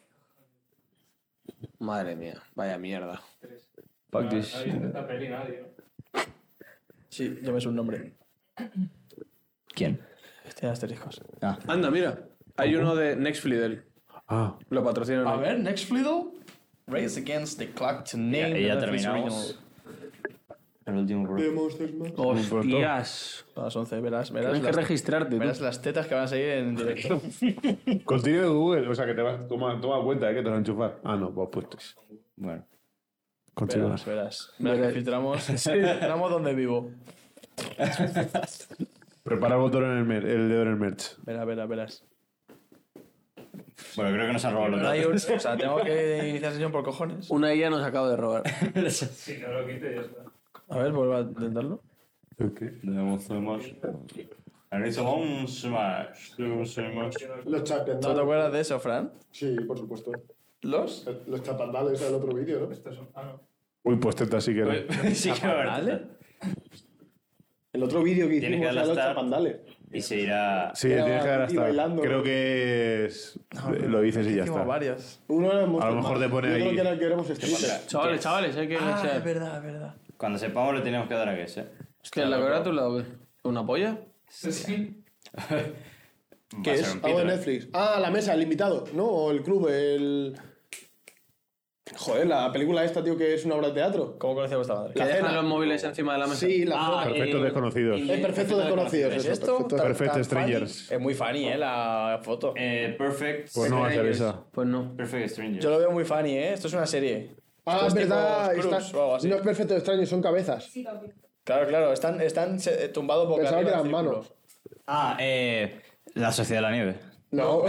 Madre mía, vaya mierda. Fuck this. Nadie de esta peli, nadie. Sí, ya me es un nombre. ¿Quién? Tiene asteriscos. Anda, mira. Hay uno de Nextflidel. Ah. Lo patrocinan. A ver, Next Fliddle. Race Against the Clock to name Y ya the Netflix terminamos. original. El último Hostias. A las 11, verás Tienes que registrarte, verás las tetas que van a salir en directo. Contenido de Google, o sea que te vas toma cuenta, que te vas a enchufar. Ah, no, pues puestos. Bueno. Continúa. Verás. Que filtramos donde vivo. Prepara el botón en el dedo en el merch. Verás. Bueno, creo que nos han robado los Hay datos. o sea, tengo que iniciar sesión por cojones. Una IA nos acaba de robar. Si no lo quite, ya está. A ver, vuelvo a intentarlo. Debemos smash. Analizamos smash. Los ¿Tú te chapandales. acuerdas de eso, Fran? Sí, por supuesto. ¿Los? Los chapandales del otro vídeo, ¿no? Uy, pues teta sí que era. Sí que ¿Vale? El otro vídeo que Tienes hicimos que era los darle a chapandales. Y se irá. Sí, Era tienes que dar y hasta. bailando. Creo que es. Lo dices y ya Hicimos está. varios. Uno era el monstruo. A lo mejor te pone Yo ahí- creo que era el que éramos este. Chavales, hay que iniciar. Es verdad. Cuando sepamos le tenemos que dar a Guess, ¿eh? Es que la verdad, tú la ¿una polla? Sí. Va ¿Qué a es? ser un Algo de pito, ¿eh? Netflix. Ah, la mesa, el invitado, ¿no? O el club, el... Joder, la película esta, tío, que es una obra de teatro. ¿Cómo conocíamos esta madre? Que La dejan cena. los móviles encima de la mesa. Sí, la cena. Perfectos desconocidos. Es perfecto desconocidos. ¿Es eso, esto? perfecto. Perfect Strangers. Es muy funny, la foto. Perfect. Pues no va a ser esa. Pues no. Perfect Strangers. Yo lo veo muy funny, Esto es una serie. Ah, Esto es tipo verdad. Scrubs o algo así. No es perfecto extraño, son cabezas. Sí, papi. Claro, están tumbados boca Pensaba que arriba eran en círculo. manos. Ah, La Sociedad de la Nieve. No.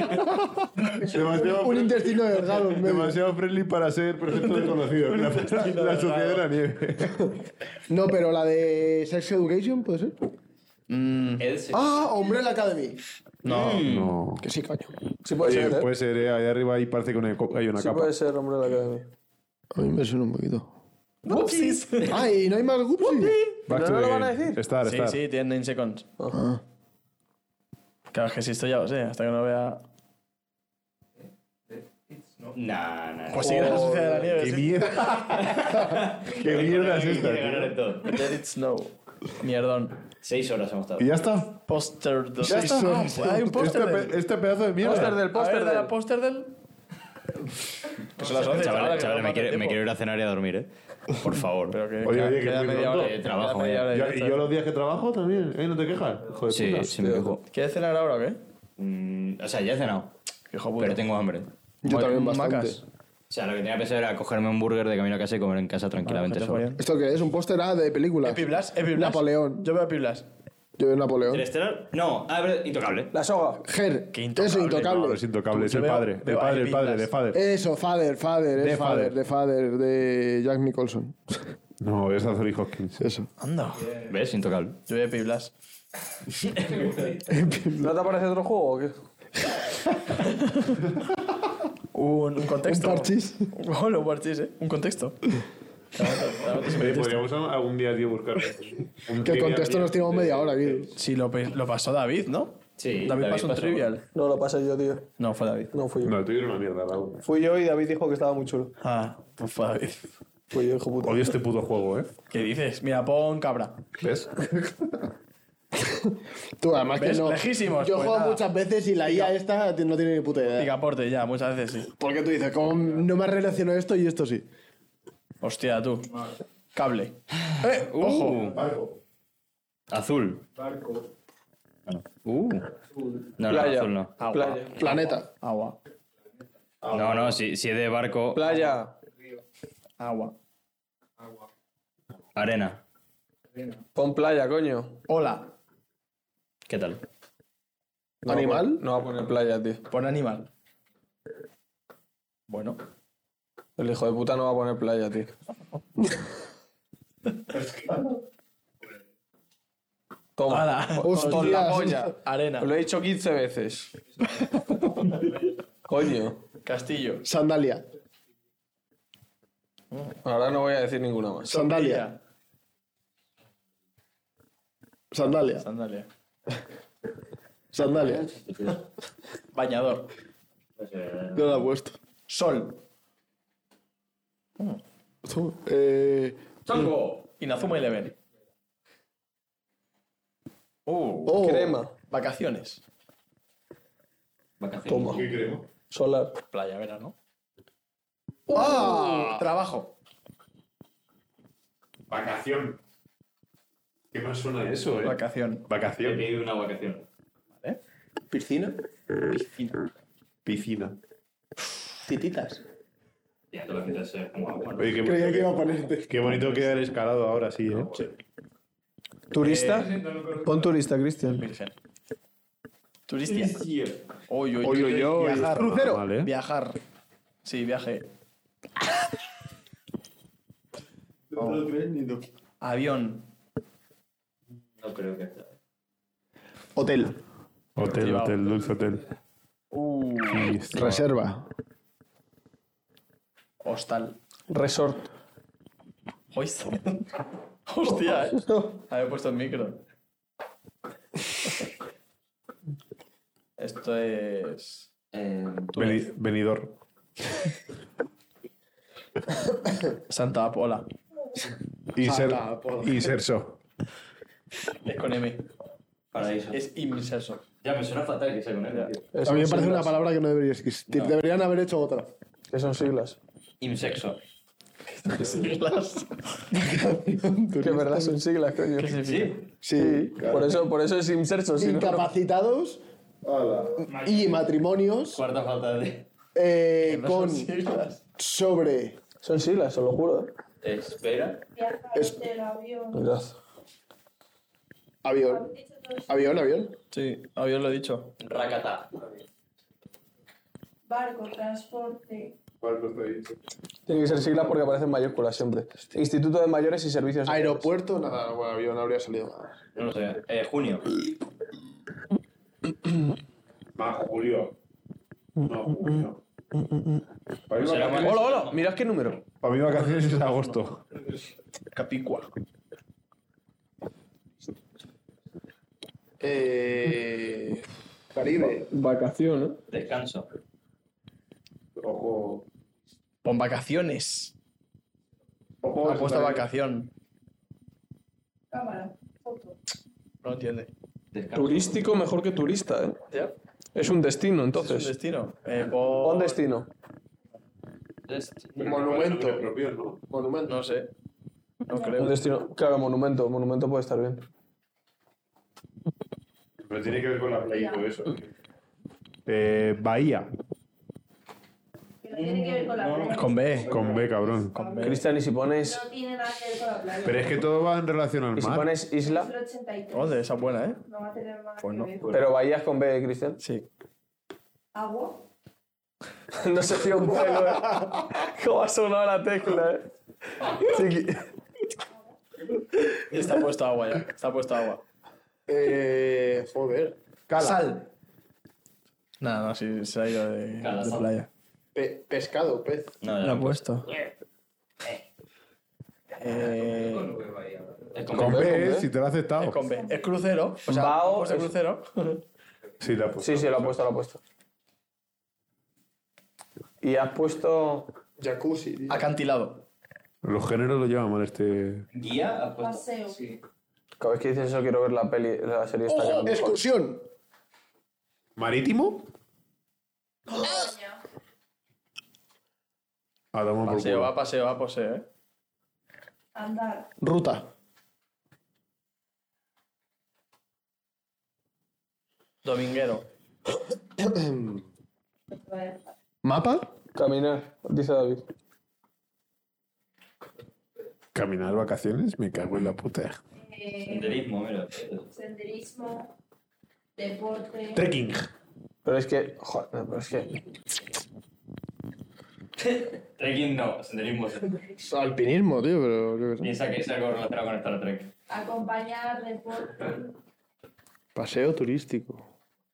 Un intestino delgado en medio. Demasiado friendly para ser perfecto desconocido. La sociedad de la nieve. No, pero la de Sex Education, ¿puede ser? Else. Ah, Umbrella Academy. No. Que sí, coño. Sí puede Oye, ser, ¿eh? puede ser, ahí arriba ahí parece que hay una Sí capa. puede ser, hombre, la academia. A mí me suena un poquito. ¡Upsis! Ay, ¿no hay más Gupsi? Back ¿Pero to no the lo van a game. decir? Estar. Sí, tienen 9 seconds. Claro, es que si esto ya lo sé, hasta que no vea... Nah. Pues sí, la Sociedad de la Nieve. ¡Qué sí. mierda! ¡Qué mierda es esta, Quiere ganar en tío! todo. Let it snow. Mierdón. 6 horas hemos estado. ¿Y ya está? Póster del... Ya está. Ah, hay un póster del... Este pedazo de mierda. Póster del A póster ver, de la del... póster del... Que son las 11, Chavales, me quiero ir a cenar y a dormir, ¿eh? Por favor. Pero que Oye, que queda muy media pronto. hora. Trabajo, Queda media hora de ¿Y directo. yo los días que trabajo también? ¿No te quejas? Hijo de Sí, puta. sí me quejo. ¿Quieres cenar ahora o qué? O sea, ya he cenado. Hijo puta. Pero tengo hambre. Yo también bastante. Macas. O sea, lo que tenía pensado era cogerme un burger de camino a casa y comer en casa tranquilamente Vete solo. follando. ¿Esto qué es? ¿Un póster de películas? Epiblas. Napoleón. Yo veo Epiblas. Yo veo Napoleón. ¿Interestelar? No, ver, Intocable. La soga. Ger. Qué Eso, No, intocable. es intocable, es Yo el veo- padre. veo El padre, Biblas. de Father. Eso, Father, The es Father. de Jack Nicholson. No, es Anthony Hopkins. Eso. Anda. ¿Ves? Intocable. Yo veo Epiblas. ¿No te aparece otro juego o qué? Un contexto. Un parchís. Hola, un parchís, Un contexto. Oye, podríamos algún día, tío, buscar un Que el trivia, contexto tío, nos tiramos de- media hora, Guido. Sí, lo pasó David, ¿no? Sí, David pasó un pasó. trivial. No, lo pasé yo, tío. No, fue David. No fui yo. No, el tuyo era una mierda, Raúl. Fui yo y David dijo que estaba muy chulo. Ah, pues fue David. Fui yo, hijo puta. Odio este puto juego, ¿eh? ¿Qué dices? Mira, pon cabra. ¿Ves? Tú, además que ¿Ves? no. Lejísimos, Yo pues juego nada. muchas veces y la IA esta no tiene ni puta idea. Picaporte, ya, muchas veces sí. ¿Por qué tú dices? ¿Cómo no me relaciono esto y esto sí? Hostia, tú. Cable. ¡Ojo! Azul. Barco. No, Playa. azul no. Agua. Playa. Planeta. Agua. No, si es de barco, Playa. Agua. arena. Pon playa, coño. Hola. ¿Qué tal? No ¿Animal? No va a poner playa, tío. Pon animal. Bueno. El hijo de puta no va a poner playa, tío. Toma. Hola. Con la polla. Arena. Lo he dicho 15 veces. Coño. Castillo. Sandalia. Ahora no voy a decir ninguna más. Sandalia. Sandalia. Sandalia. Sandalia. Bañador. No la he puesto. Sol. Tú, Chango. Inazuma Eleven. oh, Crema. Vacaciones. Toma. ¿Qué creemos? Solar. Playa, verano. ¡Ah! Trabajo. Vacación. ¿Qué más suena eso, Vacación. Vacación. una vacación. Piscina. Piscina. Tititas. Ya te lo quitas como agua. Oye, qué, Creía que iba a ponerte. qué bonito queda el escalado ahora, sí, ¿eh? ¿Turista? Pon turista, Cristian. Virgen. Turistia. Oy, oy, Oy, oy, oy, oy. Viajar. Crucero. Vale. Viajar. Sí, viaje. No te lo crees ni tú. Avión. No creo que sea. Hotel. Hotel, Privado. hotel, dulce hotel. Reserva. Hostal. Resort. Hostia. Hostia, Había puesto el micro. Esto es. Venidor. Santa Pola. Inserso. Es con M. Paraíso. Es inserso. Ya, me suena fatal que sea con él. Eso A mí me son parece una siglas. palabra que no debería existir. Deberían haber hecho otra. Que son siglas. Insexo. Siglas. Que en verdad son siglas, coño. Sí. Sí. Por eso es inserso. Si no, no. Incapacitados y matrimonios Cuarta falta de. con Siglas. sobre Son siglas, os lo juro. Espera. Viajar Es- del avión. Mirad. avión. ¿Habéis dicho todos? Avión. Sí, avión lo he dicho. Rakata. Barco, transporte. Tiene que ser siglas porque aparecen mayúsculas siempre. Instituto de Mayores y Servicios Sociales. Aeropuerto, nada, bueno, avión habría salido. No lo sé. Junio. Más Julio. No, Julio. Para mí, Será vacaciones, Hola, hola. Mirad qué número. para mí vacaciones es agosto. Capicua. Caribe. Vacación, ¿no? Descanso. Ojo. Pon vacaciones. Ha puesto vacación. Cámara. Foto. No entiende. Descanso. Turístico mejor que turista, ¿eh? ¿Ya? Es un destino, ¿Es un entonces. destino? Pon destino. Monumento. Propio, ¿no? Monumento. No sé. No Un creo. destino. Claro, monumento. Monumento puede estar bien. Pero tiene que ver con la playa y todo eso. Bahía. Que no tiene que ver con la playa. Con B. Con B, cabrón. Con B. Cristian, ¿y si pones, No tiene nada que ver con la playa. Pero es que todo va en relación al y si mar. pones isla? 83. Joder, esa es buena, ¿eh? No va a tener nada Pues que no. ver. Pero bahías con B, Cristian. Sí. Agua. No se fía un pelo, ¿eh? ¿Cómo ha sonado la tecla, eh? Sí, Está puesto agua ya. Está puesto agua. Joder. Sal. Nada, no, sí, se ha ido de playa. Pescado, pez. No, ya Lo ha no. puesto. Es Con como B, B. si te lo ha aceptado. Es con B. Es crucero. O sea, Bao pues de es- crucero. Sí, la ha puesto. Sí, lo ha puesto. Y has puesto... Jacuzzi, tío. Acantilado. Los géneros lo llevan mal este... ¿Guía? Paseo. Cada vez que dices eso quiero ver la serie esta. ¡Oh, excursión! ¿Marítimo? Montaña. A tomar por Paseo, culo. va paseo, ¿eh? Andar. Ruta. Dominguero. ¿Mapa? Caminar, dice David. ¿Caminar vacaciones? Me cago en la puta. Senderismo, mira. Senderismo. Deporte. Trekking. Pero es que... Joder, pero es que... Trekking no, senderismo. Alpinismo, tío, pero... yo qué sé. Piensa que es algo relacionado con Star Trek. Acompañar. Deporte. Paseo turístico.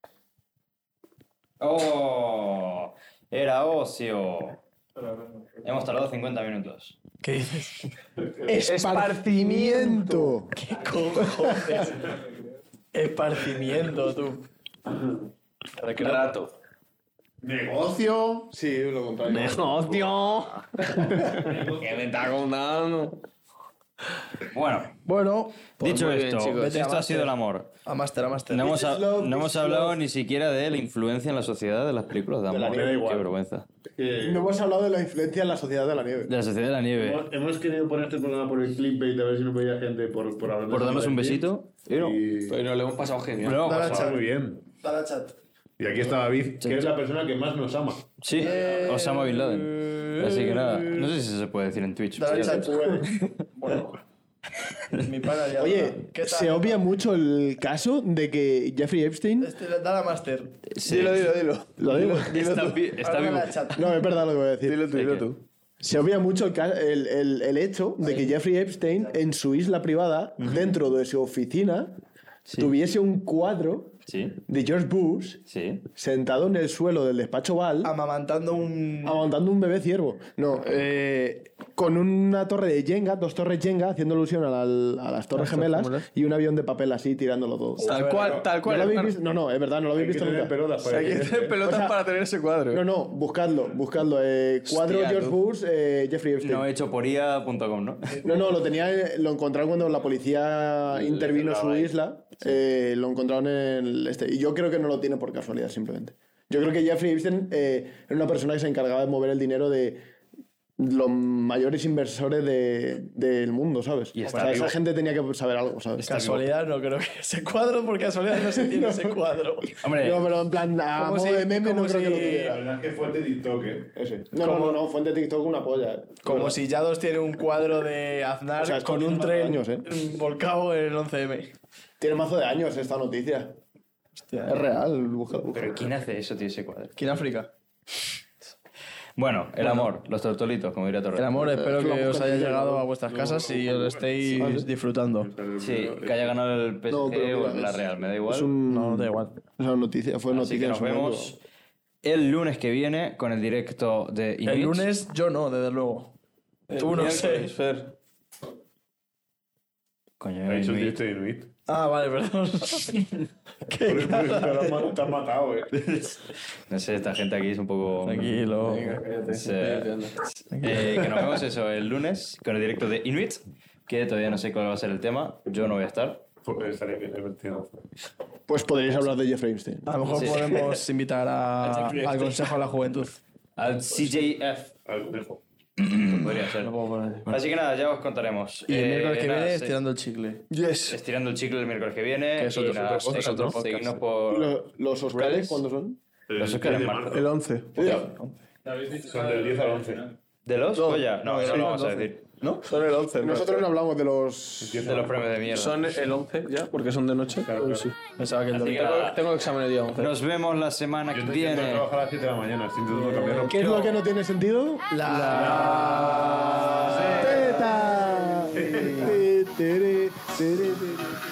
¡Oh! Era ocio. Hemos tardado 50 minutos. ¿Qué dices? ¡Esparcimiento! ¿Qué cojones? Esparcimiento, tú. Rato. ¿Negocio? Sí, lo contrario. ¡Negocio! ¿Qué me está contando? Bueno, Pues dicho muy bien, esto, chicos. Vete a esto ha sido máster. el amor. A máster. No hemos, This is love, no hemos this is hablado love. ni siquiera de la influencia en la sociedad de las películas de amor. la nieve, da igual. Qué vergüenza. No hemos hablado de la influencia en la sociedad de la nieve. De la sociedad de la nieve. Hemos querido poner este programa por el clickbait a ver si no veía gente por hablar de Por darnos un clickbait. besito. Y no. Y... Pero le hemos pasado genial. Pero, Dale al Está chat. muy bien. Dale al chat. Y aquí está David, que es la persona que más nos ama. sí, Osama Bin Laden. Así que nada, no sé si se puede decir en Twitch. Dale al Sí, chat. Bueno. Mi pana ya. Oye, ¿qué tal? se obvia mucho el caso de que Jeffrey Epstein... Dale a máster. sí. Dilo. Lo digo. Está, está Ahora vivo. dale al chat. No, es verdad lo que voy a decir. Dilo tú. Se obvia mucho el hecho de que Jeffrey Epstein, en su isla privada, dentro de su oficina, tuviese un cuadro Sí, de George Bush sí. sentado en el suelo del despacho Oval, Amamantando un. aguantando un bebé ciervo. No, con una torre de Jenga, 2 torres Jenga, haciendo alusión a las torres gemelas y un avión de papel así tirándolo todo. Tal cual. ¿No lo habéis visto? No, es verdad, no lo habéis visto nunca. pelotas para Hay que tener pelotas O sea, para tener ese cuadro. No, no, buscadlo. Cuadro Hostia, George tú. Bush, Jeffrey Epstein. No he hecho poría.com, ¿no? No, lo encontraron cuando la policía intervino en su isla. Lo encontraron en el y yo creo que no lo tiene por casualidad, simplemente. Yo creo que Jeffrey Epstein era una persona que se encargaba de mover el dinero de los mayores inversores del mundo, ¿sabes? Y O está sea, vivo. esa gente tenía que saber algo, ¿sabes? Casualidad, no creo que ese cuadro, por casualidad no se tiene ese cuadro. Hombre, No, pero en plan, a Como modo si- de meme no como creo que lo si- La tuviera. verdad es que fue de TikTok, Ese. No, fuente de TikTok una polla. Como si Yados tiene un cuadro de Aznar O sea, con un tiene tren años, ¿eh? volcado en el 11M. Tiene mazo de años esta noticia. Hostia, Es real, busca. ¿pero quién hace eso, tío, ese cuadro? ¿Quién África? Bueno, el amor, los tortolitos, como diría Torres. El amor, espero que os haya llegado a vuestras No, casas y os estéis disfrutando. Sí, que haya ganado el PSG No, pero o mira, la es- Real, me da igual. Es un... No, da igual. Es una noticia, fue Así noticia que en nos su momento. vemos el lunes que viene con el directo de Inuit. El lunes yo no, desde luego. Tú no sé. Fer. Coño, Ha hecho el Inuit. directo de Inuit. Ah, vale, perdón. Por eso te has matado, No sé, esta gente aquí es un poco... Tranquilo. Sí. Que nos vemos eso el lunes con el directo de Inuit, que todavía no sé cuál va a ser el tema. Yo no voy a estar. Pues estaría bien divertido. Pues podréis hablar de Jeffrey Epstein. A lo mejor Sí. podemos invitar al Consejo a la Juventud. Al CJF. Al dejo. Podría ser. Así que nada, ya os contaremos. Y el miércoles que nada, viene sí. estirando el chicle. Estirando el chicle el miércoles que viene. Que es otro y nada, podcast, es otro podcast. seguidnos por... ¿Los Oscars redes. cuándo son? Los Oscars en marzo. El 11. Son del 10 al 11. ¿De los? Goya? No, eso no lo vamos a decir. ¿No? Son el 11. Nosotros no hablamos de los... De los premios de mierda. Son el 11 ya, porque son de noche. Uy, sí. Pensaba que el Así que domingo. nada, Tengo examen el día 11. nos vemos la semana que Yo estoy intentando viene. trabajar a las 7 de la mañana, estoy intentando cambiarlo. ¿Qué es lo que no tiene sentido? La... ¡Teta! Tere, tere, tere.